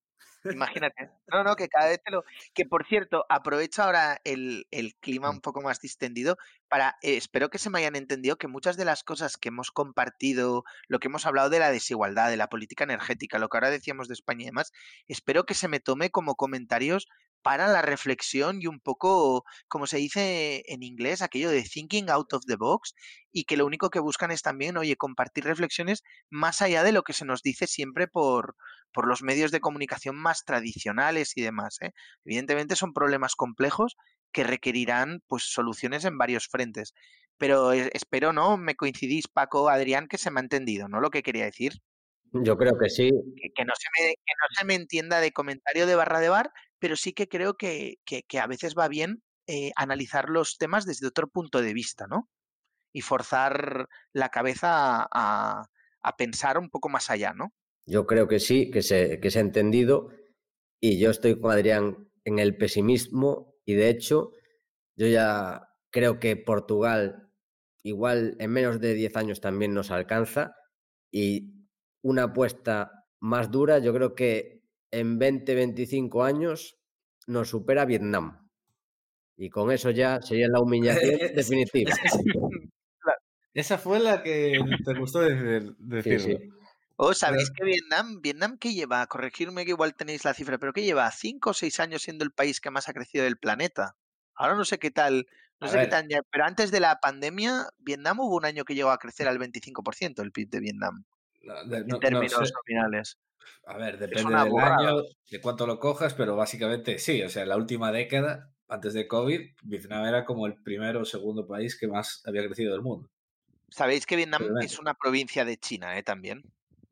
Imagínate. No, no, que cada vez te lo... Que, por cierto, aprovecho ahora el, el clima un poco más distendido para... eh, espero que se me hayan entendido que muchas de las cosas que hemos compartido, lo que hemos hablado de la desigualdad, de la política energética, lo que ahora decíamos de España y demás, espero que se me tome como comentarios para la reflexión y un poco, como se dice en inglés, aquello de thinking out of the box, y que lo único que buscan es también, oye, compartir reflexiones más allá de lo que se nos dice siempre por por los medios de comunicación más tradicionales y demás, ¿eh? Evidentemente son problemas complejos que requerirán pues soluciones en varios frentes. Pero eh, espero, ¿no? Me coincidís, Paco, Adrián, que se me ha entendido, ¿no? Lo que quería decir. Yo creo que sí. Que, que no, se me, que no se me entienda de comentario de barra de bar, pero sí que creo que, que, que a veces va bien eh, analizar los temas desde otro punto de vista, ¿no? Y forzar la cabeza a, a pensar un poco más allá, ¿no? Yo creo que sí, que se, que se ha entendido, y yo estoy con Adrián en el pesimismo, y de hecho yo ya creo que Portugal igual en menos de diez años también nos alcanza, y una apuesta más dura, yo creo que en veinte, veinticinco años nos supera Vietnam, y con eso ya sería la humillación definitiva. Esa fue la que te gustó decir, decirlo. Sí, sí. ¿O sabéis que Vietnam, Vietnam que lleva, corregirme que igual tenéis la cifra, pero que lleva cinco o seis años siendo el país que más ha crecido del planeta? Ahora no sé qué tal, no A sé qué ver. tal, ya- pero antes de la pandemia, Vietnam hubo un año que llegó a crecer al veinticinco por ciento el P I B de Vietnam, No, de- en no- no términos sé. nominales. A ver, Es depende una del burrada. año, de cuánto lo cojas, pero básicamente sí. O sea, en la última década, antes de COVID, Vietnam era como el primero o segundo país que más había crecido del mundo. Sabéis que Vietnam Obviamente. es una provincia de China, ¿eh? También.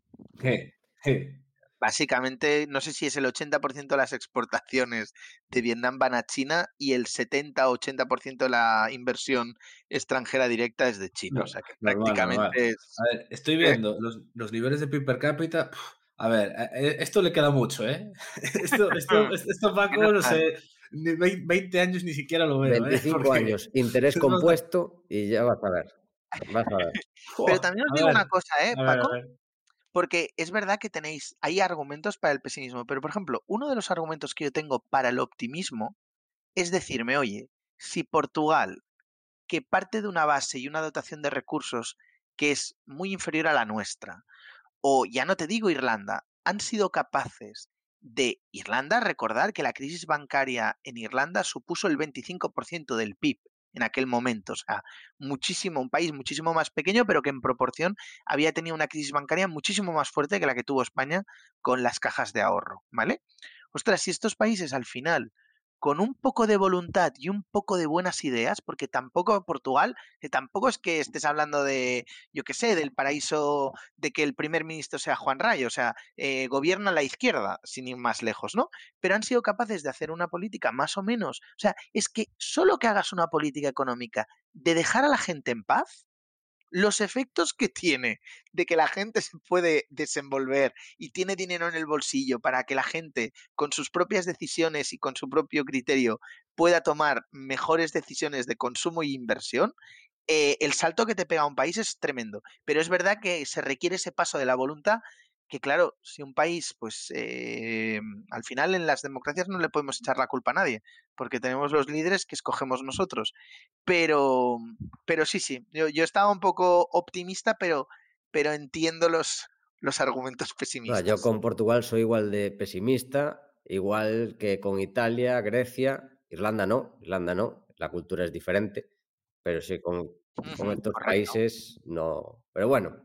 Sí, sí. Básicamente, no sé si es el ochenta por ciento de las exportaciones de Vietnam van a China y el setenta o ochenta por ciento de la inversión extranjera directa es de China. No, O sea que normal, normal. prácticamente es... A ver, estoy ¿Eh? viendo los, los niveles de P I B per cápita. Puf, a ver, eh, eh, esto le queda mucho, ¿eh? Esto, esto, esto Paco, no sé, ni vein- veinte años ni siquiera lo veo, ¿eh? veinticinco Porque años, interés es bastante- compuesto, y ya vas a ver. Vas a ver. Pero Fua, también os a digo ver, una cosa, ¿eh, a ver, a Paco? ver. Porque es verdad que tenéis, hay argumentos para el pesimismo, pero por ejemplo, uno de los argumentos que yo tengo para el optimismo es decirme, oye, si Portugal, que parte de una base y una dotación de recursos que es muy inferior a la nuestra, o ya no te digo Irlanda, han sido capaces de Irlanda, recordar que la crisis bancaria en Irlanda supuso el veinticinco por ciento del P I B en aquel momento, o sea, muchísimo, un país muchísimo más pequeño, pero que en proporción había tenido una crisis bancaria muchísimo más fuerte que la que tuvo España con las cajas de ahorro, ¿vale? Ostras, si estos países al final, con un poco de voluntad y un poco de buenas ideas, porque tampoco Portugal, que tampoco es que estés hablando de, yo qué sé, del paraíso de que el primer ministro sea Juan Rayo, o sea, eh, gobierna la izquierda, sin ir más lejos, ¿no? Pero han sido capaces de hacer una política más o menos, o sea, es que solo que hagas una política económica de dejar a la gente en paz, los efectos que tiene de que la gente se puede desenvolver y tiene dinero en el bolsillo para que la gente con sus propias decisiones y con su propio criterio pueda tomar mejores decisiones de consumo y inversión, eh, el salto que te pega a un país es tremendo. Pero es verdad que se requiere ese paso de la voluntad, que claro, si un país, pues eh, al final en las democracias no le podemos echar la culpa a nadie, porque tenemos los líderes que escogemos nosotros. Pero, pero sí, sí, yo, yo estaba un poco optimista, pero, pero entiendo los, los argumentos No, pesimistas. yo con Portugal soy igual de pesimista, igual que con Italia, Grecia, Irlanda no, Irlanda no, la cultura es diferente, pero sí con, con Ujú, estos correcto. países no. Pero bueno,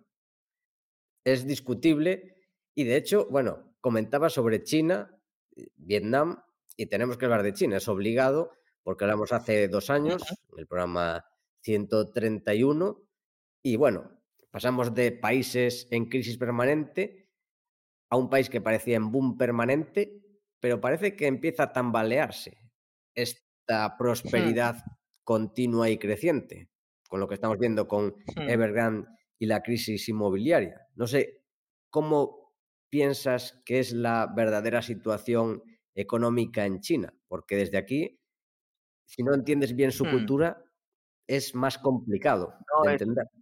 es discutible, y de hecho, bueno, comentaba sobre China, Vietnam, y tenemos que hablar de China, es obligado, porque hablamos hace dos años, en el programa ciento treinta y uno, y bueno, pasamos de países en crisis permanente a un país que parecía en boom permanente, pero parece que empieza a tambalearse esta prosperidad continua y creciente, con lo que estamos viendo con Evergrande y la crisis inmobiliaria. No sé, ¿cómo piensas que es la verdadera situación económica en China? Porque desde aquí, si no entiendes bien su cultura, es más complicado No, de es, entender.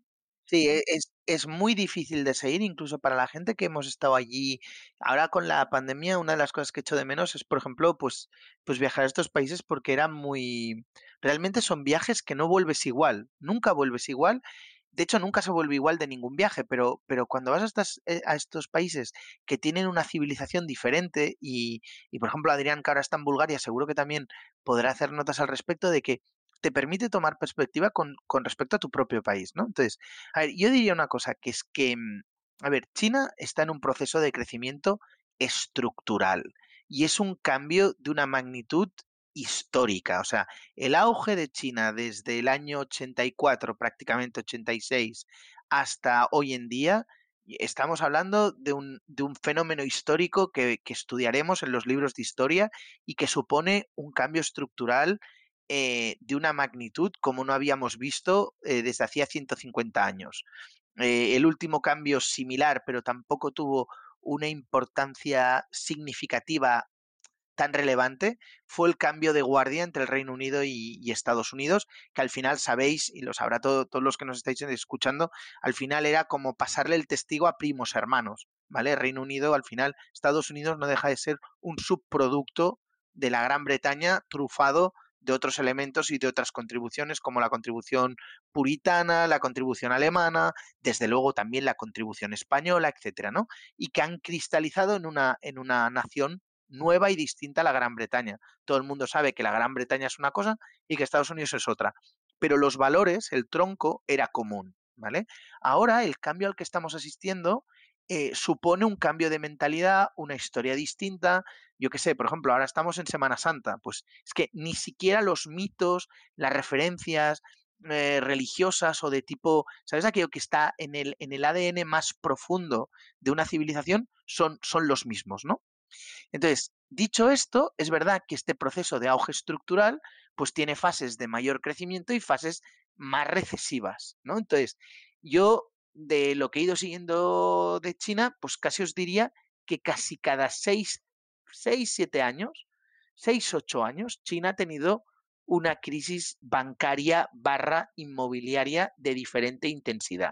Sí, e es es muy difícil de seguir, incluso para la gente que hemos estado allí. Ahora con la pandemia, una de las cosas que echo de menos es, por ejemplo, pues pues viajar a estos países porque eran muy realmente son viajes que no vuelves igual, nunca vuelves igual. De hecho, nunca se vuelve igual de ningún viaje, pero pero cuando vas a estas, eh, a estos países que tienen una civilización diferente y y, por ejemplo, Adrián, que ahora está en Bulgaria, seguro que también podrá hacer notas al respecto de que te permite tomar perspectiva con con respecto a tu propio país, ¿no? Entonces, a ver, yo diría una cosa, que es que, mm, a ver, China está en un proceso de crecimiento estructural y es un cambio de una magnitud histórica. O sea, el auge de China desde el año ochenta y cuatro, prácticamente ochenta y seis, hasta hoy en día, y estamos hablando de un, de un fenómeno histórico que, que estudiaremos en los libros de historia y que supone un cambio estructural eh, de una magnitud como no habíamos visto eh, desde hacía ciento cincuenta años. Eh, el último cambio similar, pero tampoco tuvo una importancia significativa tan relevante, fue el cambio de guardia entre el Reino Unido y, y Estados Unidos, que al final sabéis, y lo sabrá todo, todos los que nos estáis escuchando, al final era como pasarle el testigo a primos hermanos, ¿vale? Reino Unido, al final, Estados Unidos no deja de ser un subproducto de la Gran Bretaña trufado de otros elementos y de otras contribuciones, como la contribución puritana, la contribución alemana, desde luego también la contribución española, etcétera, ¿no? Y que han cristalizado en una, en una nación nueva y distinta a la Gran Bretaña. Todo el mundo sabe que la Gran Bretaña es una cosa y que Estados Unidos es otra, pero los valores, el tronco, era común, ¿vale? Ahora el cambio al que estamos asistiendo eh, supone un cambio de mentalidad, una historia distinta. Yo qué sé, por ejemplo, ahora estamos en Semana Santa, pues es que ni siquiera los mitos, las referencias eh, religiosas o de tipo, ¿sabes? Aquello que está en el, en el A D N más profundo de una civilización son, son los mismos, ¿no? Entonces, dicho esto, es verdad que este proceso de auge estructural pues tiene fases de mayor crecimiento y fases más recesivas, ¿no? Entonces, yo de lo que he ido siguiendo de China, pues casi os diría que casi cada seis, seis, siete años, seis, ocho años, China ha tenido una crisis bancaria barra inmobiliaria de diferente intensidad.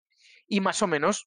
Y más o menos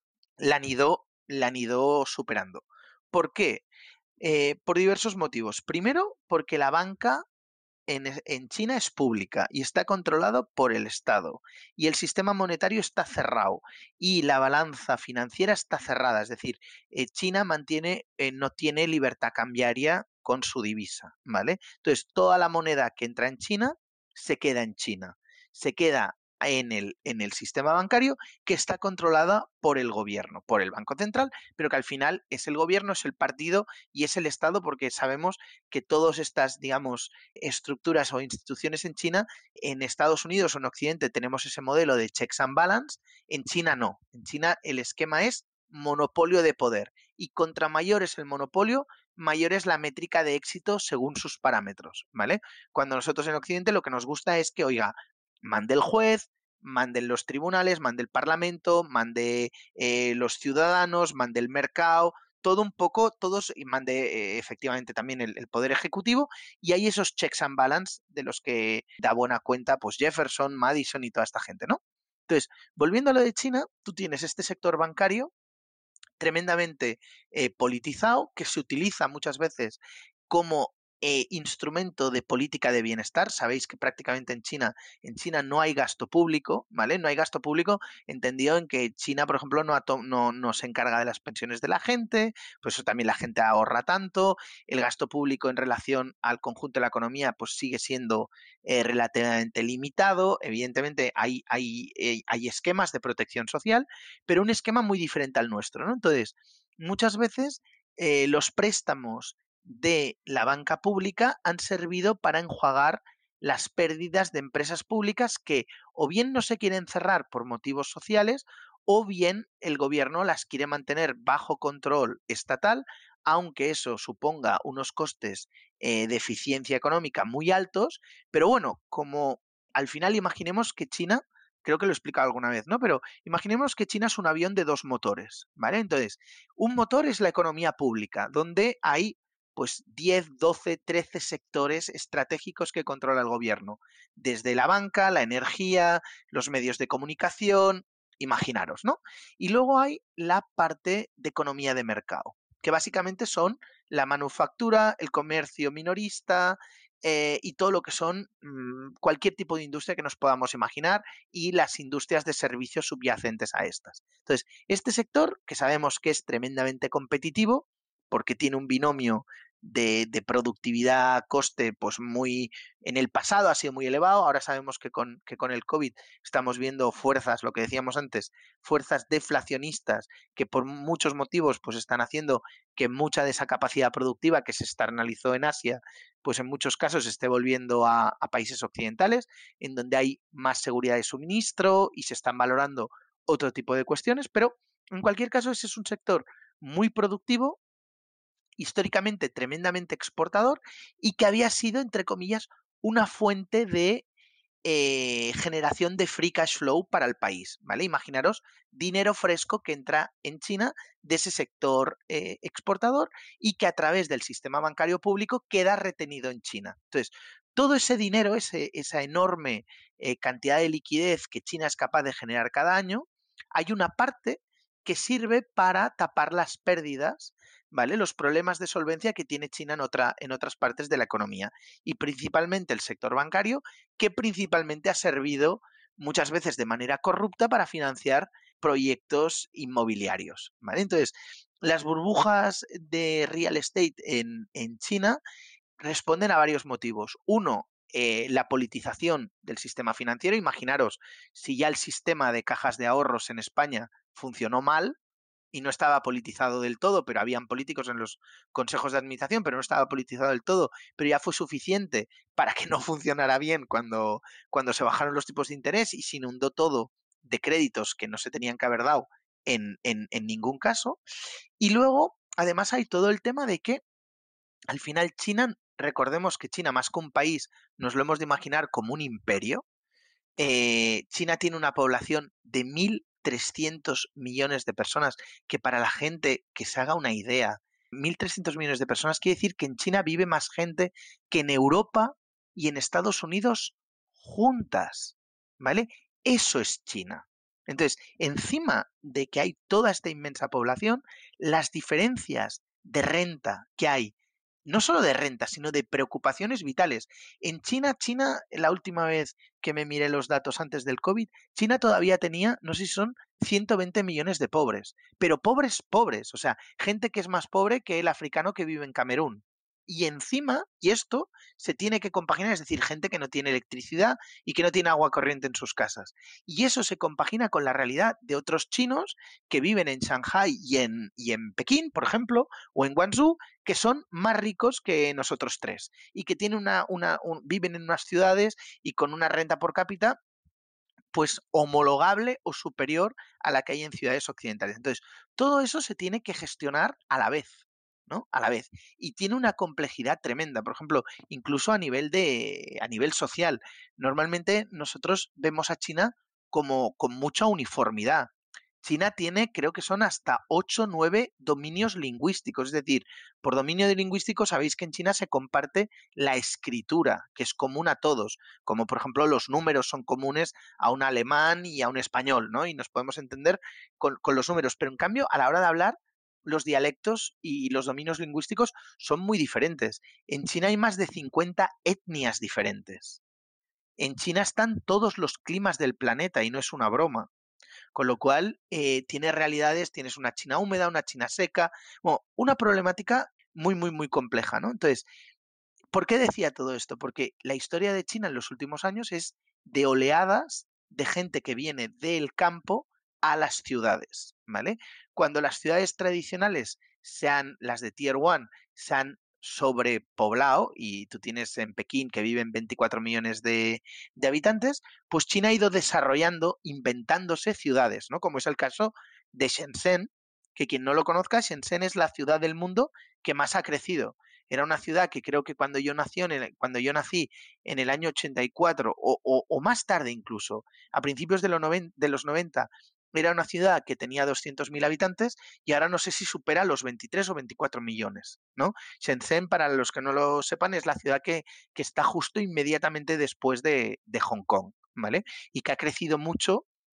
la han ido, la han ido superando. ¿Por qué? Eh, por diversos motivos. Primero, porque la banca en, en, China es pública y está controlado por el Estado. Y el sistema monetario está cerrado y la balanza financiera está cerrada. Es decir, eh, China mantiene, eh, no tiene libertad cambiaria con su divisa, ¿vale? Entonces, toda la moneda que entra en China se queda en China. Se queda en el, en el sistema bancario que está controlada por el gobierno, por el Banco Central, pero que al final es el gobierno, es el partido y es el Estado, porque sabemos que todas estas, digamos, estructuras o instituciones en China, en Estados Unidos o en Occidente tenemos ese modelo de checks and balance, en China no. En China el esquema es monopolio de poder y contra mayor es el monopolio, mayor es la métrica de éxito según sus parámetros, ¿vale? Cuando nosotros en Occidente lo que nos gusta es que, oiga, mande el juez, manden los tribunales, mande el parlamento, mande eh, los ciudadanos, mande el mercado, todo un poco, todos, y mande eh, efectivamente también el, el poder ejecutivo, y hay esos checks and balance de los que da buena cuenta pues Jefferson, Madison y toda esta gente, ¿no? Entonces, volviendo a lo de China, tú tienes este sector bancario tremendamente eh, politizado, que se utiliza muchas veces como eh, instrumento de política de bienestar. Sabéis que prácticamente en China, en China no hay gasto público, ¿vale? No hay gasto público entendido en que China, por ejemplo, no, no, no se encarga de las pensiones de la gente, por eso también la gente ahorra tanto. El gasto público en relación al conjunto de la economía pues sigue siendo eh, relativamente limitado. Evidentemente hay, hay, eh, hay esquemas de protección social, pero un esquema muy diferente al nuestro, ¿no? Entonces, muchas veces eh, los préstamos de la banca pública han servido para enjuagar las pérdidas de empresas públicas que o bien no se quieren cerrar por motivos sociales o bien el gobierno las quiere mantener bajo control estatal, aunque eso suponga unos costes eh, de eficiencia económica muy altos, pero bueno, como al final imaginemos que China, creo que lo he explicado alguna vez, ¿no? Pero imaginemos que China es un avión de dos motores, ¿vale? Entonces, un motor es la economía pública, donde hay pues diez, doce, trece sectores estratégicos que controla el gobierno, desde la banca, la energía, los medios de comunicación, imaginaros, ¿no? Y luego hay la parte de economía de mercado, que básicamente son la manufactura, el comercio minorista eh, y todo lo que son mmm, cualquier tipo de industria que nos podamos imaginar y las industrias de servicios subyacentes a estas. Entonces, este sector, que sabemos que es tremendamente competitivo, porque tiene un binomio de, de productividad-coste, pues muy, en el pasado ha sido muy elevado, ahora sabemos que con, que con el COVID estamos viendo fuerzas, lo que decíamos antes, fuerzas deflacionistas que por muchos motivos pues están haciendo que mucha de esa capacidad productiva que se externalizó en Asia, pues en muchos casos se esté volviendo a, a países occidentales, en donde hay más seguridad de suministro y se están valorando otro tipo de cuestiones, pero en cualquier caso ese es un sector muy productivo, históricamente tremendamente exportador y que había sido, entre comillas, una fuente de eh, generación de free cash flow para el país, ¿vale? Imaginaros dinero fresco que entra en China de ese sector eh, exportador y que a través del sistema bancario público queda retenido en China. Entonces, todo ese dinero, ese, esa enorme eh, cantidad de liquidez que China es capaz de generar cada año, hay una parte que sirve para tapar las pérdidas, ¿vale? Los problemas de solvencia que tiene China en, otra, en otras partes de la economía y principalmente el sector bancario, que principalmente ha servido muchas veces de manera corrupta para financiar proyectos inmobiliarios, ¿vale? Entonces, las burbujas de real estate en, en China responden a varios motivos. Uno, eh, la politización del sistema financiero. Imaginaros, si ya el sistema de cajas de ahorros en España funcionó mal, y no estaba politizado del todo, pero habían políticos en los consejos de administración, pero no estaba politizado del todo, pero ya fue suficiente para que no funcionara bien cuando, cuando se bajaron los tipos de interés y se inundó todo de créditos que no se tenían que haber dado en, en, en ningún caso. Y luego, además, hay todo el tema de que al final China, recordemos que China, más que un país, nos lo hemos de imaginar como un imperio. Eh, China tiene una población de mil trescientos millones de personas, que para la gente que se haga una idea, mil trescientos millones de personas quiere decir que en China vive más gente que en Europa y en Estados Unidos juntas, ¿vale? Eso es China. Entonces, encima de que hay toda esta inmensa población, las diferencias de renta que hay, no solo de renta, sino de preocupaciones vitales. En China, China, la última vez que me miré los datos antes del COVID, China todavía tenía, no sé si son ciento veinte millones de pobres, pero pobres, pobres, o sea, gente que es más pobre que el africano que vive en Camerún. Y encima, y esto se tiene que compaginar, es decir, gente que no tiene electricidad y que no tiene agua corriente en sus casas. Y eso se compagina con la realidad de otros chinos que viven en Shanghái y en, y en Pekín, por ejemplo, o en Guangzhou, que son más ricos que nosotros tres y que tienen una, una, un, viven en unas ciudades y con una renta por cápita pues homologable o superior a la que hay en ciudades occidentales. Entonces, todo eso se tiene que gestionar a la vez, ¿no? A la vez. Y tiene una complejidad tremenda. Por ejemplo, incluso a nivel de, a nivel social. Normalmente nosotros vemos a China como con mucha uniformidad. China tiene, creo que son hasta ocho o nueve dominios lingüísticos. Es decir, por dominio de lingüístico sabéis que en China se comparte la escritura, que es común a todos. Como por ejemplo los números son comunes a un alemán y a un español, ¿no? Y nos podemos entender con, con los números. Pero en cambio, a la hora de hablar, los dialectos y los dominios lingüísticos son muy diferentes. En China hay más de cincuenta etnias diferentes. En China están todos los climas del planeta y no es una broma. Con lo cual, eh, tienes realidades, tienes una China húmeda, una China seca, bueno, una problemática muy, muy, muy compleja, ¿no? Entonces, ¿por qué decía todo esto? Porque la historia de China en los últimos años es de oleadas de gente que viene del campo a las ciudades, ¿vale? Cuando las ciudades tradicionales, sean las de Tier uno, se han sobrepoblado y tú tienes en Pekín que viven veinticuatro millones de, de habitantes, pues China ha ido desarrollando, inventándose ciudades, ¿no? Como es el caso de Shenzhen, que quien no lo conozca, Shenzhen es la ciudad del mundo que más ha crecido. Era una ciudad que creo que cuando yo nací en el, cuando yo nací en el año ochenta y cuatro o, o, o más tarde incluso, a principios de, lo noven, de los noventa, era una ciudad que tenía doscientos mil habitantes y ahora no sé si supera los veintitrés o veinticuatro millones, ¿no? Shenzhen, para los que no lo sepan, es la ciudad que, que está justo inmediatamente después de, de Hong Kong, ¿vale? Y que ha crecido mucho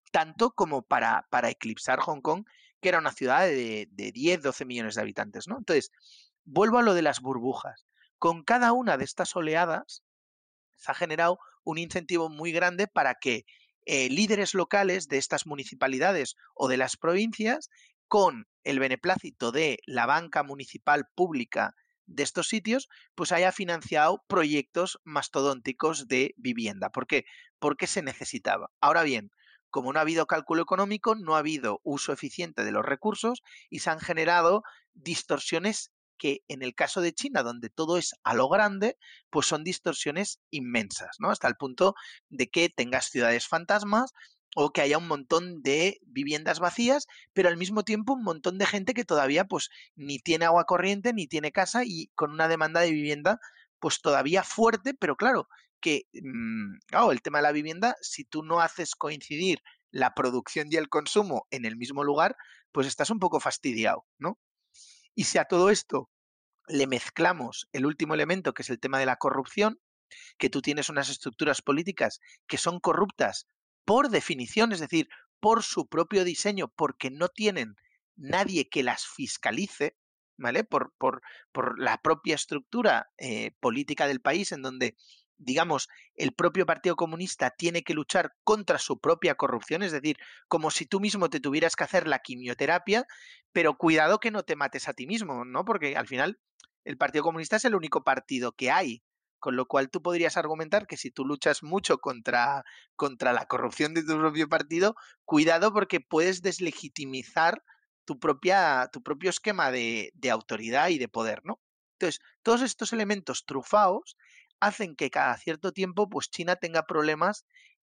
tanto como para, para eclipsar Hong Kong, que era una ciudad de, de diez, doce millones de habitantes, ¿no? Entonces, vuelvo a lo de las burbujas. Con cada una de estas oleadas se ha generado un incentivo muy grande para que eh, líderes locales de estas municipalidades o de las provincias, con el beneplácito de la banca municipal pública de estos sitios, pues haya financiado proyectos mastodónticos de vivienda. ¿Por qué? Porque se necesitaba. Ahora bien, como no ha habido cálculo económico, no ha habido uso eficiente de los recursos y se han generado distorsiones que en el caso de China, donde todo es a lo grande, pues son distorsiones inmensas, ¿no? Hasta el punto de que tengas ciudades fantasmas o que haya un montón de viviendas vacías, pero al mismo tiempo un montón de gente que todavía pues ni tiene agua corriente, ni tiene casa y con una demanda de vivienda pues todavía fuerte, pero claro, que mmm, claro, el tema de la vivienda, si tú no haces coincidir la producción y el consumo en el mismo lugar, pues estás un poco fastidiado, ¿no? Y si a todo esto le mezclamos el último elemento, que es el tema de la corrupción, que tú tienes unas estructuras políticas que son corruptas por definición, es decir, por su propio diseño, porque no tienen nadie que las fiscalice, ¿vale? Por, por, por la propia estructura eh, política del país, en donde, digamos, el propio Partido Comunista tiene que luchar contra su propia corrupción, es decir, como si tú mismo te tuvieras que hacer la quimioterapia, pero cuidado que no te mates a ti mismo, ¿no? Porque al final el Partido Comunista es el único partido que hay, con lo cual tú podrías argumentar que si tú luchas mucho contra, contra la corrupción de tu propio partido, cuidado porque puedes deslegitimizar tu, propia, tu propio esquema de, de autoridad y de poder, ¿no? Entonces, todos estos elementos trufados hacen que cada cierto tiempo pues China tenga problemas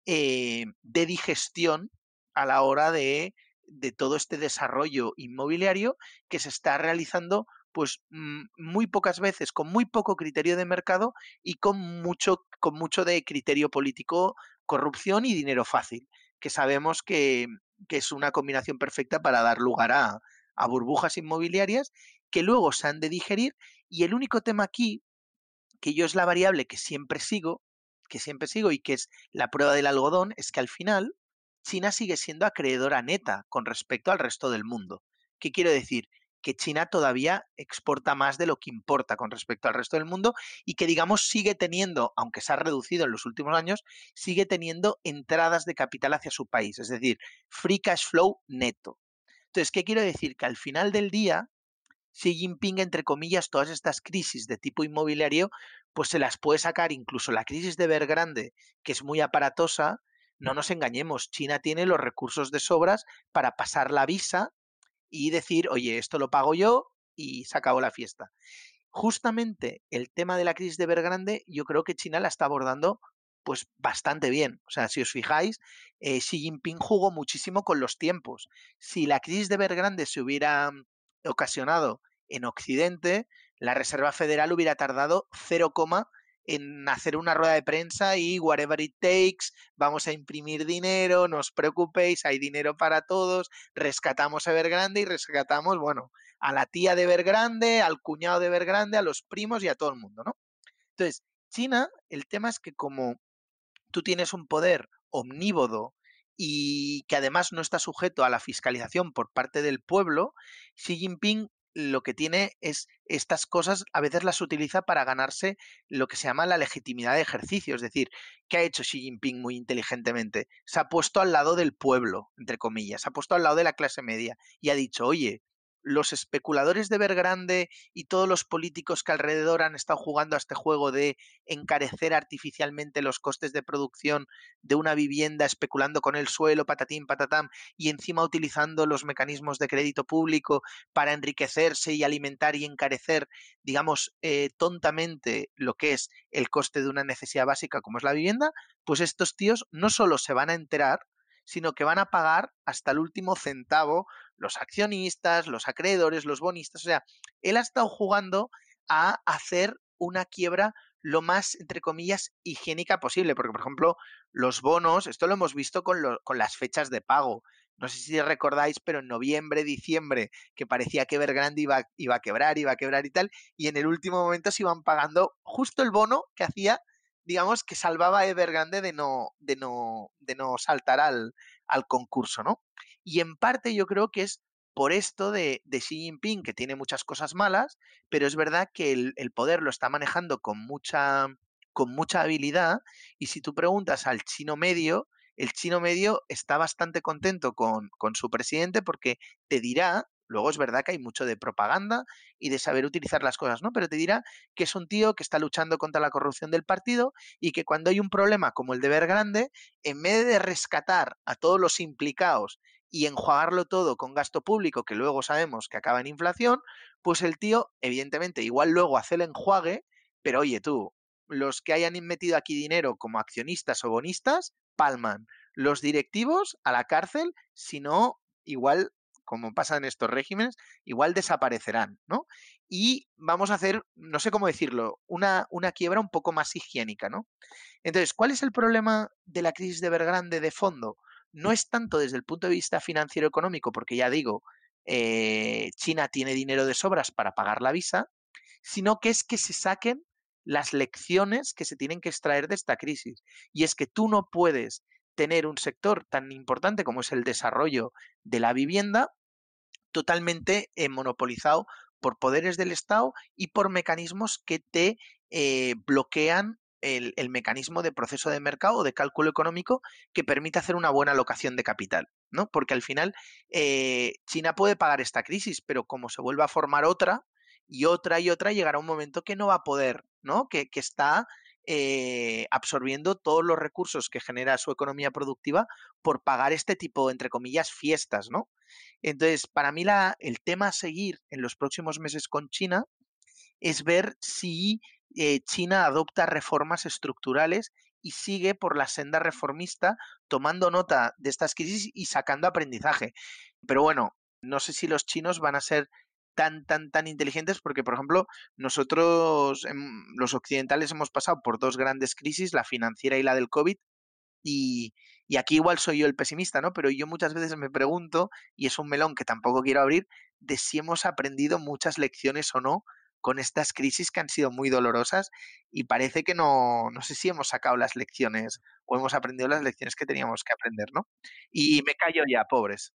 eh, de digestión a la hora de, de todo este desarrollo inmobiliario que se está realizando pues muy pocas veces, con muy poco criterio de mercado y con mucho, con mucho de criterio político, corrupción y dinero fácil, que sabemos que, que es una combinación perfecta para dar lugar a, a burbujas inmobiliarias que luego se han de digerir. Y el único tema aquí, que yo es la variable que siempre sigo, que siempre sigo y que es la prueba del algodón, es que al final China sigue siendo acreedora neta con respecto al resto del mundo. ¿Qué quiero decir? Que China todavía exporta más de lo que importa con respecto al resto del mundo y que, digamos, sigue teniendo, aunque se ha reducido en los últimos años, sigue teniendo entradas de capital hacia su país, es decir, free cash flow neto. Entonces, ¿qué quiero decir? Que al final del día, Xi Jinping, entre comillas, todas estas crisis de tipo inmobiliario, pues se las puede sacar, incluso la crisis de Evergrande, que es muy aparatosa. No nos engañemos, China tiene los recursos de sobras para pasar la visa y decir, oye, esto lo pago yo y se acabó la fiesta. Justamente el tema de la crisis de Evergrande, yo creo que China la está abordando pues bastante bien. O sea, si os fijáis, eh, Xi Jinping jugó muchísimo con los tiempos. Si la crisis de Evergrande se hubiera ocasionado en Occidente, la Reserva Federal hubiera tardado cero, en hacer una rueda de prensa y whatever it takes, vamos a imprimir dinero, no os preocupéis, hay dinero para todos, rescatamos a Evergrande y rescatamos, bueno, a la tía de Evergrande, al cuñado de Evergrande, a los primos y a todo el mundo, ¿no? Entonces, China, el tema es que como tú tienes un poder omnívodo y que además no está sujeto a la fiscalización por parte del pueblo, Xi Jinping lo que tiene es estas cosas, a veces las utiliza para ganarse lo que se llama la legitimidad de ejercicio. Es decir, ¿qué ha hecho Xi Jinping muy inteligentemente? Se ha puesto al lado del pueblo, entre comillas, se ha puesto al lado de la clase media y ha dicho, oye, los especuladores de Evergrande y todos los políticos que alrededor han estado jugando a este juego de encarecer artificialmente los costes de producción de una vivienda, especulando con el suelo, patatín, patatam, y encima utilizando los mecanismos de crédito público para enriquecerse y alimentar y encarecer, digamos, eh, tontamente lo que es el coste de una necesidad básica como es la vivienda, pues estos tíos no solo se van a enterar, sino que van a pagar hasta el último centavo los accionistas, los acreedores, los bonistas. O sea, él ha estado jugando a hacer una quiebra lo más, entre comillas, higiénica posible, porque, por ejemplo, los bonos, esto lo hemos visto con, lo, con las fechas de pago. No sé si recordáis, pero en noviembre, diciembre, que parecía que Evergrande iba, iba a quebrar, iba a quebrar y tal, y en el último momento se iban pagando justo el bono que hacía, digamos, que salvaba a Evergrande de no, de no, de no saltar al, al concurso, ¿no? Y en parte yo creo que es por esto de, de Xi Jinping, que tiene muchas cosas malas, pero es verdad que el, el poder lo está manejando con mucha, con mucha habilidad, y si tú preguntas al chino medio, el chino medio está bastante contento con, con su presidente porque te dirá, luego es verdad que hay mucho de propaganda y de saber utilizar las cosas, ¿no? Pero te dirá que es un tío que está luchando contra la corrupción del partido y que cuando hay un problema como el de Evergrande, en vez de rescatar a todos los implicados y enjuagarlo todo con gasto público, que luego sabemos que acaba en inflación, pues el tío, evidentemente, igual luego hace el enjuague, pero oye tú, los que hayan metido aquí dinero como accionistas o bonistas, palman. Los directivos a la cárcel, si no, igual, como pasa en estos regímenes, igual desaparecerán, ¿no? Y vamos a hacer, no sé cómo decirlo, una, una quiebra un poco más higiénica, ¿no? Entonces, ¿cuál es el problema de la crisis de Evergrande de fondo? No es tanto desde el punto de vista financiero económico, porque ya digo, eh, China tiene dinero de sobras para pagar la visa, sino que es que se saquen las lecciones que se tienen que extraer de esta crisis. Y es que tú no puedes tener un sector tan importante como es el desarrollo de la vivienda totalmente eh, monopolizado por poderes del Estado y por mecanismos que te eh, bloquean el, el, mecanismo de proceso de mercado o de cálculo económico que permite hacer una buena alocación de capital, ¿no? Porque al final eh, China puede pagar esta crisis, pero como se vuelva a formar otra y otra y otra, llegará un momento que no va a poder, ¿no? Que, que está eh, absorbiendo todos los recursos que genera su economía productiva por pagar este tipo, entre comillas, fiestas, ¿no? Entonces, para mí la, el tema a seguir en los próximos meses con China es ver si eh, China adopta reformas estructurales y sigue por la senda reformista, tomando nota de estas crisis y sacando aprendizaje. Pero bueno, no sé si los chinos van a ser tan, tan, tan inteligentes porque, por ejemplo, nosotros, los occidentales, hemos pasado por dos grandes crisis, la financiera y la del COVID, y, y aquí igual soy yo el pesimista, ¿no? Pero yo muchas veces me pregunto, y es un melón que tampoco quiero abrir, de si hemos aprendido muchas lecciones o no con estas crisis que han sido muy dolorosas y parece que no, no sé si hemos sacado las lecciones o hemos aprendido las lecciones que teníamos que aprender, ¿no? Y me callo ya, pobres.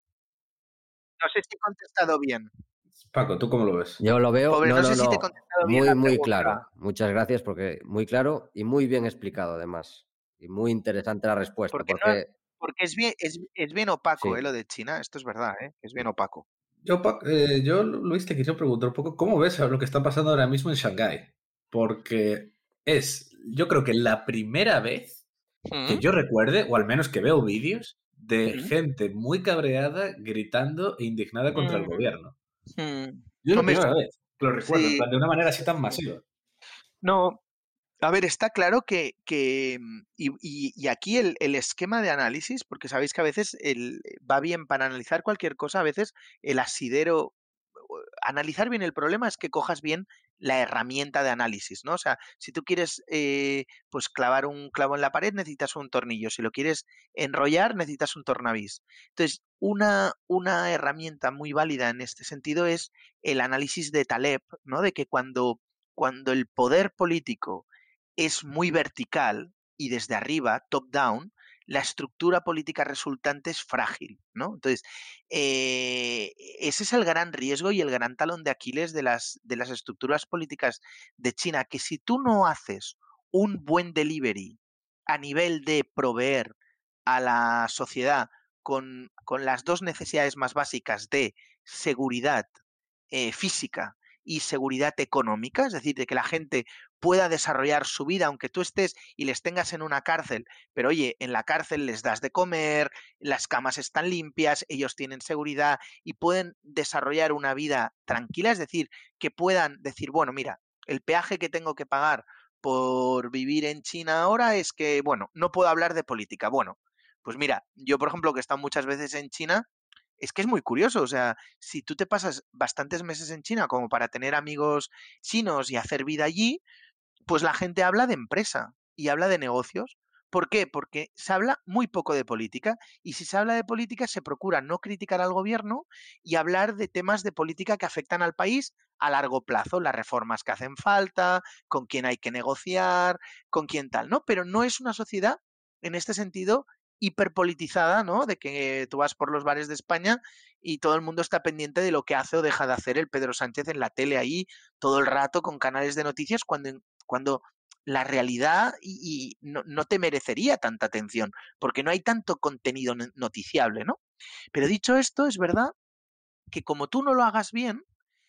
No sé si he contestado bien. Paco, ¿tú cómo lo ves? Yo lo veo, Pobre, no, no, no, sé no, si te he contestado bien muy, la muy pregunta. claro. Muchas gracias porque muy claro y muy bien explicado además. Y muy interesante la respuesta. Porque, Porque, no, porque es, bien, es, es bien opaco, sí. eh, lo de China, esto es verdad, ¿eh? Es bien opaco. Yo, eh, yo, Luis, te quiero preguntar un poco, ¿cómo ves lo que está pasando ahora mismo en Shanghái? Porque es, yo creo que la primera vez ¿Mm? que yo recuerde, o al menos que veo vídeos, de ¿Mm? gente muy cabreada, gritando e indignada contra ¿Mm? el gobierno. ¿Mm? Yo es la Hombre, primera vez que lo recuerdo, sí. en plan, de una manera así tan masiva. No, a ver, está claro que, que y, y, y aquí el, el esquema de análisis, porque sabéis que a veces el, va bien para analizar cualquier cosa, a veces el asidero, analizar bien el problema es que cojas bien la herramienta de análisis, ¿no? O sea, si tú quieres eh, pues clavar un clavo en la pared, necesitas un tornillo. Si lo quieres enrollar, necesitas un tornavís. Entonces, una, una herramienta muy válida en este sentido es el análisis de Taleb, ¿no? De que cuando, cuando el poder político es muy vertical y desde arriba, top-down, la estructura política resultante es frágil, ¿no? Entonces, eh, ese es el gran riesgo y el gran talón de Aquiles de las, de las estructuras políticas de China, que si tú no haces un buen delivery a nivel de proveer a la sociedad con, con las dos necesidades más básicas de seguridad eh, física y seguridad económica, es decir, de que la gente pueda desarrollar su vida, aunque tú estés y les tengas en una cárcel, pero oye, en la cárcel les das de comer, las camas están limpias, ellos tienen seguridad y pueden desarrollar una vida tranquila, es decir, que puedan decir, bueno, mira, el peaje que tengo que pagar por vivir en China ahora es que, bueno, no puedo hablar de política. Bueno, pues mira, yo por ejemplo que he estado muchas veces en China, es que es muy curioso, o sea, si tú te pasas bastantes meses en China como para tener amigos chinos y hacer vida allí, pues la gente habla de empresa y habla de negocios. ¿Por qué? Porque se habla muy poco de política y si se habla de política se procura no criticar al gobierno y hablar de temas de política que afectan al país a largo plazo, las reformas que hacen falta, con quién hay que negociar, con quién tal, ¿no? Pero no es una sociedad, en este sentido, hiperpolitizada, ¿no? De que tú vas por los bares de España y todo el mundo está pendiente de lo que hace o deja de hacer el Pedro Sánchez en la tele ahí todo el rato con canales de noticias cuando, cuando la realidad y, y no, no te merecería tanta atención, porque no hay tanto contenido noticiable, ¿no? Pero dicho esto, es verdad que como tú no lo hagas bien,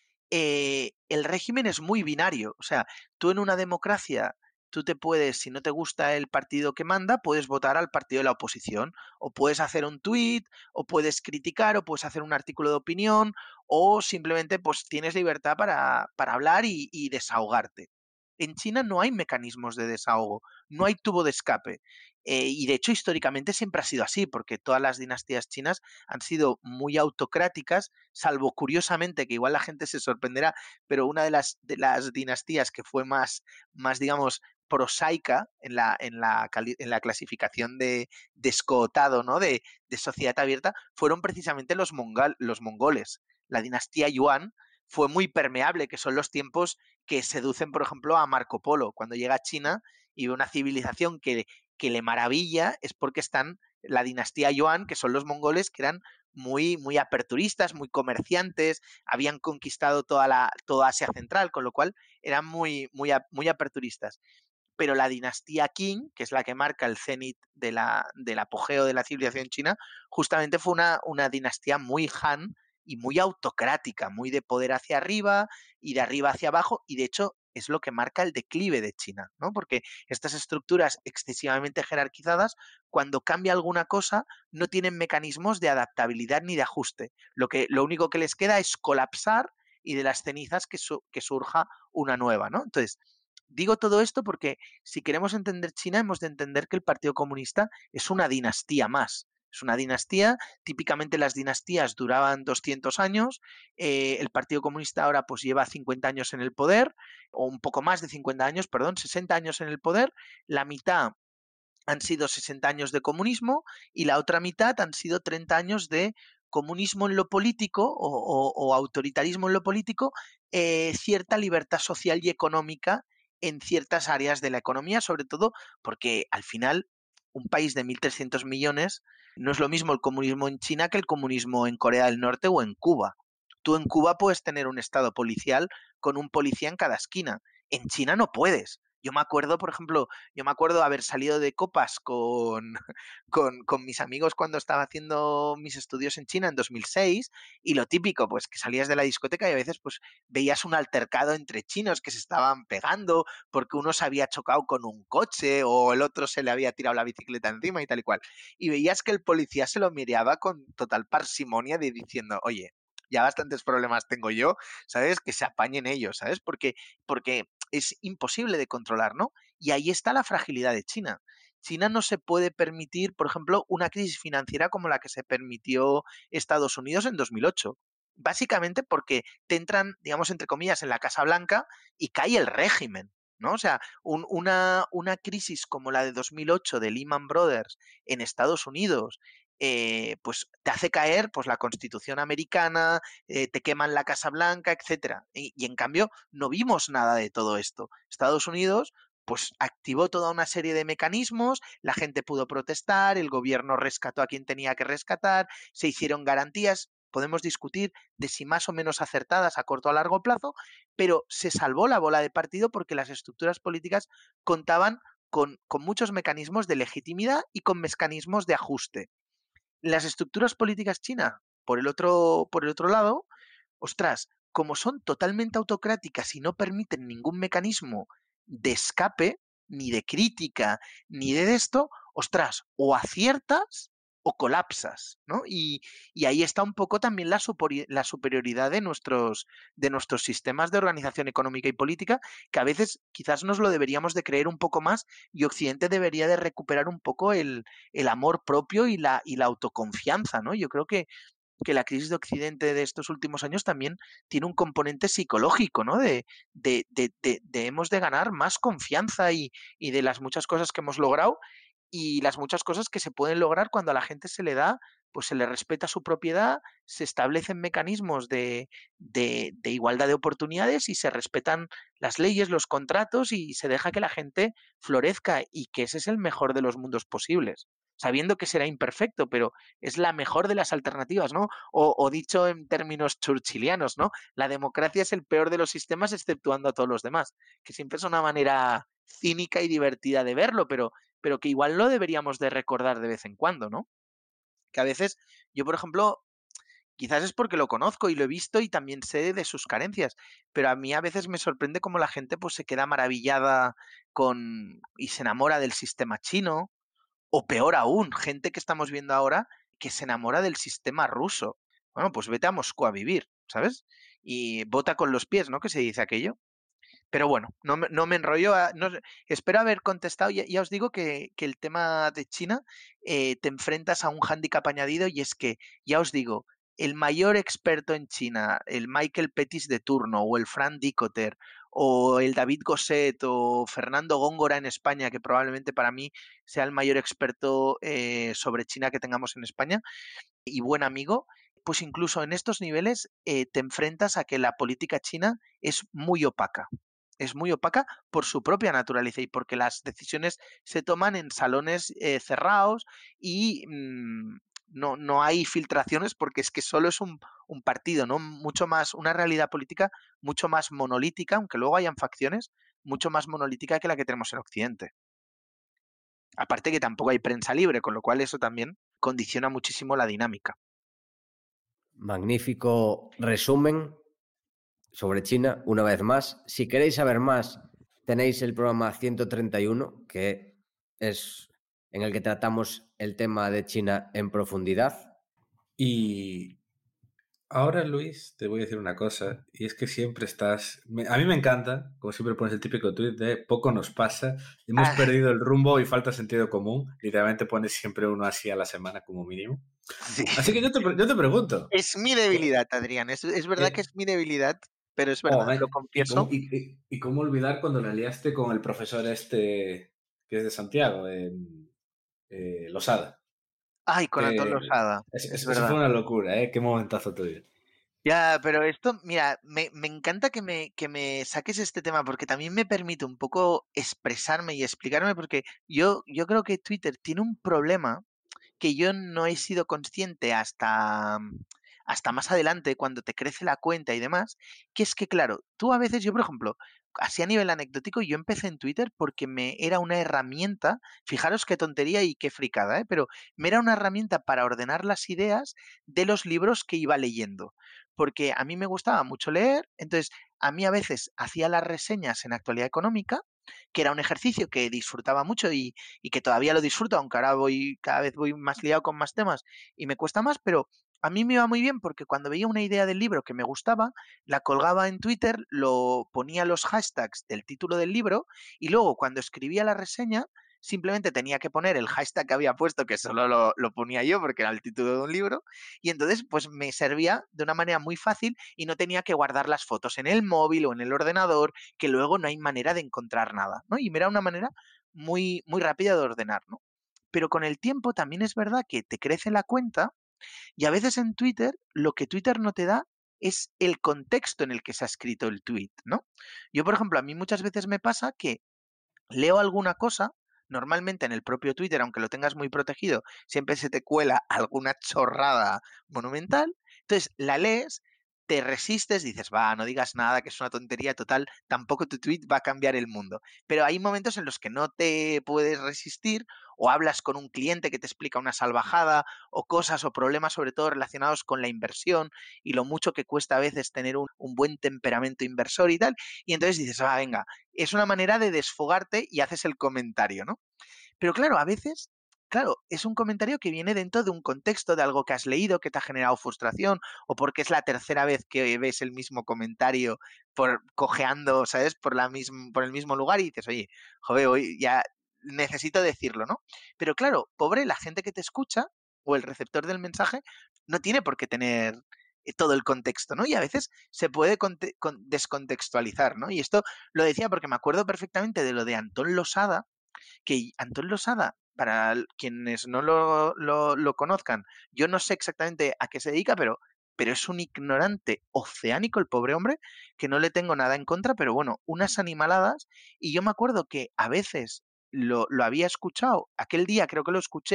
eh, el régimen es muy binario. O sea, tú en una democracia, tú te puedes, si no te gusta el partido que manda, puedes votar al partido de la oposición. O puedes hacer un tuit, o puedes criticar, o puedes hacer un artículo de opinión, o simplemente pues tienes libertad para, para hablar y, y desahogarte. En China no hay mecanismos de desahogo, no hay tubo de escape. Eh, y de hecho, históricamente siempre ha sido así, porque todas las dinastías chinas han sido muy autocráticas, salvo curiosamente, que igual la gente se sorprenderá, pero una de las, de las dinastías que fue más, más digamos, prosaica en la, en la, en la clasificación de, de escotado, ¿no? de, de sociedad abierta, fueron precisamente los, mongal, los mongoles. La dinastía Yuan fue muy permeable, que son los tiempos que seducen, por ejemplo, a Marco Polo. Cuando llega a China y ve una civilización que, que le maravilla, es porque están la dinastía Yuan, que son los mongoles, que eran muy, muy aperturistas, muy comerciantes, habían conquistado toda, la, toda Asia Central, con lo cual eran muy, muy, muy aperturistas. Pero la dinastía Qing, que es la que marca el cenit de la, del apogeo de la civilización china, justamente fue una, una dinastía muy Han y muy autocrática, muy de poder hacia arriba y de arriba hacia abajo, y de hecho es lo que marca el declive de China, ¿no? Porque estas estructuras excesivamente jerarquizadas, cuando cambia alguna cosa, no tienen mecanismos de adaptabilidad ni de ajuste. Lo, que, lo único que les queda es colapsar y de las cenizas que, su, que surja una nueva, ¿no? Entonces, digo todo esto porque si queremos entender China, hemos de entender que el Partido Comunista es una dinastía más. Es una dinastía, típicamente las dinastías duraban doscientos años, eh, el Partido Comunista ahora pues lleva cincuenta años en el poder, o un poco más de cincuenta años, perdón, sesenta años en el poder, la mitad han sido sesenta años de comunismo y la otra mitad han sido treinta años de comunismo en lo político o, o, o autoritarismo en lo político, eh, cierta libertad social y económica en ciertas áreas de la economía, sobre todo porque al final un país de mil trescientos millones no es lo mismo el comunismo en China que el comunismo en Corea del Norte o en Cuba. Tú en Cuba puedes tener un estado policial con un policía en cada esquina. En China no puedes. Yo me acuerdo, por ejemplo, yo me acuerdo haber salido de copas con, con, con mis amigos cuando estaba haciendo mis estudios en China en dos mil seis y lo típico, pues que salías de la discoteca y a veces pues veías un altercado entre chinos que se estaban pegando porque uno se había chocado con un coche o el otro se le había tirado la bicicleta encima y tal y cual. Y veías que el policía se lo miraba con total parsimonia de diciendo, oye, ya bastantes problemas tengo yo, ¿sabes? Que se apañen ellos, ¿sabes? Porque, porque es imposible de controlar, ¿no? Y ahí está la fragilidad de China. China no se puede permitir, por ejemplo, una crisis financiera como la que se permitió Estados Unidos en dos mil ocho. Básicamente porque te entran, digamos, entre comillas, en la Casa Blanca y cae el régimen, ¿no? O sea, un, una, una crisis como la de dos mil ocho de Lehman Brothers en Estados Unidos, eh, pues te hace caer pues la Constitución americana, eh, te queman la Casa Blanca, etcétera. Y, y en cambio no vimos nada de todo esto. Estados Unidos pues activó toda una serie de mecanismos, la gente pudo protestar, el gobierno rescató a quien tenía que rescatar, se hicieron garantías, podemos discutir de si más o menos acertadas a corto o a largo plazo, pero se salvó la bola de partido porque las estructuras políticas contaban con, con muchos mecanismos de legitimidad y con mecanismos de ajuste. Las estructuras políticas chinas, por el otro, por el otro lado, ostras, como son totalmente autocráticas y no permiten ningún mecanismo de escape, ni de crítica, ni de esto, ostras, o aciertas o colapsas, ¿no? Y, y ahí está un poco también la, superi la superioridad de nuestros, de nuestros sistemas de organización económica y política, que a veces quizás nos lo deberíamos de creer un poco más y Occidente debería de recuperar un poco el, el amor propio y la, y la autoconfianza, ¿no? Yo creo que que la crisis de Occidente de estos últimos años también tiene un componente psicológico, ¿no? De, de, de, de, de hemos de ganar más confianza y, y de las muchas cosas que hemos logrado y las muchas cosas que se pueden lograr cuando a la gente se le da, pues se le respeta su propiedad, se establecen mecanismos de, de, de igualdad de oportunidades y se respetan las leyes, los contratos y se deja que la gente florezca y que ese es el mejor de los mundos posibles. sabiendo que será imperfecto, pero es la mejor de las alternativas, ¿no? O, o dicho en términos churchillianos, ¿no? La democracia es el peor de los sistemas exceptuando a todos los demás, que siempre es una manera cínica y divertida de verlo, pero, pero que igual lo deberíamos de recordar de vez en cuando, ¿no? Que a veces, yo por ejemplo, quizás es porque lo conozco y lo he visto y también sé de sus carencias, pero a mí a veces me sorprende cómo la gente pues se queda maravillada con y se enamora del sistema chino, o peor aún, gente que estamos viendo ahora que se enamora del sistema ruso. Bueno, pues vete a Moscú a vivir, ¿sabes? Y vota con los pies, ¿no? Que se dice aquello. Pero bueno, no me, no me enrollo. A, no, espero haber contestado. Ya, ya os digo que, que, el tema de China eh, te enfrentas a un hándicap añadido y es que, ya os digo, el mayor experto en China, el Michael Pettis de turno, o el Fran Dicotter, o el David Gosset, o Fernando Góngora en España, que probablemente para mí sea el mayor experto eh, sobre China que tengamos en España, y buen amigo, pues incluso en estos niveles eh, te enfrentas a que la política china es muy opaca. Es muy opaca por su propia naturaleza y porque las decisiones se toman en salones eh, cerrados y mmm, no, no hay filtraciones porque es que solo es un, un partido, ¿no? Mucho más, una realidad política mucho más monolítica, aunque luego hayan facciones, mucho más monolítica que la que tenemos en Occidente. Aparte que tampoco hay prensa libre, con lo cual eso también condiciona muchísimo la dinámica. Magnífico resumen sobre China, una vez más. Si queréis saber más, tenéis el programa ciento treinta y uno, que es en el que tratamos el tema de China en profundidad. Y ahora, Luis, te voy a decir una cosa, y es que siempre estás... A mí me encanta, como siempre pones el típico tuit de poco nos pasa, hemos ah. perdido el rumbo y falta sentido común. Literalmente pones siempre uno así a la semana como mínimo. Sí. Así que yo te, yo te pregunto. Es mi debilidad, Adrián, es, es verdad eh, que es mi debilidad, pero es verdad, oh, lo confieso. ¿Y cómo, y, y, y cómo olvidar cuando la liaste con el profesor este, que es de Santiago, eh, eh, Losada? Ay, con Antón Losada. Es, es, eso fue una locura, ¿eh? Qué momentazo tuyo. Ya, pero esto, mira, me, me encanta que me, que me saques este tema porque también me permite un poco expresarme y explicarme porque yo, yo creo que Twitter tiene un problema que yo no he sido consciente hasta, hasta más adelante, cuando te crece la cuenta y demás, que es que, claro, tú a veces, yo por ejemplo, así a nivel anecdótico, yo empecé en Twitter porque me era una herramienta, fijaros qué tontería y qué fricada, ¿eh? Pero me era una herramienta para ordenar las ideas de los libros que iba leyendo, porque a mí me gustaba mucho leer, entonces a mí a veces hacía las reseñas en Actualidad Económica, que era un ejercicio que disfrutaba mucho y, y que todavía lo disfruto, aunque ahora voy cada vez voy más liado con más temas y me cuesta más, pero a mí me iba muy bien porque cuando veía una idea del libro que me gustaba, la colgaba en Twitter, lo ponía los hashtags del título del libro y luego cuando escribía la reseña simplemente tenía que poner el hashtag que había puesto, que solo lo, lo ponía yo porque era el título de un libro, y entonces pues me servía de una manera muy fácil y no tenía que guardar las fotos en el móvil o en el ordenador, que luego no hay manera de encontrar nada, ¿no? Y me era una manera muy, muy rápida de ordenar, ¿no? Pero con el tiempo también es verdad que te crece la cuenta y a veces en Twitter lo que Twitter no te da es el contexto en el que se ha escrito el tweet, ¿no? Yo, por ejemplo, a mí muchas veces me pasa que leo alguna cosa, normalmente en el propio Twitter, aunque lo tengas muy protegido, siempre se te cuela alguna chorrada monumental, entonces la lees, te resistes, dices, va, no digas nada, que es una tontería total, tampoco tu tweet va a cambiar el mundo. Pero hay momentos en los que no te puedes resistir o hablas con un cliente que te explica una salvajada o cosas o problemas sobre todo relacionados con la inversión y lo mucho que cuesta a veces tener un, un buen temperamento inversor y tal, y entonces dices, ah, venga, es una manera de desfogarte y haces el comentario, ¿no? Pero claro, a veces... Claro, es un comentario que viene dentro de un contexto de algo que has leído, que te ha generado frustración, o porque es la tercera vez que ves el mismo comentario por cojeando, ¿sabes? Por, la misma, por el mismo lugar y dices, oye, joder, hoy ya necesito decirlo, ¿no? Pero claro, pobre, la gente que te escucha o el receptor del mensaje no tiene por qué tener todo el contexto, ¿no? Y a veces se puede conte- con- descontextualizar, ¿no? Y esto lo decía porque me acuerdo perfectamente de lo de Antón Losada, que Antón Losada, para quienes no lo, lo, lo conozcan, yo no sé exactamente a qué se dedica, pero, pero es un ignorante oceánico el pobre hombre, que no le tengo nada en contra, pero bueno, unas animaladas, y yo me acuerdo que a veces lo, lo había escuchado, aquel día creo que lo escuché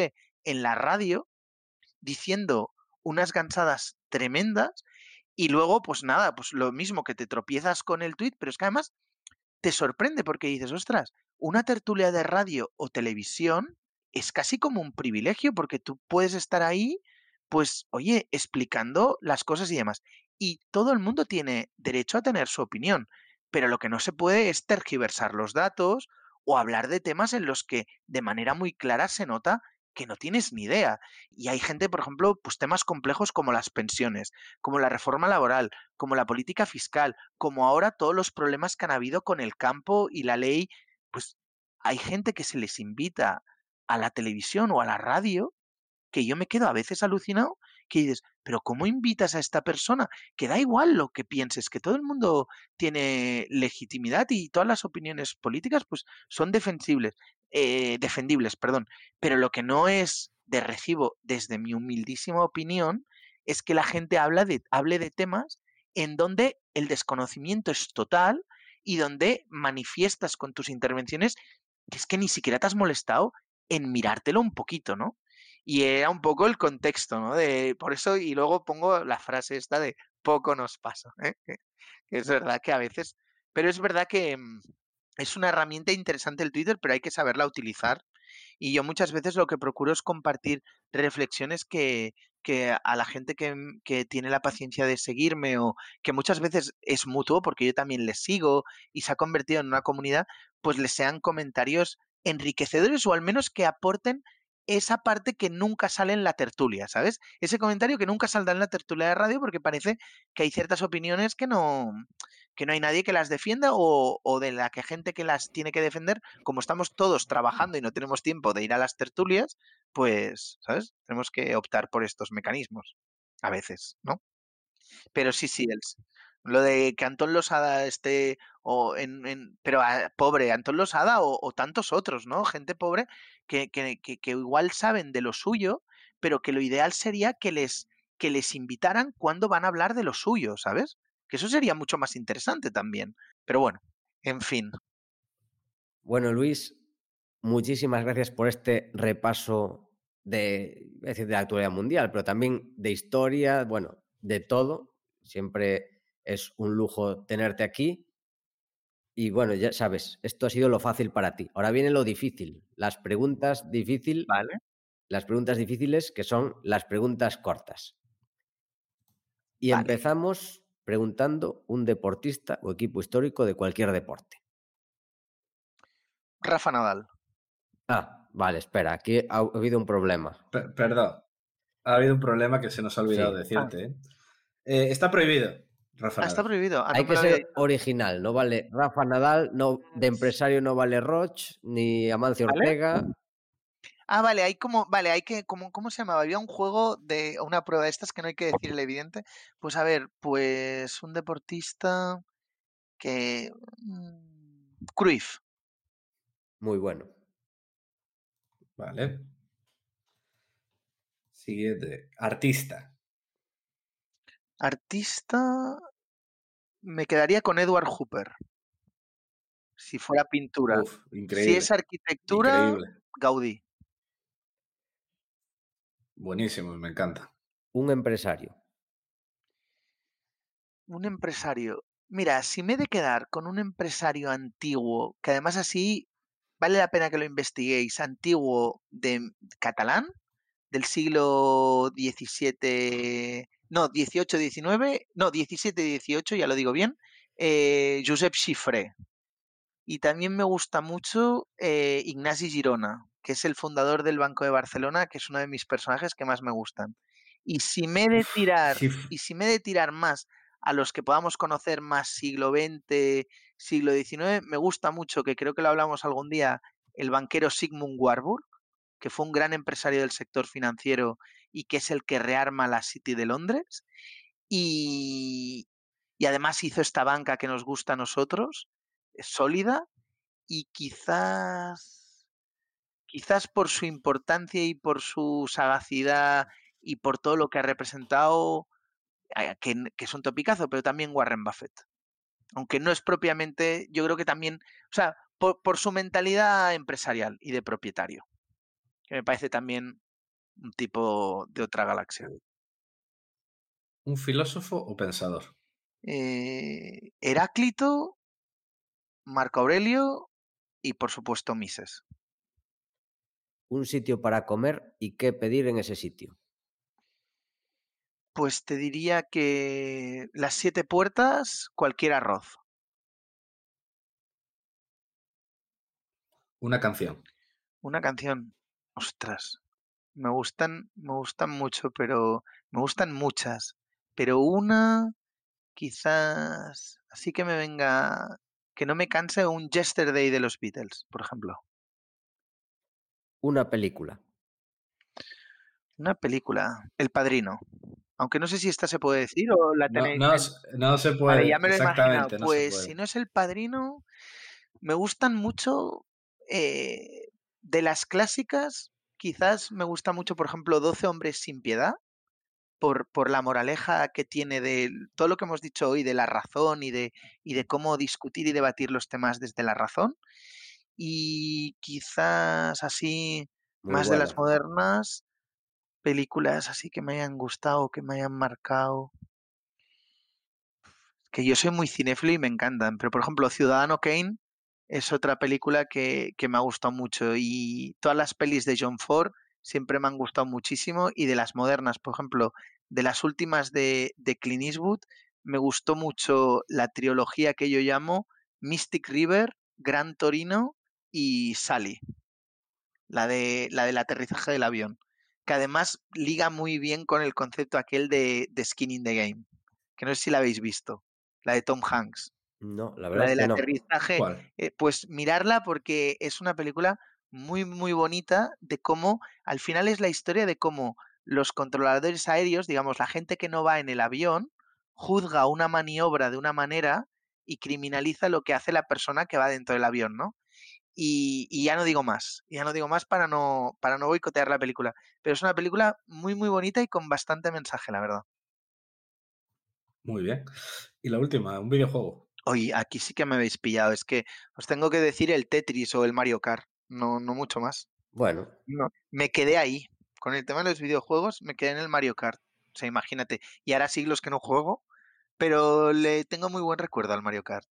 en la radio diciendo unas gansadas tremendas y luego, pues nada, pues lo mismo que te tropiezas con el tuit, pero es que además te sorprende porque dices, ostras, una tertulia de radio o televisión es casi como un privilegio porque tú puedes estar ahí, pues, oye, explicando las cosas y demás. Y todo el mundo tiene derecho a tener su opinión, pero lo que no se puede es tergiversar los datos o hablar de temas en los que de manera muy clara se nota que no tienes ni idea. Y hay gente, por ejemplo, pues temas complejos como las pensiones, como la reforma laboral, como la política fiscal, como ahora todos los problemas que han habido con el campo y la ley, pues hay gente que se les invita a la televisión o a la radio que yo me quedo a veces alucinado, que dices, pero ¿cómo invitas a esta persona? Que da igual lo que pienses, que todo el mundo tiene legitimidad y todas las opiniones políticas pues son defensibles, eh, defendibles, perdón, pero lo que no es de recibo, desde mi humildísima opinión, es que la gente habla de, hable de temas en donde el desconocimiento es total y donde manifiestas con tus intervenciones que es que ni siquiera te has molestado en mirártelo un poquito, ¿no? Y era un poco el contexto, ¿no? De, por eso, y luego pongo la frase esta de poco nos pasa, ¿eh? Que, que es verdad que a veces, pero es verdad que mm, es una herramienta interesante el Twitter, pero hay que saberla utilizar. Y yo muchas veces lo que procuro es compartir reflexiones que, que a la gente que, que tiene la paciencia de seguirme o que muchas veces es mutuo, porque yo también les sigo y se ha convertido en una comunidad, pues les sean comentarios enriquecedores o al menos que aporten esa parte que nunca sale en la tertulia, ¿sabes? Ese comentario que nunca saldrá en la tertulia de radio porque parece que hay ciertas opiniones que no, que no hay nadie que las defienda o, o de la que gente que las tiene que defender, como estamos todos trabajando y no tenemos tiempo de ir a las tertulias, pues, ¿sabes? Tenemos que optar por estos mecanismos, a veces, ¿no? Pero sí, sí, el, lo de que Antón Losada esté, o en, en pero a, pobre Antón Losada o, o tantos otros, ¿no? Gente pobre que, que, que, que igual saben de lo suyo, pero que lo ideal sería que les, que les invitaran cuando van a hablar de lo suyo, ¿sabes? Que eso sería mucho más interesante también. Pero bueno, en fin. Bueno, Luis, muchísimas gracias por este repaso de, es decir, de la actualidad mundial, pero también de historia, bueno, de todo. Siempre es un lujo tenerte aquí. Y bueno, ya sabes, esto ha sido lo fácil para ti. Ahora viene lo difícil, las preguntas difíciles, Vale. las preguntas difíciles que son las preguntas cortas. Y Vale. empezamos preguntando un deportista o equipo histórico de cualquier deporte. Rafa Nadal. Ah, vale, espera, aquí ha habido un problema. Per- perdón, ha habido un problema que se nos ha olvidado Sí. decirte. ¿eh? Eh, está prohibido, Rafa Ah, está Nadal. prohibido. Ah, no Hay me que lo había ser dicho. original, no vale Rafa Nadal, no, de empresario no vale Roch, ni Amancio ¿Vale? Ortega. Ah, vale, hay como, vale, hay que, como, ¿cómo se llamaba? Había un juego de una prueba de estas que no hay que decir el evidente. Pues a ver, pues un deportista que... mm, Cruyff. Muy bueno. Vale. Siguiente. Artista. Artista... Me quedaría con Edward Hooper. Si fuera pintura. Uf, Si increíble. es arquitectura, Increíble. Gaudí. Buenísimo, me encanta. Un empresario. Un empresario. Mira, si me he de quedar con un empresario antiguo, que además así vale la pena que lo investiguéis, antiguo de catalán, del siglo diecisiete, no, dieciocho diecinueve, no, diecisiete dieciocho, ya lo digo bien, eh, Josep Xifré. Y también me gusta mucho eh, Ignasi Girona, que es el fundador del Banco de Barcelona, que es uno de mis personajes que más me gustan. Y si me he de tirar, Sí, y si me he de tirar más a los que podamos conocer más siglo veinte, siglo diecinueve, me gusta mucho, que creo que lo hablamos algún día, el banquero Sigmund Warburg, que fue un gran empresario del sector financiero y que es el que rearma la City de Londres. Y, y además hizo esta banca que nos gusta a nosotros, es sólida, y quizás, quizás por su importancia y por su sagacidad y por todo lo que ha representado, que, que es un topicazo, pero también Warren Buffett. Aunque no es propiamente, yo creo que también, o sea, por, por su mentalidad empresarial y de propietario, que me parece también un tipo de otra galaxia. ¿Un filósofo o pensador? Eh, Heráclito, Marco Aurelio y, por supuesto, Mises. Un sitio para comer y qué pedir en ese sitio. Pues te diría que las siete puertas, cualquier arroz. Una canción. Una canción. Ostras. Me gustan, me gustan mucho, pero me gustan muchas. Pero una, quizás, así que me venga, que no me canse un Yesterday de los Beatles, por ejemplo. Una película. Una película, El Padrino. Aunque no sé si esta se puede decir o la No, tenéis. no, en- no se Vale, ya puede, me lo he imaginado. exactamente, no se Pues puede. si no es El Padrino, me gustan mucho eh, de las clásicas. Quizás me gusta mucho, por ejemplo, Doce hombres sin piedad. Por, por la moraleja que tiene de todo lo que hemos dicho hoy, de la razón y de, y de cómo discutir y debatir los temas desde la razón. Y quizás así, Muy más de las buena. modernas, películas así que me hayan gustado, que me hayan marcado. Que yo soy muy cinéfilo y me encantan, pero por ejemplo, Ciudadano Kane es otra película que, que me ha gustado mucho y todas las pelis de John Ford siempre me han gustado muchísimo y de las modernas, por ejemplo, de las últimas de, de Clint Eastwood, me gustó mucho la trilogía que yo llamo Mystic River, Gran Torino y Sally, la, de, la del aterrizaje del avión, que además liga muy bien con el concepto aquel de, de Skin in the Game, que no sé si la habéis visto, la de Tom Hanks. No, la La verdad es del que no. aterrizaje, ¿Cuál? eh, pues mirarla porque es una película muy, muy bonita de cómo, al final es la historia de cómo los controladores aéreos, digamos, la gente que no va en el avión, juzga una maniobra de una manera y criminaliza lo que hace la persona que va dentro del avión, ¿no? Y, y ya no digo más, ya no digo más para no, para no boicotear la película, pero es una película muy, muy bonita y con bastante mensaje, la verdad. Muy bien. Y la última, un videojuego. Oye, aquí sí que me habéis pillado. Es que os tengo que decir el Tetris o el Mario Kart. No, no mucho más. Bueno, No. Me quedé ahí. Con el tema de los videojuegos, me quedé en el Mario Kart. O sea, imagínate. Y ahora siglos que no juego, pero le tengo muy buen recuerdo al Mario Kart.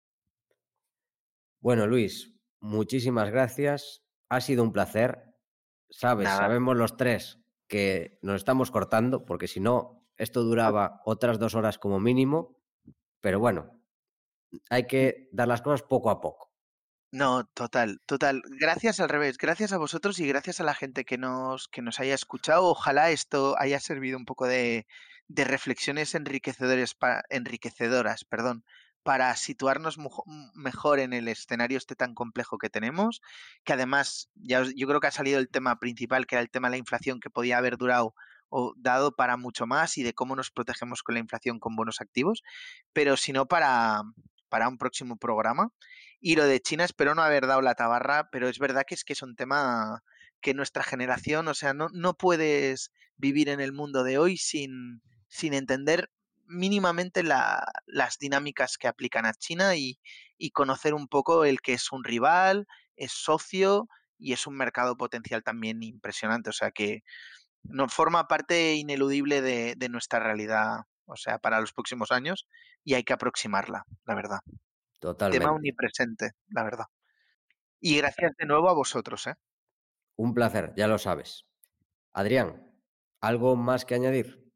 bueno, Luis, muchísimas gracias. Ha sido un placer. Sabes, Nada. sabemos los tres que nos estamos cortando, porque si no, esto duraba otras dos horas como mínimo. Pero bueno, hay que dar las cosas poco a poco. No, total, total. Gracias al revés, gracias a vosotros y gracias a la gente que nos, que nos haya escuchado. Ojalá esto haya servido un poco de, de reflexiones enriquecedores pa- enriquecedoras, perdón, para situarnos mujo- mejor en el escenario este tan complejo que tenemos, que además ya os- yo creo que ha salido el tema principal, que era el tema de la inflación, que podía haber durado o dado para mucho más y de cómo nos protegemos con la inflación con bonos activos, pero si no para, para un próximo programa. Y lo de China espero no haber dado la tabarra, pero es verdad que es que es un tema que nuestra generación, o sea, no, no puedes vivir en el mundo de hoy sin, sin entender mínimamente la, las dinámicas que aplican a China y, y conocer un poco el que es un rival, es socio y es un mercado potencial también impresionante. O sea que no, forma parte ineludible de, de nuestra realidad, o sea, para los próximos años y hay que aproximarla, la verdad. Tema Totalmente. omnipresente, la verdad. Y gracias de nuevo a vosotros, ¿eh? Un placer, ya lo sabes. Adrián, ¿algo más que añadir?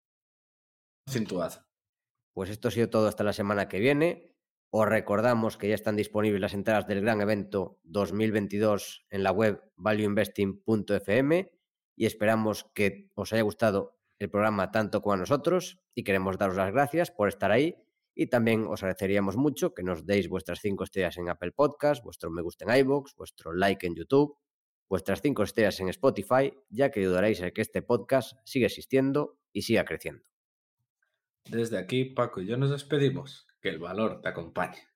Cintuad. Pues esto ha sido todo hasta la semana que viene. Os recordamos que ya están disponibles las entradas del gran evento dos mil veintidós en la web value investing punto f m y esperamos que os haya gustado el programa tanto como a nosotros y queremos daros las gracias por estar ahí y también os agradeceríamos mucho que nos deis vuestras cinco estrellas en Apple Podcast, vuestro me gusta en iVoox, vuestro like en YouTube, vuestras cinco estrellas en Spotify, ya que ayudaréis a que este podcast siga existiendo y siga creciendo. Desde aquí, Paco y yo nos despedimos. Que el valor te acompañe.